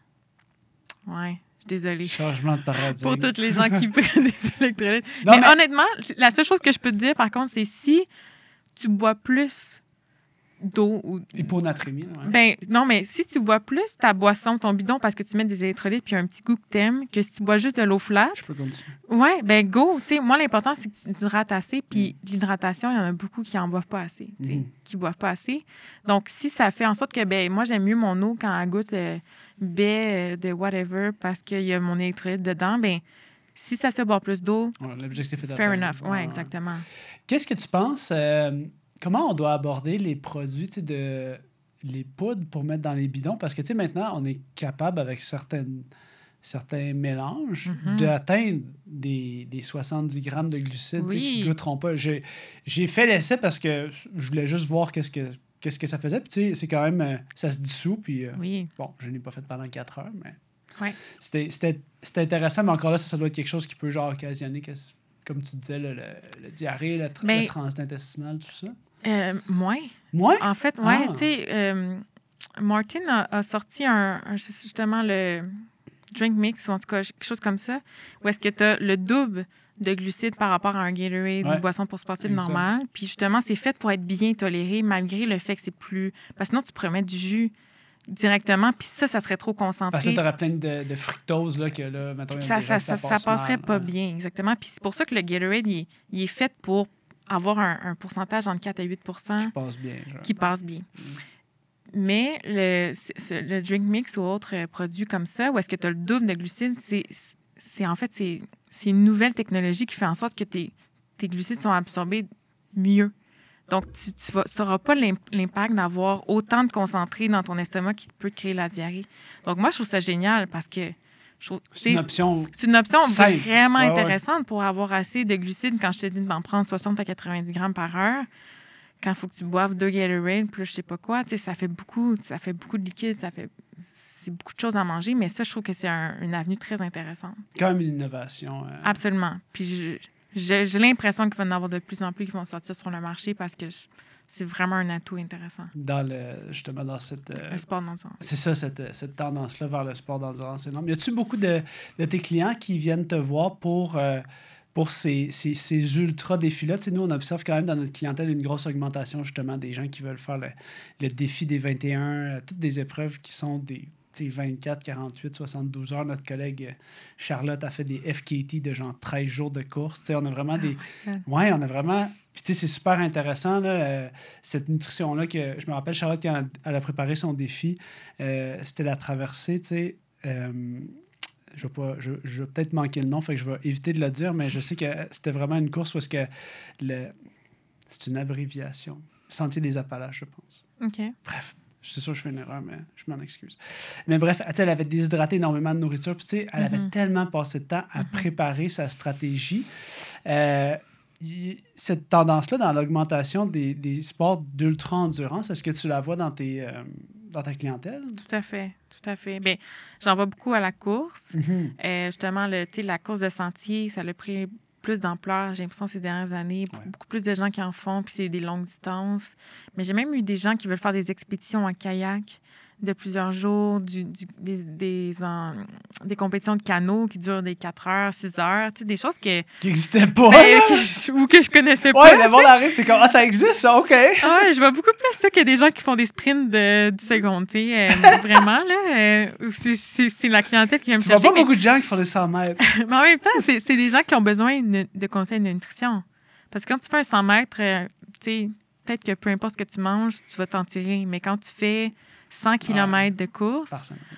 Ouais, je suis désolée. Changement de paradigme. Pour toutes les gens qui prennent des électrolytes. Non, mais, mais honnêtement, la seule chose que je peux te dire, par contre, c'est si tu bois plus d'eau ou... Hyponatrémie, ouais. Ben, non, mais si tu bois plus ta boisson, ton bidon, parce que tu mets des électrolytes puis un petit goût que t'aimes, que si tu bois juste de l'eau flat... Je peux continuer. Ouais, ben go. Tu sais, moi, l'important, c'est que tu t'hydrates assez. Puis mm. l'hydratation, il y en a beaucoup qui en boivent pas assez, tu sais, mm. qui boivent pas assez. Donc, si ça fait en sorte que, ben moi, j'aime mieux mon eau quand elle goûte le baie de whatever parce qu'il y a mon électrolyte dedans, ben si ça te fait boire plus d'eau, ouais, l'objectif est fair enough. Ouais, ouais, exactement. Qu'est-ce que tu penses... Euh... Comment on doit aborder les produits, tu sais, de les poudres pour mettre dans les bidons? Parce que, tu sais, maintenant, on est capable, avec certaines, certains mélanges, mm-hmm. d'atteindre des, des soixante-dix grammes de glucides oui. qui ne goûteront pas. J'ai, j'ai fait l'essai parce que je voulais juste voir qu'est-ce que, qu'est-ce que ça faisait. Puis, tu sais, c'est quand même... Ça se dissout, puis... Euh, oui. Bon, je n'ai pas fait pendant quatre heures, mais... Ouais. C'était, c'était, c'était intéressant, mais encore là, ça, ça doit être quelque chose qui peut, genre, occasionner, comme tu disais, le, le, le diarrhée, le, tra- mais... le transit intestinal, tout ça. Euh, moins. Moins? En fait, oui. Ah. Tu sais, euh, Martin a, a sorti un, un, justement le drink mix, ou en tout cas quelque chose comme ça, où est-ce que tu as le double de glucides par rapport à un Gatorade, ouais. une boisson pour sportif normale. Puis justement, c'est fait pour être bien toléré, malgré le fait que c'est plus... Parce que sinon, tu pourrais mettre du jus directement, puis ça, ça serait trop concentré. Parce que tu aurais plein de, de fructose, là, que là, mettons, ça, ça, ça, ça, passe ça passerait mal, pas hein. bien, exactement. Puis c'est pour ça que le Gatorade, il, il est fait pour avoir un, un pourcentage entre quatre à huit pour cent qui passe bien. Genre. Qui passe bien. Mm. Mais le, le drink mix ou autre produit comme ça, où est-ce que tu as le double de glucides, c'est, c'est en fait, c'est, c'est une nouvelle technologie qui fait en sorte que tes, tes glucides sont absorbés mieux. Donc, tu n'auras pas l'impact d'avoir autant de concentré dans ton estomac qui peut te créer la diarrhée. Donc, moi, je trouve ça génial parce que je trouve, c'est, une option c'est une option simple. Vraiment ouais, intéressante ouais. pour avoir assez de glucides quand je te dis d'en prendre soixante à quatre-vingt-dix grammes par heure. Quand il faut que tu boives deux Gatorade, plus je sais pas quoi, tu sais, ça fait beaucoup, ça fait beaucoup de liquide, ça fait, c'est beaucoup de choses à manger, mais ça, je trouve que c'est un, une avenue très intéressante. Quand même une innovation. Euh... Absolument. Puis je, je, j'ai l'impression qu'il va y en avoir de plus en plus qui vont sortir sur le marché parce que je, c'est vraiment un atout intéressant. Dans le, justement, dans cette... Euh, le sport d'endurance. C'est ça, cette, cette tendance-là vers le sport d'endurance énorme. Y a-tu beaucoup de, de tes clients qui viennent te voir pour, euh, pour ces, ces, ces ultra-défis-là? Tu sais, nous, on observe quand même dans notre clientèle une grosse augmentation, justement, des gens qui veulent faire le, le défi des vingt et un, euh, toutes des épreuves qui sont des... vingt-quatre, quarante-huit, soixante-douze heures. Notre collègue Charlotte a fait des F K T de genre treize jours de course. T'sais, on a vraiment des... Oh ouais, on a vraiment... Puis tu sais, c'est super intéressant, là, euh, cette nutrition-là que... Je me rappelle, Charlotte, quand elle a préparé son défi, euh, c'était la traversée, tu sais... Euh, je vais, pas, je, je vais peut-être manquer le nom, fait que je vais éviter de le dire, mais je sais que c'était vraiment une course où est-ce que le, c'est une abréviation. Sentier des Appalaches, je pense. OK. Bref, je suis sûr que je fais une erreur, mais je m'en excuse. Mais bref, elle avait déshydraté énormément de nourriture, puis tu sais, elle mm-hmm. avait tellement passé de temps à mm-hmm. préparer sa stratégie. Euh, y, cette tendance-là dans l'augmentation des, des sports d'ultra-endurance, est-ce que tu la vois dans tes... Euh, dans ta clientèle? Tout à fait, tout à fait. Bien, j'en vois beaucoup à la course. Mm-hmm. Euh, justement, le, la course de sentier, ça a pris plus d'ampleur, j'ai l'impression, ces dernières années. Ouais. Beaucoup plus de gens qui en font, puis c'est des longues distances. Mais j'ai même eu des gens qui veulent faire des expéditions en kayak de plusieurs jours, du, du, des, des, en, des compétitions de canot qui durent des quatre heures, six heures, tu sais, des choses que... Qui n'existaient pas, ben, que, ou que je connaissais pas. Ouais, le monde arrive, t'es comme, ah, ça existe, ça, OK. Ah, ouais, je vois beaucoup plus ça que des gens qui font des sprints de dix secondes, tu sais, euh, vraiment, là. Euh, c'est, c'est, c'est la clientèle qui vient me tu chercher. Tu vois pas mais... beaucoup de gens qui font des cent mètres. Mais en même temps, c'est, c'est des gens qui ont besoin de, de conseils de nutrition. Parce que quand tu fais un cent mètres, euh, tu sais, peut-être que peu importe ce que tu manges, tu vas t'en tirer. Mais quand tu fais cent kilomètres de course,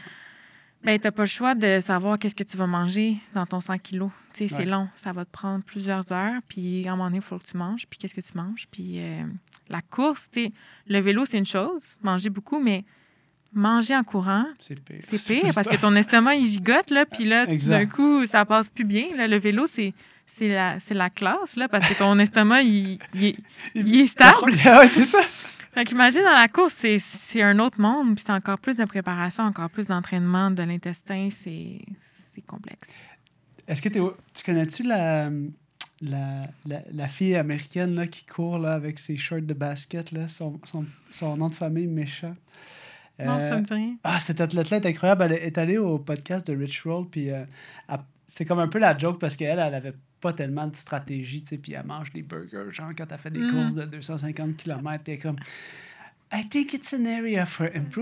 ben, tu n'as pas le choix de savoir qu'est-ce que tu vas manger dans ton cent kilos. Tu sais, ouais. c'est long. Ça va te prendre plusieurs heures. Puis, à un moment donné, il faut que tu manges. Puis, qu'est-ce que tu manges? Puis, euh, la course, tu sais, le vélo, c'est une chose. Manger beaucoup, mais manger en courant, c'est pire. C'est pire c'est parce que ton estomac, il gigote, là. Puis là, tout d'un coup, ça passe plus bien. Là, le vélo, c'est... C'est la, c'est la classe, là, parce que ton estomac, il, il, est, il est stable. Oui, c'est ça. Fait qu'imagine, dans la course, c'est, c'est un autre monde, puis c'est encore plus de préparation, encore plus d'entraînement de l'intestin, c'est, c'est complexe. Est-ce que tu connais-tu la, la, la, la fille américaine là, qui court là, avec ses shorts de basket, là, son, son, son nom de famille méchant? Non, euh, ça me dit rien. Ah, cette athlète incroyable, elle est allée au podcast de Rich Roll, puis euh, elle, c'est comme un peu la joke parce qu'elle, elle avait pas tellement de stratégie, tu sais, puis elle mange des burgers, genre quand elle fait des mm. courses de deux cent cinquante kilomètres, puis elle est comme « I think it's an area for improvement ».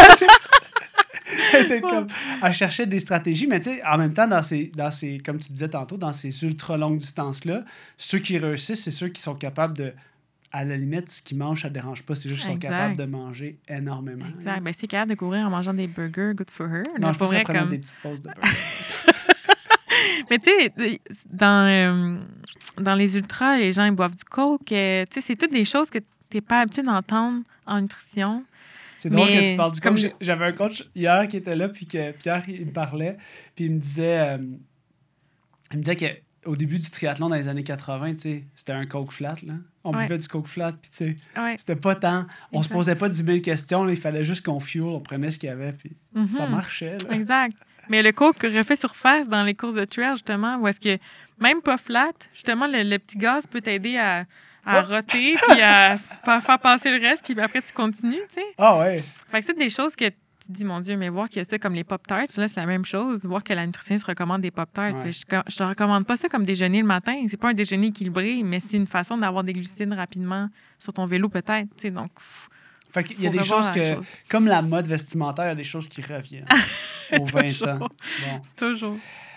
Elle était comme, elle cherchait des stratégies, mais tu sais, en même temps, dans ces, dans ces, comme tu disais tantôt, dans ces ultra longues distances-là, ceux qui réussissent, c'est ceux qui sont capables de, à la limite, ce qu'ils mangent, ça ne dérange pas, c'est juste qu'ils sont capables de manger énormément. Exact. Ben, c'est capable de courir en mangeant des burgers, good for her. Non, là, je pense qu'elle prenait comme... des petites pauses de burgers. Mais tu sais, dans, euh, dans les ultras, les gens ils boivent du coke. Euh, tu sais, c'est toutes des choses que tu n'es pas habitué d'entendre en nutrition. C'est drôle mais, que tu parles du coach. Comme... J'avais un coach hier qui était là, puis que Pierre, il me parlait, puis il me disait, euh, il me disait qu'au début du triathlon dans les années quatre-vingts, tu sais, c'était un coke flat, là. On ouais. buvait du coke flat, puis tu sais, ouais. c'était pas tant... On exact. Se posait pas dix mille questions, là, il fallait juste qu'on fuel, on prenait ce qu'il y avait, puis mm-hmm. ça marchait, là. Exact. Mais le coke refait surface dans les courses de trail, justement, où est-ce que, même pas flat, justement, le, le petit gaz peut t'aider à... à oh. roter, puis à faire passer le reste, puis après, tu continues, tu sais. Ah ouais. Fait que c'est des choses que tu te dis, mon Dieu, mais voir qu'il y a ça comme les Pop-Tarts, là, c'est la même chose. Voir que la nutritionniste recommande des Pop-Tarts. Ouais. Je, je te recommande pas ça comme déjeuner le matin. C'est pas un déjeuner équilibré, mais c'est une façon d'avoir des glucides rapidement sur ton vélo, peut-être, tu sais, donc... Fait qu'il y a des choses que, chose. Comme la mode vestimentaire, il y a des choses qui reviennent aux vingt ans. Bon. Toujours.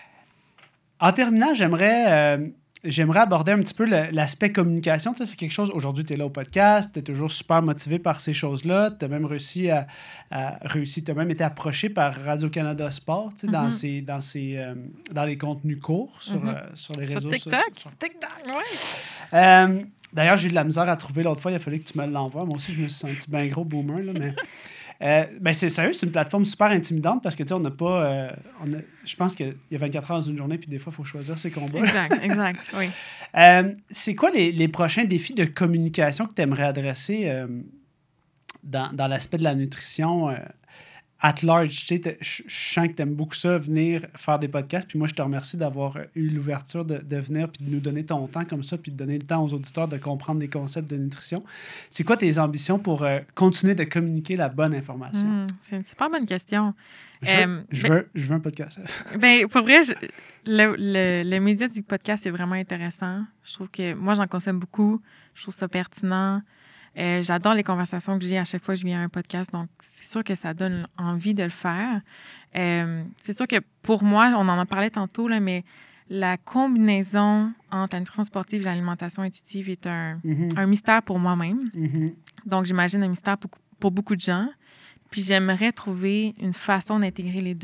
En terminant, j'aimerais... Euh, J'aimerais aborder un petit peu le, l'aspect communication. Tu sais, c'est quelque chose... Aujourd'hui, tu es là au podcast, tu es toujours super motivé par ces choses-là. Tu as même réussi à... à réussi, tu as même été approché par Radio-Canada Sport, tu sais, mm-hmm. dans, ces, dans, ces, euh, dans les contenus courts sur, mm-hmm. euh, sur les réseaux sociaux. Sur TikTok. Sur, sur TikTok, oui. Euh, d'ailleurs, j'ai eu de la misère à trouver l'autre fois. Il a fallu que tu me l'envoies. Moi aussi, je me suis senti bien gros boomer, là, mais... Euh, ben c'est sérieux, c'est une plateforme super intimidante parce que, tu sais, on n'a pas... Euh, on a, je pense qu'il y a vingt-quatre heures dans une journée, puis des fois, il faut choisir ses combats. Exact, exact, oui. euh, c'est quoi les, les prochains défis de communication que tu aimerais adresser euh, dans, dans l'aspect de la nutrition euh, at large? Tu sais, je sens que tu aimes beaucoup ça, venir faire des podcasts, puis moi, je te remercie d'avoir eu l'ouverture de, de venir puis de nous donner ton temps comme ça, puis de donner le temps aux auditeurs de comprendre les concepts de nutrition. C'est quoi tes ambitions pour euh, continuer de communiquer la bonne information? Mmh, c'est une super bonne question. Je veux, euh, je veux, je veux un podcast. Ben, pour vrai, je, le, le, le média du podcast est vraiment intéressant. Je trouve que moi, j'en consomme beaucoup. Je trouve ça pertinent. Euh, j'adore les conversations que j'ai à chaque fois que je viens à un podcast, donc c'est sûr que ça donne envie de le faire. Euh, c'est sûr que pour moi, on en a parlé tantôt, là, mais la combinaison entre la nutrition sportive et l'alimentation intuitive est un, mm-hmm. un mystère pour moi-même. Mm-hmm. Donc, j'imagine un mystère pour, pour beaucoup de gens. Puis j'aimerais trouver une façon d'intégrer les deux,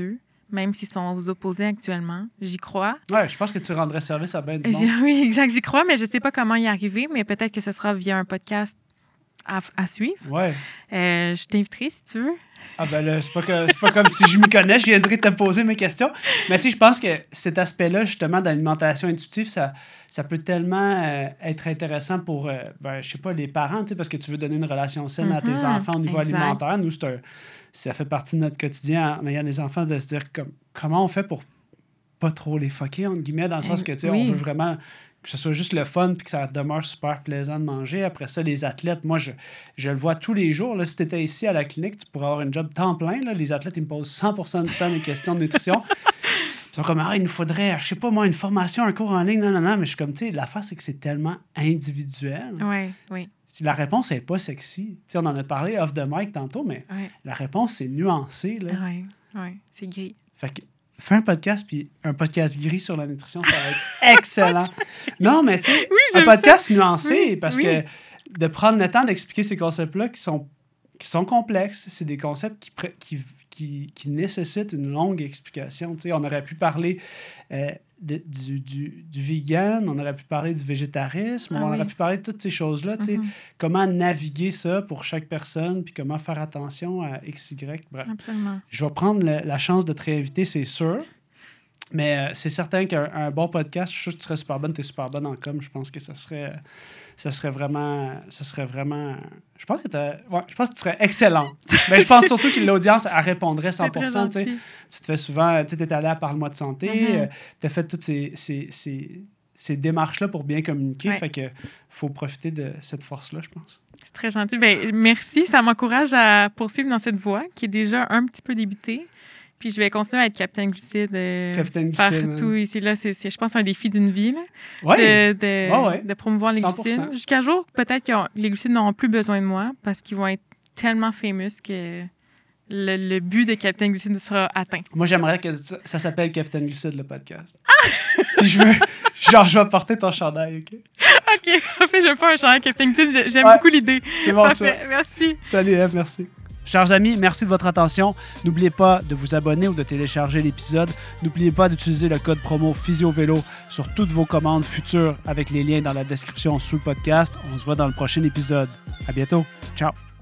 même s'ils sont aux opposés actuellement. J'y crois. Ouais, je pense que tu rendrais service à bien du monde. J'y, oui, exact, j'y crois, mais je ne sais pas comment y arriver, mais peut-être que ce sera via un podcast à, à suivre. Ouais. Euh, je t'inviterai si tu veux. Ah ben là, c'est pas, que, c'est pas comme si je m'y connais, je viendrais te poser mes questions. Mais tu sais, je pense que cet aspect-là, justement, d'alimentation intuitive, ça, ça peut tellement euh, être intéressant pour, euh, ben, je sais pas, les parents, tu sais, parce que tu veux donner une relation saine mm-hmm, à tes enfants au niveau exact. alimentaire. Nous, c'est un, ça fait partie de notre quotidien en ayant des enfants de se dire comme, comment on fait pour pas trop les fucker, entre guillemets, dans le sens que, tu sais, oui. on veut vraiment... que ce soit juste le fun puis que ça demeure super plaisant de manger. Après ça, les athlètes, moi, je, je le vois tous les jours. Là, si tu étais ici à la clinique, tu pourrais avoir un job temps plein. Là. Les athlètes, ils me posent cent pour cent du temps des questions de nutrition. Ils sont comme, ah, il nous faudrait, je sais pas moi, une formation, un cours en ligne. Non, non, non. Mais je suis comme, tu sais, l'affaire, c'est que c'est tellement individuel. Oui, oui. Si la réponse n'est pas sexy, tu sais, on en a parlé off the mic tantôt, mais oui. la réponse, c'est nuancé. Oui, oui, c'est gris. Fait que fais un podcast, puis un podcast gris sur la nutrition, ça va être excellent. Non, mais tu sais, oui, un podcast ça. nuancé, oui, parce oui. que de prendre le temps d'expliquer ces concepts-là qui sont, qui sont complexes, c'est des concepts qui, qui, qui, qui nécessitent une longue explication. Tu sais, on aurait pu parler euh, de, du, du, du vegan, on aurait pu parler du végétarisme, ah, on oui. aurait pu parler de toutes ces choses-là. Tu sais, mm-hmm. comment naviguer ça pour chaque personne, puis comment faire attention à X, Y. Bref, absolument. Je vais prendre le, la chance de te réinviter, c'est sûr. Mais euh, c'est certain qu'un un bon podcast, je suis sûr que tu serais super bonne, tu es super bonne en com. Je pense que ça serait, ça serait vraiment... Ça serait vraiment... Je pense que, ouais, je pense que tu serais excellente. Mais je pense surtout que l'audience, elle répondrait cent pour cent. Tu te fais souvent... Tu es allé à Parle-moi de santé, mm-hmm. euh, tu as fait toutes ces, ces, ces, ces démarches-là pour bien communiquer. Ouais. Fait que faut profiter de cette force-là, je pense. C'est très gentil. Ben, merci. Ça m'encourage à poursuivre dans cette voie qui est déjà un petit peu débutée. Puis je vais continuer à être Capitaine Glucide euh, Capitaine Glucide, partout hein. ici. Là, c'est, c'est, je pense, un défi d'une vie là, ouais. de, de, ouais, ouais. de promouvoir les glucides. Jusqu'à jour, peut-être que les glucides n'auront plus besoin de moi parce qu'ils vont être tellement famous que le, le but de Capitaine Glucide sera atteint. Moi, j'aimerais que ça, ça s'appelle Capitaine Glucide, le podcast. Puis je veux... Genre, je vais porter ton chandail, OK? OK. En fait, je veux pas un chandail Capitaine Glucide. J'aime ouais. beaucoup l'idée. C'est bon, parfait. Ça. Merci. Salut, Eve. Merci. Chers amis, merci de votre attention. N'oubliez pas de vous abonner ou de télécharger l'épisode. N'oubliez pas d'utiliser le code promo PhysioVélo sur toutes vos commandes futures avec les liens dans la description sous le podcast. On se voit dans le prochain épisode. À bientôt. Ciao.